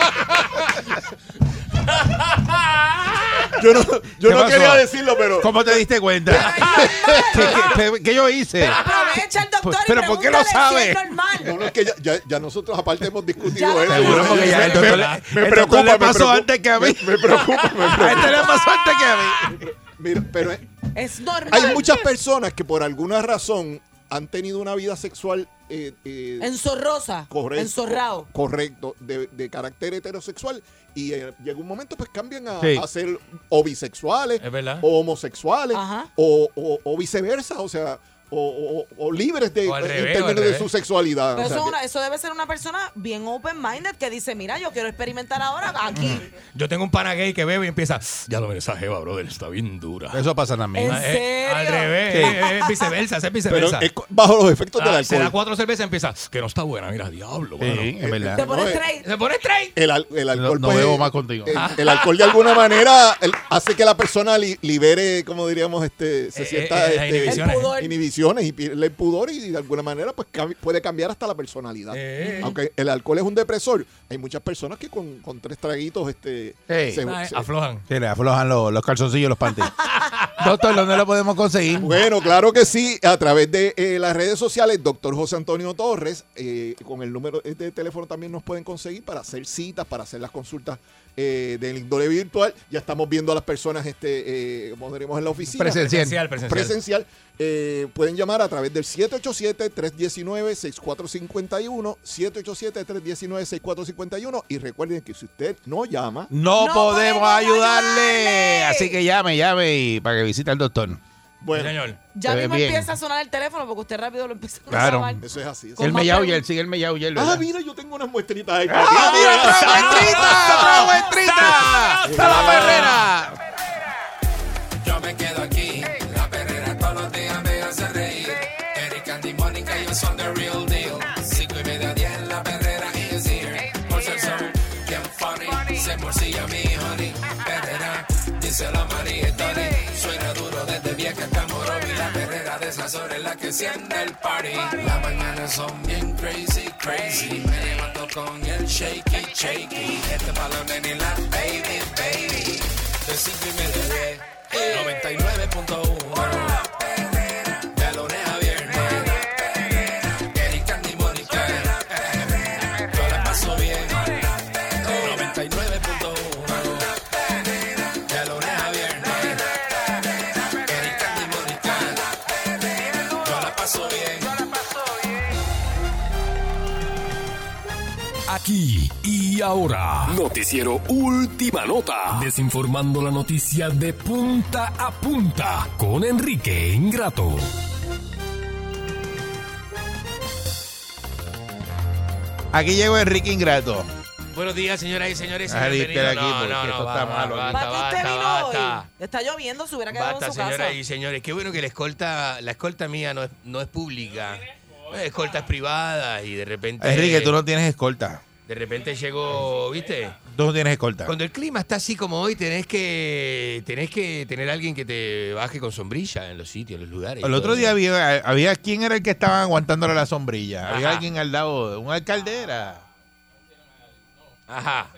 Speaker 12: Yo no
Speaker 3: ¿Qué pasó?
Speaker 12: quería decirlo, pero.
Speaker 3: ¿Cómo te diste cuenta? ¿Qué yo hice?
Speaker 4: Aprovecha el doctor y
Speaker 3: ¿Pero por qué lo
Speaker 4: pregúntale si
Speaker 3: sabe?
Speaker 4: es normal.
Speaker 12: No, es que ya nosotros aparte hemos discutido
Speaker 4: Ya,
Speaker 12: eso.
Speaker 3: Seguro, porque ya el doctor,
Speaker 12: me
Speaker 3: el
Speaker 12: preocupa,
Speaker 3: doctor le
Speaker 12: me
Speaker 3: pasó
Speaker 12: preocupa.
Speaker 3: antes que a mí.
Speaker 12: Me preocupa,
Speaker 3: A este le pasó antes que a mí.
Speaker 12: Mira, pero
Speaker 4: Es normal.
Speaker 12: hay muchas personas que por alguna razón han tenido una vida sexual
Speaker 4: Enzorrosa.
Speaker 12: correcto,
Speaker 4: Enzorrado.
Speaker 12: correcto de carácter heterosexual y llega un momento pues cambian
Speaker 3: Sí.
Speaker 12: a ser o bisexuales
Speaker 13: Es verdad.
Speaker 12: o homosexuales
Speaker 4: Ajá.
Speaker 12: o viceversa, o sea, o libres de
Speaker 13: O al
Speaker 12: en
Speaker 13: revés,
Speaker 12: términos
Speaker 13: o al
Speaker 12: de
Speaker 13: revés.
Speaker 12: su sexualidad.
Speaker 4: Pero
Speaker 12: O sea,
Speaker 4: eso,
Speaker 12: que-
Speaker 4: eso debe ser una persona bien open-minded que dice, mira, yo quiero experimentar ahora aquí.
Speaker 13: Yo tengo un pana gay que bebe y empieza, ya lo ves, esa jeva, brother, está bien dura.
Speaker 3: Eso pasa también.
Speaker 4: ¿En serio?
Speaker 13: Al revés,
Speaker 3: Sí.
Speaker 13: es viceversa, es
Speaker 12: pero
Speaker 13: viceversa.
Speaker 12: es bajo los efectos del
Speaker 13: Se da
Speaker 12: alcohol.
Speaker 13: 4 cervezas y empieza, que no está buena, mira, diablo,
Speaker 3: Sí,
Speaker 13: mano.
Speaker 3: es verdad.
Speaker 4: Te pones
Speaker 12: No,
Speaker 4: straight.
Speaker 13: Se pone straight.
Speaker 12: El alcohol
Speaker 3: No
Speaker 12: pues,
Speaker 3: bebo más contigo.
Speaker 12: El alcohol de alguna manera hace que la persona libere, como diríamos, se sienta
Speaker 13: las inhibiciones.
Speaker 4: El pudor.
Speaker 12: inhibiciones y pierde el pudor y de alguna manera pues puede cambiar hasta la personalidad. Aunque el alcohol es un depresor, hay muchas personas que con 3 traguitos
Speaker 13: Aflojan.
Speaker 3: Sí, le aflojan los calzoncillos, los panties. Doctor, ¿dónde lo podemos conseguir?
Speaker 12: Bueno, claro que sí, a través de las redes sociales, doctor José Antonio Torres, con el número de teléfono también nos pueden conseguir para hacer citas, para hacer las consultas del índole virtual. Ya estamos viendo a las personas, como diremos en la oficina.
Speaker 3: Presencial.
Speaker 12: Presencial. Pueden llamar a través del 787-319-6451, 787-319-6451 y recuerden que si usted no llama,
Speaker 3: No,
Speaker 4: No
Speaker 3: podemos
Speaker 4: podemos
Speaker 3: ayudarle.
Speaker 4: ayudarle.
Speaker 3: Así que llame y para que visite al doctor.
Speaker 12: bueno,
Speaker 13: Señor.
Speaker 4: Ya
Speaker 3: Se ve
Speaker 4: mismo
Speaker 3: bien.
Speaker 4: empieza a sonar el teléfono porque usted rápido lo empieza a
Speaker 3: Claro.
Speaker 4: llamar.
Speaker 12: eso es así.
Speaker 4: Con
Speaker 3: El
Speaker 4: más
Speaker 3: Meyauyel, sigue el Meyauyel, ¿verdad?
Speaker 12: Mira, yo tengo unas muestritas ahí.
Speaker 3: ¡Ah, mira, otra muestrita! ¡Está la perrera!
Speaker 2: Yo me quedo aquí, la perrera todos los días me hace reír. Eric, Andy, Mónica, ellos son the real deal. 5:30, la perrera is here. Por ser son bien funny, se morcilla mi honey. Perrera, díselo a María y Tony. Suena duro desde vieja hasta Morovi. La perrera de esas horas es la que enciende el party. Las mañanas son bien crazy, crazy. Me levanto con el shaky, shaky. Este balón en la baby, baby. De 5:30 99.1 de lunes a viernes. Eric, Andy, Mónica, yo la paso bien. 99.1 de lunes a viernes. Eric, Andy, Mónica, yo la paso bien.
Speaker 1: Aquí y ahora. Noticiero Última Nota. Desinformando la noticia de punta a punta con Enrique Ingrato.
Speaker 3: Aquí llegó Enrique Ingrato.
Speaker 13: Buenos días, señoras y señores.
Speaker 3: Ah,
Speaker 13: Bienvenidos.
Speaker 3: lístela aquí, porque esto está malo.
Speaker 4: ¿Para qué usted vino
Speaker 13: basta.
Speaker 4: hoy? Está lloviendo, se hubiera quedado
Speaker 13: Basta,
Speaker 4: en su casa.
Speaker 13: señoras y señores. Qué bueno que la escolta mía no es pública. La escolta es privada y de repente...
Speaker 3: Enrique, tú no tienes escolta.
Speaker 13: De repente llegó, ¿viste?
Speaker 3: Tú no tienes escolta.
Speaker 5: Cuando el clima está así como hoy, tenés que tener a alguien que te baje con sombrilla en los sitios, en los lugares.
Speaker 3: El otro día había quién era el que estaba aguantándole la sombrilla. Había
Speaker 5: Ajá.
Speaker 3: alguien al lado, un alcalde era.
Speaker 5: Ajá.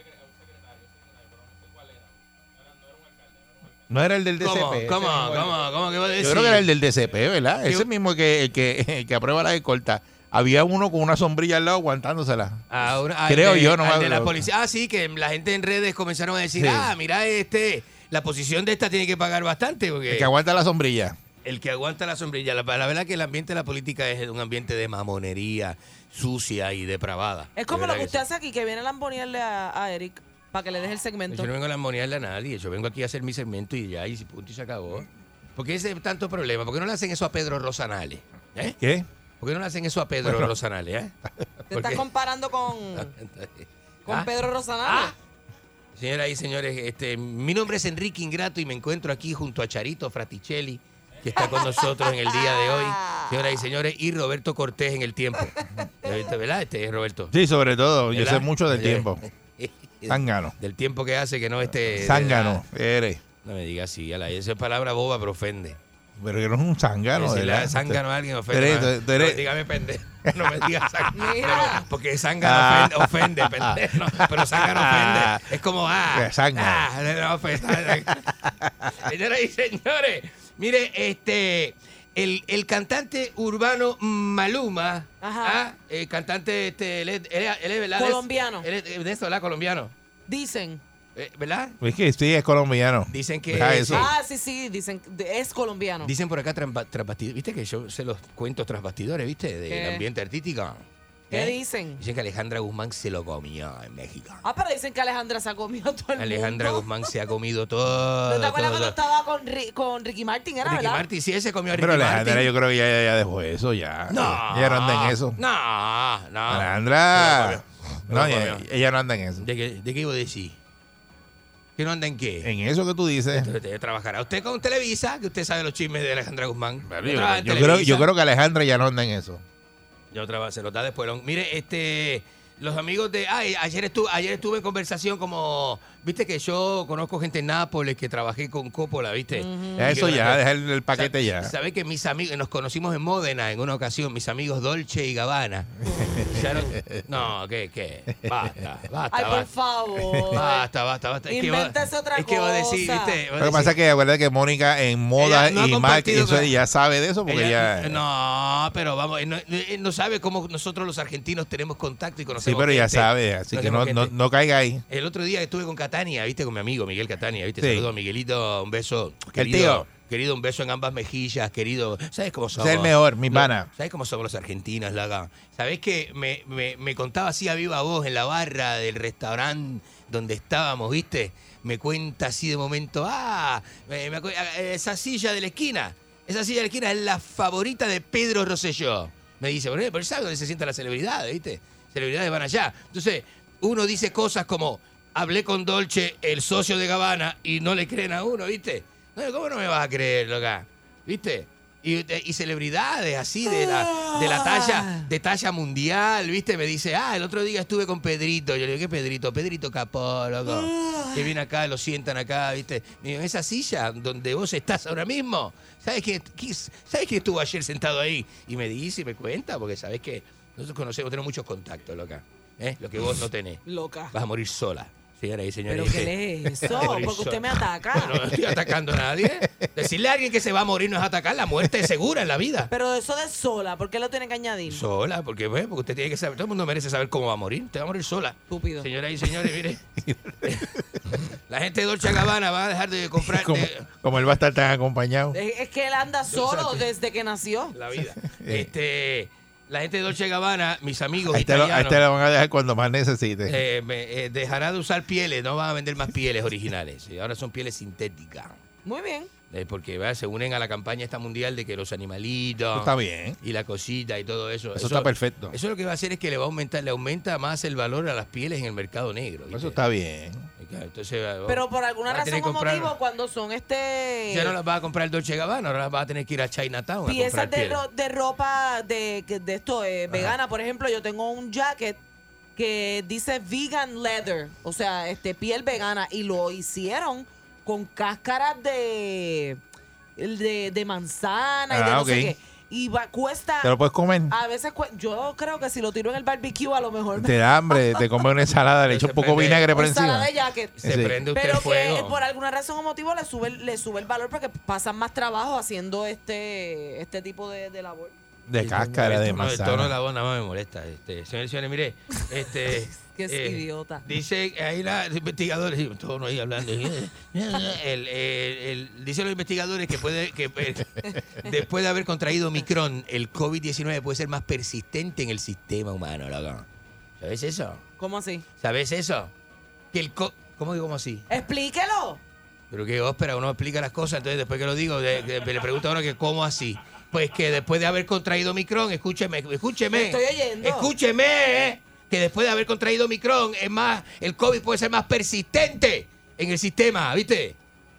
Speaker 3: No era el del DCP.
Speaker 5: ¿Cómo que vos decís?
Speaker 3: Yo creo que era el del DCP, ¿verdad? Ese mismo el que aprueba la escolta. Había uno con una sombrilla al lado aguantándosela. Creo yo, no me
Speaker 5: de la
Speaker 3: acuerdo.
Speaker 5: policía. Sí, que la gente en redes comenzaron a decir,
Speaker 3: Sí.
Speaker 5: mira, la posición de esta tiene que pagar bastante. Porque
Speaker 3: El que aguanta la sombrilla.
Speaker 5: el que aguanta la sombrilla. La verdad que el ambiente de la política es un ambiente de mamonería, sucia y depravada.
Speaker 4: Es como
Speaker 5: De
Speaker 4: lo
Speaker 5: verdad
Speaker 4: que usted
Speaker 5: sí.
Speaker 4: hace aquí, que viene a lambonearle a Eric para que le deje el segmento.
Speaker 5: Yo no vengo a lambonearle a nadie. Yo vengo aquí a hacer mi segmento y ya, y punto y se acabó. ¿Por qué ese tanto problema? ¿Por qué no le hacen eso a Pedro Rosanales?
Speaker 3: ¿Qué?
Speaker 5: ¿Por qué no le hacen eso a Pedro
Speaker 3: Bueno.
Speaker 5: Rosanales?
Speaker 4: Te estás comparando con Pedro Rosanales.
Speaker 5: Señoras y señores, mi nombre es Enrique Ingrato y me encuentro aquí junto a Charito Fraticelli, que está con nosotros en el día de hoy. Señoras y señores, y Roberto Cortés en el tiempo. ¿Verdad, Roberto?
Speaker 3: Sí, sobre todo. Yo
Speaker 5: ¿Verdad?
Speaker 3: sé mucho del tiempo. Zángano.
Speaker 5: Del tiempo que hace que no esté...
Speaker 3: Zángano, eres.
Speaker 5: No me digas así, esa es palabra boba, pero ofende.
Speaker 3: Pero que no es un zángano,
Speaker 5: Si le
Speaker 3: ¿verdad?
Speaker 5: da zángano a alguien
Speaker 3: Tú
Speaker 5: ofende.
Speaker 3: eres- tú eres-
Speaker 5: No, dígame pendejo. No me digas zángano.
Speaker 4: Mira.
Speaker 5: Porque zángano ofende, pendejo. No, pero zángano ofende. Es como,
Speaker 3: zángano.
Speaker 5: no ofende. Señoras y señores, mire, el cantante urbano Maluma, el cantante, él es, ¿verdad?
Speaker 4: Colombiano.
Speaker 5: Él es de eso, ¿verdad? Colombiano.
Speaker 4: Dicen.
Speaker 5: ¿Verdad?
Speaker 3: Es que sí, es colombiano.
Speaker 5: Dicen que...
Speaker 3: Deja eso.
Speaker 4: Sí, dicen, es colombiano.
Speaker 5: Dicen por acá tras bastidores, viste que yo sé los cuentos tras bastidores, viste, del
Speaker 4: ¿Qué?
Speaker 5: ambiente artístico.
Speaker 4: ¿Qué dicen?
Speaker 5: Dicen que Alejandra Guzmán se lo comió en México.
Speaker 4: Pero dicen que Alejandra se ha comido todo el
Speaker 5: Alejandra
Speaker 4: mundo.
Speaker 5: Guzmán se ha comido todo.
Speaker 4: ¿No te acuerdas
Speaker 5: todo.
Speaker 4: cuando estaba con Ricky Martin? Era,
Speaker 5: Ricky
Speaker 4: ¿verdad?
Speaker 5: Martin, sí, ese comió a Ricky
Speaker 3: Pero Alejandra,
Speaker 5: Martin.
Speaker 3: yo creo que ya dejó eso, ya.
Speaker 5: No.
Speaker 3: Ella no anda en eso.
Speaker 5: No.
Speaker 3: Alejandra.
Speaker 5: Se
Speaker 3: No,
Speaker 5: lo
Speaker 3: ella,
Speaker 5: comió.
Speaker 3: ella no anda en eso.
Speaker 5: ¿De qué iba a decir? ¿Que no anda en qué?
Speaker 3: En eso que tú dices.
Speaker 5: Entonces, trabajará usted con Televisa, que usted sabe los chismes de Alejandra Guzmán.
Speaker 3: Yo creo que Alejandra ya no anda en eso.
Speaker 5: Yo trabajo, se lo da después. Mire, los amigos de... ayer estuve en conversación como... Viste que yo conozco gente en Nápoles que trabajé con Coppola, ¿viste?
Speaker 3: Eso ya, deja el paquete ya.
Speaker 5: ¿Sabes que mis amigos... Nos conocimos en Módena en una ocasión, mis amigos Dolce y Gabbana. ¿Qué? Basta.
Speaker 4: Ay, por favor.
Speaker 5: Basta.
Speaker 4: Invéntese otra
Speaker 5: Es que va a decir,
Speaker 4: cosa.
Speaker 5: ¿viste?
Speaker 3: Lo que pasa es que acuérdate que Mónica en moda
Speaker 5: Ella no ha
Speaker 3: y marketing,
Speaker 5: compartido
Speaker 3: eso
Speaker 5: con-
Speaker 3: ya sabe de eso porque
Speaker 5: Ella-
Speaker 3: ya...
Speaker 5: No, pero vamos, él no sabe cómo nosotros los argentinos tenemos contacto y
Speaker 3: Sí,
Speaker 5: conocemos
Speaker 3: pero ya
Speaker 5: gente.
Speaker 3: sabe, así que
Speaker 5: Conocemos
Speaker 3: no
Speaker 5: gente.
Speaker 3: no caiga ahí.
Speaker 5: El otro día estuve con Catania, ¿viste? Con mi amigo Miguel Catania, ¿viste?
Speaker 3: Sí.
Speaker 5: Saludos a Miguelito, un beso.
Speaker 3: El tío.
Speaker 5: Querido, un beso en ambas mejillas, querido. ¿Sabes cómo somos?
Speaker 3: Es el mejor, mi pana.
Speaker 5: ¿Sabes cómo somos los argentinos, Laga? ¿Sabes que me contaba así a viva voz en la barra del restaurante donde estábamos, ¿viste? Me cuenta así de momento, esa silla de la esquina. Esa silla de la esquina es la favorita de Pedro Rosselló. Me dice, pero ¿sabes dónde se sientan las celebridades, viste? Celebridades van allá. Entonces, uno dice cosas como, hablé con Dolce, el socio de Gabbana, y no le creen a uno, ¿viste? No, ¿cómo no me vas a creer, loca? ¿Viste? Y celebridades así de la talla mundial, ¿viste? Me dice, el otro día estuve con Pedrito. Yo le digo, ¿qué Pedrito? Pedrito Capó, loco. Que viene acá, lo sientan acá, ¿viste? Me digo, en esa silla donde vos estás ahora mismo, ¿sabes quién estuvo ayer sentado ahí? Y me dice y me cuenta, porque sabés que nosotros tenemos muchos contactos, loca. Lo que vos no tenés.
Speaker 4: Loca.
Speaker 5: Vas a morir sola. Señoras y señores.
Speaker 4: ¿Pero qué le es eso? Porque usted me ataca.
Speaker 5: No estoy atacando a nadie. Decirle a alguien que se va a morir no es atacar. La muerte es segura en la vida.
Speaker 4: Pero eso de sola, ¿por qué lo tiene que añadir?
Speaker 5: Sola, porque usted tiene que saber. Todo el mundo merece saber cómo va a morir. Usted va a morir sola.
Speaker 4: Estúpido.
Speaker 5: Señoras y señores, mire. La gente de Dolce Gabbana va a dejar de comprar.
Speaker 3: Como él va a estar tan acompañado.
Speaker 4: Es que él anda solo desde que nació.
Speaker 5: La vida. La gente de Dolce Gabbana, mis amigos
Speaker 3: A este lo van a dejar cuando más necesite.
Speaker 5: dejará de usar pieles, no van a vender más pieles originales. Ahora son pieles sintéticas.
Speaker 4: Muy bien.
Speaker 5: Porque se unen a la campaña esta mundial de que los animalitos
Speaker 3: Eso está bien.
Speaker 5: y la cosita y todo eso.
Speaker 3: Eso está perfecto.
Speaker 5: Eso lo que va a hacer es que le aumenta más el valor a las pieles en el mercado negro. ¿viste?
Speaker 3: Eso está bien.
Speaker 5: Entonces,
Speaker 4: Pero por alguna
Speaker 5: vas a tener
Speaker 4: razón o
Speaker 5: que comprar-
Speaker 4: motivo, cuando son
Speaker 5: ya no las vas a comprar el Dolce Gabbana, ahora las vas a tener que ir a Chinatown a
Speaker 4: piezas
Speaker 5: comprar pieles.
Speaker 4: de ropa de esto vegana, por ejemplo, yo tengo un jacket que dice vegan leather, o sea, piel vegana, y lo hicieron con cáscaras de manzana y de no sé qué. Y cuesta.
Speaker 3: ¿Te lo puedes comer?
Speaker 4: A veces yo creo que si lo tiro en el barbecue a lo mejor
Speaker 3: Te da hambre, te comes una ensalada, le echas un poco de vinagre por encima.
Speaker 4: ensalada de jacket.
Speaker 13: Se prende usted
Speaker 4: Pero
Speaker 13: el fuego.
Speaker 4: que por alguna razón o motivo le sube el valor porque pasan más trabajo haciendo este tipo de labor.
Speaker 3: De cáscara, de
Speaker 13: El tono de
Speaker 3: manzana.
Speaker 13: la voz nada más me molesta. Señores y señores, mire,
Speaker 4: Que es idiota.
Speaker 13: Dice ahí los investigadores, y todos ahí hablando. Dicen los investigadores que después de haber contraído Omicron, el COVID-19 puede ser más persistente en el sistema humano, loco. ¿Sabes eso?
Speaker 4: ¿Cómo así?
Speaker 13: ¿Sabes eso? Que ¿Cómo digo cómo así?
Speaker 4: Explíquelo.
Speaker 13: Pero que ópera, uno explica las cosas, entonces después que lo digo, le pregunto a uno que cómo así. Pues que después de haber contraído Omicron, escúcheme.
Speaker 4: Te estoy oyendo.
Speaker 13: Escúcheme, que después de haber contraído Omicron, el COVID puede ser más persistente en el sistema, ¿viste?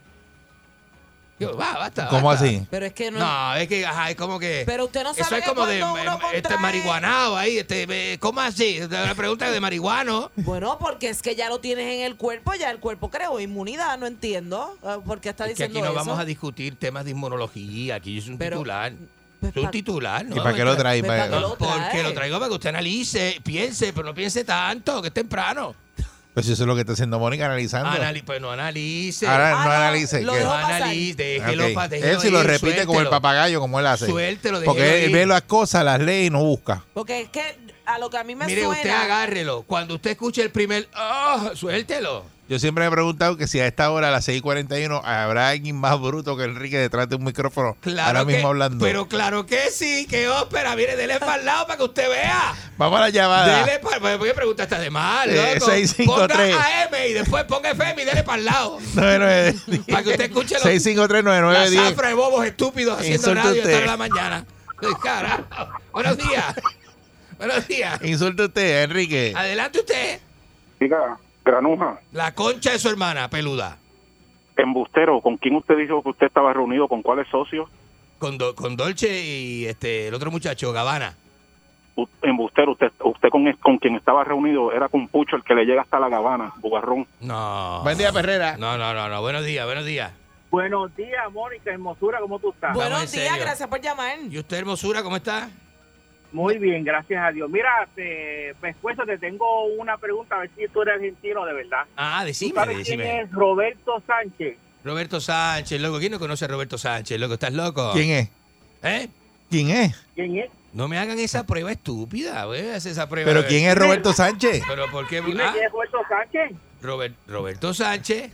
Speaker 13: Basta.
Speaker 3: ¿Cómo así?
Speaker 4: Pero es que no.
Speaker 13: No, es que, es como que.
Speaker 4: Pero usted no sabe
Speaker 13: eso es
Speaker 4: que
Speaker 13: como de
Speaker 4: cuando uno contrae-
Speaker 13: marihuanao ahí, ¿cómo así? La pregunta es de marihuano.
Speaker 4: Bueno, porque es que ya lo tienes en el cuerpo, ya el cuerpo creó inmunidad, no entiendo. ¿Por qué está
Speaker 13: Es que
Speaker 4: diciendo
Speaker 13: aquí no
Speaker 4: eso?
Speaker 13: vamos a discutir temas de inmunología, aquí es un titular.
Speaker 4: pues,
Speaker 13: Es un titular, ¿no?
Speaker 3: ¿Y para qué lo trae?
Speaker 4: Pues, ¿para qué lo
Speaker 13: Porque
Speaker 4: trae?
Speaker 13: lo traigo para que usted analice, piense, pero no piense tanto, que es temprano.
Speaker 3: Pues eso es lo que está haciendo Mónica, analizando.
Speaker 13: Pues no analice.
Speaker 3: Ahora no analice.
Speaker 4: lo
Speaker 3: ¿qué?
Speaker 4: dejó
Speaker 13: No
Speaker 4: pasar.
Speaker 13: analice, déjelo,
Speaker 3: Ok.
Speaker 13: déjelo
Speaker 3: Él si lo
Speaker 13: ir,
Speaker 3: repite como el
Speaker 13: suéltelo.
Speaker 3: papagayo, como él hace.
Speaker 13: Suéltelo, déjelo
Speaker 3: Porque él
Speaker 13: ir.
Speaker 3: ve las cosas, las lee y no busca.
Speaker 4: Porque es que a lo que a mí me
Speaker 13: Mire,
Speaker 4: suena...
Speaker 13: usted agárrelo. Cuando usted escuche el primer... suéltelo.
Speaker 3: Yo siempre me he preguntado que si a esta hora, a las 6:41, habrá alguien más bruto que Enrique detrás de un micrófono ahora
Speaker 13: que,
Speaker 3: mismo hablando.
Speaker 13: Pero claro que sí, que ópera. Mire, dele para el lado para que usted vea.
Speaker 3: Vamos a la llamada.
Speaker 13: Dele para... ¿Por qué pregunta está de mal, loco?
Speaker 3: 653.
Speaker 13: Ponga AM y después ponga FM y dele para el lado.
Speaker 3: 9910.
Speaker 13: Para que usted escuche los...
Speaker 3: 653-9910.
Speaker 13: La zafra de bobos estúpidos haciendo
Speaker 3: Insulte
Speaker 13: radio
Speaker 3: usted.
Speaker 13: hasta la mañana. Ay, carajo. Buenos días. Buenos días.
Speaker 3: Insulte usted, Enrique.
Speaker 13: Adelante usted.
Speaker 8: Diga, Granuja,
Speaker 13: La concha de su hermana, peluda.
Speaker 8: embustero, ¿con quién usted dijo que usted estaba reunido? ¿Con cuáles socios?
Speaker 13: Con Dolce y el otro muchacho, Gabbana.
Speaker 8: Embustero, usted con quien estaba reunido era con Pucho, el que le llega hasta la Gabana, Bugarrón.
Speaker 13: No.
Speaker 3: Buen día, Perrera.
Speaker 13: No. Buenos días, buenos días.
Speaker 14: Buenos días, Mónica, hermosura, ¿cómo tú estás?
Speaker 13: Estamos
Speaker 4: Buenos
Speaker 13: en
Speaker 4: días,
Speaker 13: serio.
Speaker 4: gracias por llamar.
Speaker 13: ¿Y usted, hermosura, cómo está?
Speaker 14: Muy bien, gracias a Dios. Mira, Pescuezo, te tengo una pregunta, a ver si tú eres argentino de verdad.
Speaker 13: Ah,
Speaker 14: ¿Tú sabes quién es Roberto Sánchez?
Speaker 13: Roberto Sánchez, loco. ¿Quién no conoce a Roberto Sánchez, loco? ¿Estás loco?
Speaker 3: ¿Quién es?
Speaker 13: ¿Eh?
Speaker 3: ¿Quién es?
Speaker 14: ¿Quién es?
Speaker 13: No me hagan esa prueba estúpida, güey. Haz esa prueba.
Speaker 3: ¿Pero quién es Roberto Sánchez?
Speaker 13: ¿Pero por qué?
Speaker 14: Dime quién es Roberto Sánchez.
Speaker 13: Roberto Sánchez,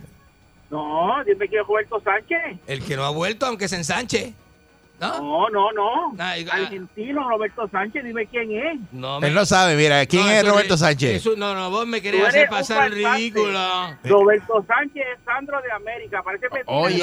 Speaker 14: No, dime quién es Roberto Sánchez.
Speaker 13: el que no ha vuelto, aunque se ensanche. ¿No?
Speaker 14: No.
Speaker 13: Ay,
Speaker 14: Argentino, Roberto Sánchez, dime quién es.
Speaker 13: No
Speaker 3: Él no sabe, mira, ¿quién es
Speaker 13: eso
Speaker 3: Roberto
Speaker 13: es-
Speaker 3: Sánchez?
Speaker 13: eso- no, vos me
Speaker 14: Tú
Speaker 13: querés
Speaker 14: eres
Speaker 13: hacer
Speaker 14: un
Speaker 13: pasar el
Speaker 14: farsante.
Speaker 13: ridículo.
Speaker 14: Roberto Sánchez es Sandro de América, parece mentira.
Speaker 3: Oye,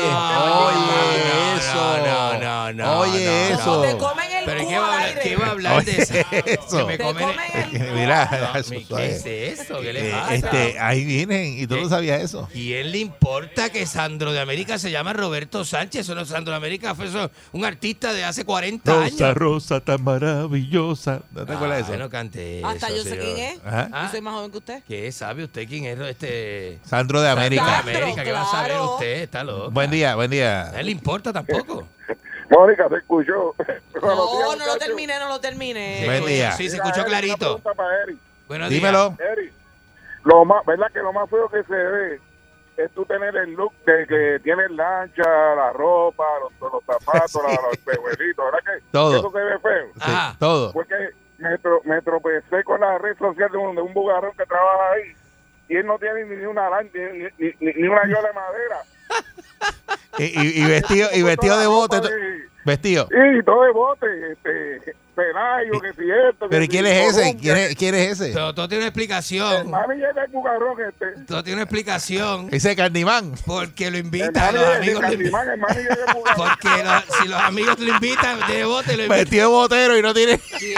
Speaker 13: No,
Speaker 3: Oye, eso.
Speaker 4: Te comen el
Speaker 13: ¿Pero
Speaker 4: culo
Speaker 13: qué va a
Speaker 4: al
Speaker 13: hablar,
Speaker 4: aire.
Speaker 13: qué va a hablar de eso?
Speaker 3: Eso.
Speaker 13: Que me
Speaker 4: Te
Speaker 13: comen
Speaker 4: comen
Speaker 3: Mira,
Speaker 13: No,
Speaker 3: eso
Speaker 13: ¿qué
Speaker 3: suave.
Speaker 13: es eso? ¿Qué le pasa?
Speaker 3: Ahí vienen, y tú no sabías eso.
Speaker 13: ¿Quién le importa que Sandro de América se llama Roberto Sánchez? Eso no, Sandro de América fue un artista de hace 40 años.
Speaker 3: Rosa tan maravillosa. ¿No te acuerdas de eso?
Speaker 13: No cante
Speaker 4: Hasta
Speaker 13: eso,
Speaker 4: yo sé
Speaker 13: señor.
Speaker 4: quién es.
Speaker 3: Ajá.
Speaker 4: Yo soy más joven que usted.
Speaker 13: ¿Qué sabe usted quién es
Speaker 3: Sandro de América.
Speaker 13: Sandro de América, ¿qué va a saber
Speaker 4: claro.
Speaker 13: usted? Está loco.
Speaker 3: Buen día, buen
Speaker 13: A
Speaker 3: día.
Speaker 13: él le importa tampoco.
Speaker 10: Mónica, ¿te escuchó?
Speaker 4: No lo terminé.
Speaker 3: Buen día.
Speaker 13: Sí, se escuchó clarito. Buenos días.
Speaker 3: Dímelo.
Speaker 10: ¿Verdad que lo más feo que se ve es tú tener el look de que tienes lancha, la ropa, los zapatos, los pejuelitos, ¿verdad que
Speaker 3: Todo.
Speaker 10: eso se ve feo?
Speaker 3: Sí,
Speaker 13: Ajá.
Speaker 3: todo.
Speaker 10: Porque me tropecé con la red social de un bugarrón que trabaja ahí y él no tiene ni una lancha, ni una yola de madera.
Speaker 3: Y vestido de bote. Vestido.
Speaker 10: Sí, todo de bote, Pelayo, que si esto.
Speaker 3: ¿Pero
Speaker 10: que
Speaker 3: quién
Speaker 10: si
Speaker 3: es ese?
Speaker 10: Colombia.
Speaker 3: ¿Quién es ese?
Speaker 13: Todo tiene una
Speaker 10: El
Speaker 13: explicación.
Speaker 10: manager del bugarrón
Speaker 13: Todo tiene una explicación.
Speaker 3: Ese Candyman.
Speaker 13: Porque lo
Speaker 10: El
Speaker 13: invitan, los
Speaker 10: manager
Speaker 13: amigos lo
Speaker 10: del
Speaker 13: invitan.
Speaker 10: Candyman, el manager del bugarrón.
Speaker 13: Porque si los amigos lo invitan de bote, lo invitan.
Speaker 3: Vestido de botero y no tiene.
Speaker 10: Eso sí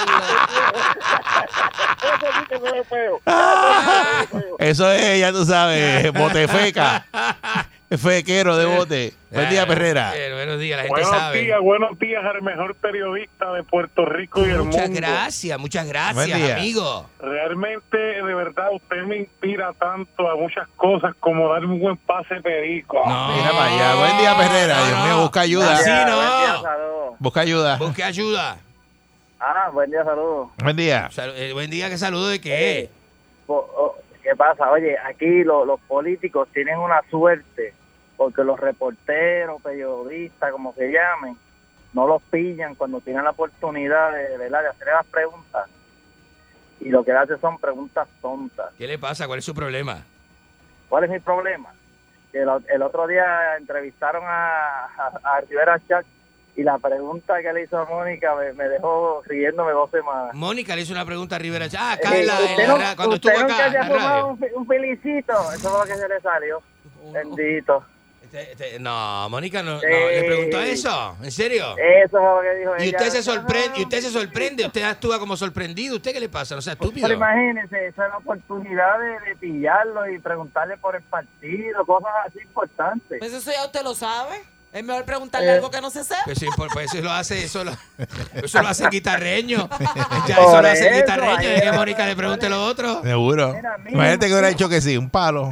Speaker 10: que se ve feo.
Speaker 3: Eso es, ya tú sabes, botefeca. Fequero de bote. Buen día, Perrera.
Speaker 13: Buenos días, la gente sabe.
Speaker 10: Buenos días al mejor periodista de Puerto Rico y el mundo.
Speaker 13: Muchas gracias, amigo.
Speaker 10: Realmente, de verdad, usted me inspira tanto a muchas cosas como darme un buen pase perico.
Speaker 3: No. Mira para allá. Buen día, Perrera. Dios mío, busca ayuda.
Speaker 13: Así no.
Speaker 6: Buen día, saludos.
Speaker 3: Busca ayuda.
Speaker 13: Busque ayuda.
Speaker 6: Buen día, saludos.
Speaker 3: Buen día.
Speaker 13: Buen día, ¿qué saludo de qué?
Speaker 6: ¿Qué pasa? Oye, aquí los políticos tienen una suerte porque los reporteros, periodistas, como se llamen, no los pillan cuando tienen la oportunidad de hacerle las preguntas. Y lo que hacen son preguntas tontas.
Speaker 13: ¿Qué le pasa? ¿Cuál es su problema?
Speaker 6: ¿Cuál es mi problema? Que el otro día entrevistaron a Rivera Chat y la pregunta que le hizo a Mónica me dejó riéndome 2 semanas.
Speaker 13: Mónica le hizo una pregunta a Rivera Chat. Acá cuando
Speaker 6: usted
Speaker 13: estuvo
Speaker 6: nunca
Speaker 13: acá
Speaker 6: se
Speaker 13: en
Speaker 6: ha
Speaker 13: la radio.
Speaker 6: fumado un felicito. Eso fue lo que se le salió. Bendito.
Speaker 13: No, Mónica no le preguntó eso. ¿En serio?
Speaker 6: Eso fue lo que dijo ella.
Speaker 13: Y usted se sorprende, usted actúa como sorprendido. ¿Usted qué le pasa? No sea estúpido.
Speaker 6: Pero imagínese, esa es la oportunidad de pillarlo y preguntarle por el partido, cosas así importantes.
Speaker 4: Pues eso ya usted lo sabe. Es mejor preguntarle algo que no se sepa.
Speaker 13: Pues sí, pues eso lo hace, eso lo hace guitarreño. Ya eso lo hace guitarreño. Y que Mónica le pregunte lo otro.
Speaker 3: Seguro. Imagínate que hubiera dicho que sí, un palo.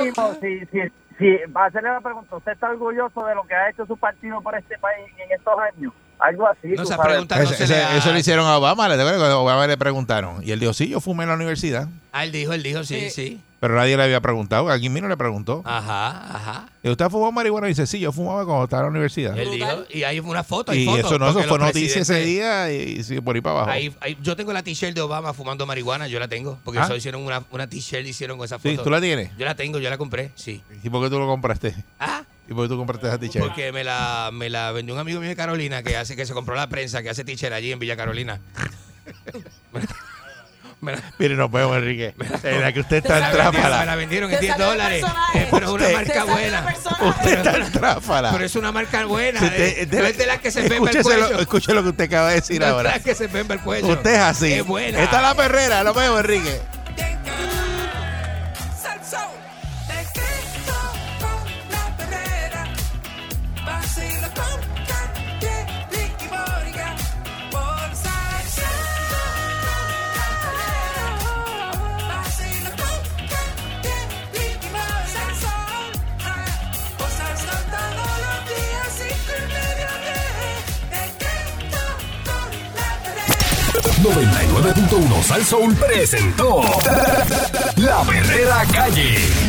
Speaker 6: Sí, va a hacerle la pregunta. ¿Usted está orgulloso de lo que ha hecho su partido por este país en estos años? Algo así.
Speaker 13: No, esas preguntas no se le da.
Speaker 3: Eso le hicieron a Obama. ¿Te acuerdas cuando a Obama le preguntaron? Y él dijo, sí, yo fumé en la universidad.
Speaker 13: Él dijo, sí.
Speaker 3: Pero nadie le había preguntado. Aquí mismo le preguntó.
Speaker 13: Ajá.
Speaker 3: ¿Y usted fumó marihuana? Y dice, sí, yo fumaba cuando estaba en la universidad.
Speaker 13: Él dijo, y hay una foto.
Speaker 3: Y
Speaker 13: foto,
Speaker 3: eso fue noticia ese día y sigue por ahí para abajo.
Speaker 13: Yo tengo la t-shirt de Obama fumando marihuana, yo la tengo. Porque eso hicieron una t-shirt, hicieron con esa foto.
Speaker 3: Sí, ¿tú la tienes?
Speaker 13: Yo la tengo, yo la compré, sí.
Speaker 3: ¿Y por qué tú lo compraste? ¿Y por qué tú compraste esa t-shirt?
Speaker 13: Porque me la vendió un amigo mío de Carolina que se compró la prensa, que hace t-shirt allí en Villa Carolina.
Speaker 3: Mire, nos vemos, Enrique. La que usted está en tráfala.
Speaker 13: Me la vendieron en $10. Pero es una marca buena.
Speaker 3: Usted está en tráfala.
Speaker 13: Pero es una marca buena. No es de las que se pemba el cuello.
Speaker 3: Escuche lo que usted acaba de decir ahora.
Speaker 13: No es de las que se pemba el cuello.
Speaker 3: Usted es así.
Speaker 13: Es buena.
Speaker 3: Esta es la Perrera. Nos vemos, Enrique.
Speaker 1: .1 Sal Soul presentó La Verdadera Calle.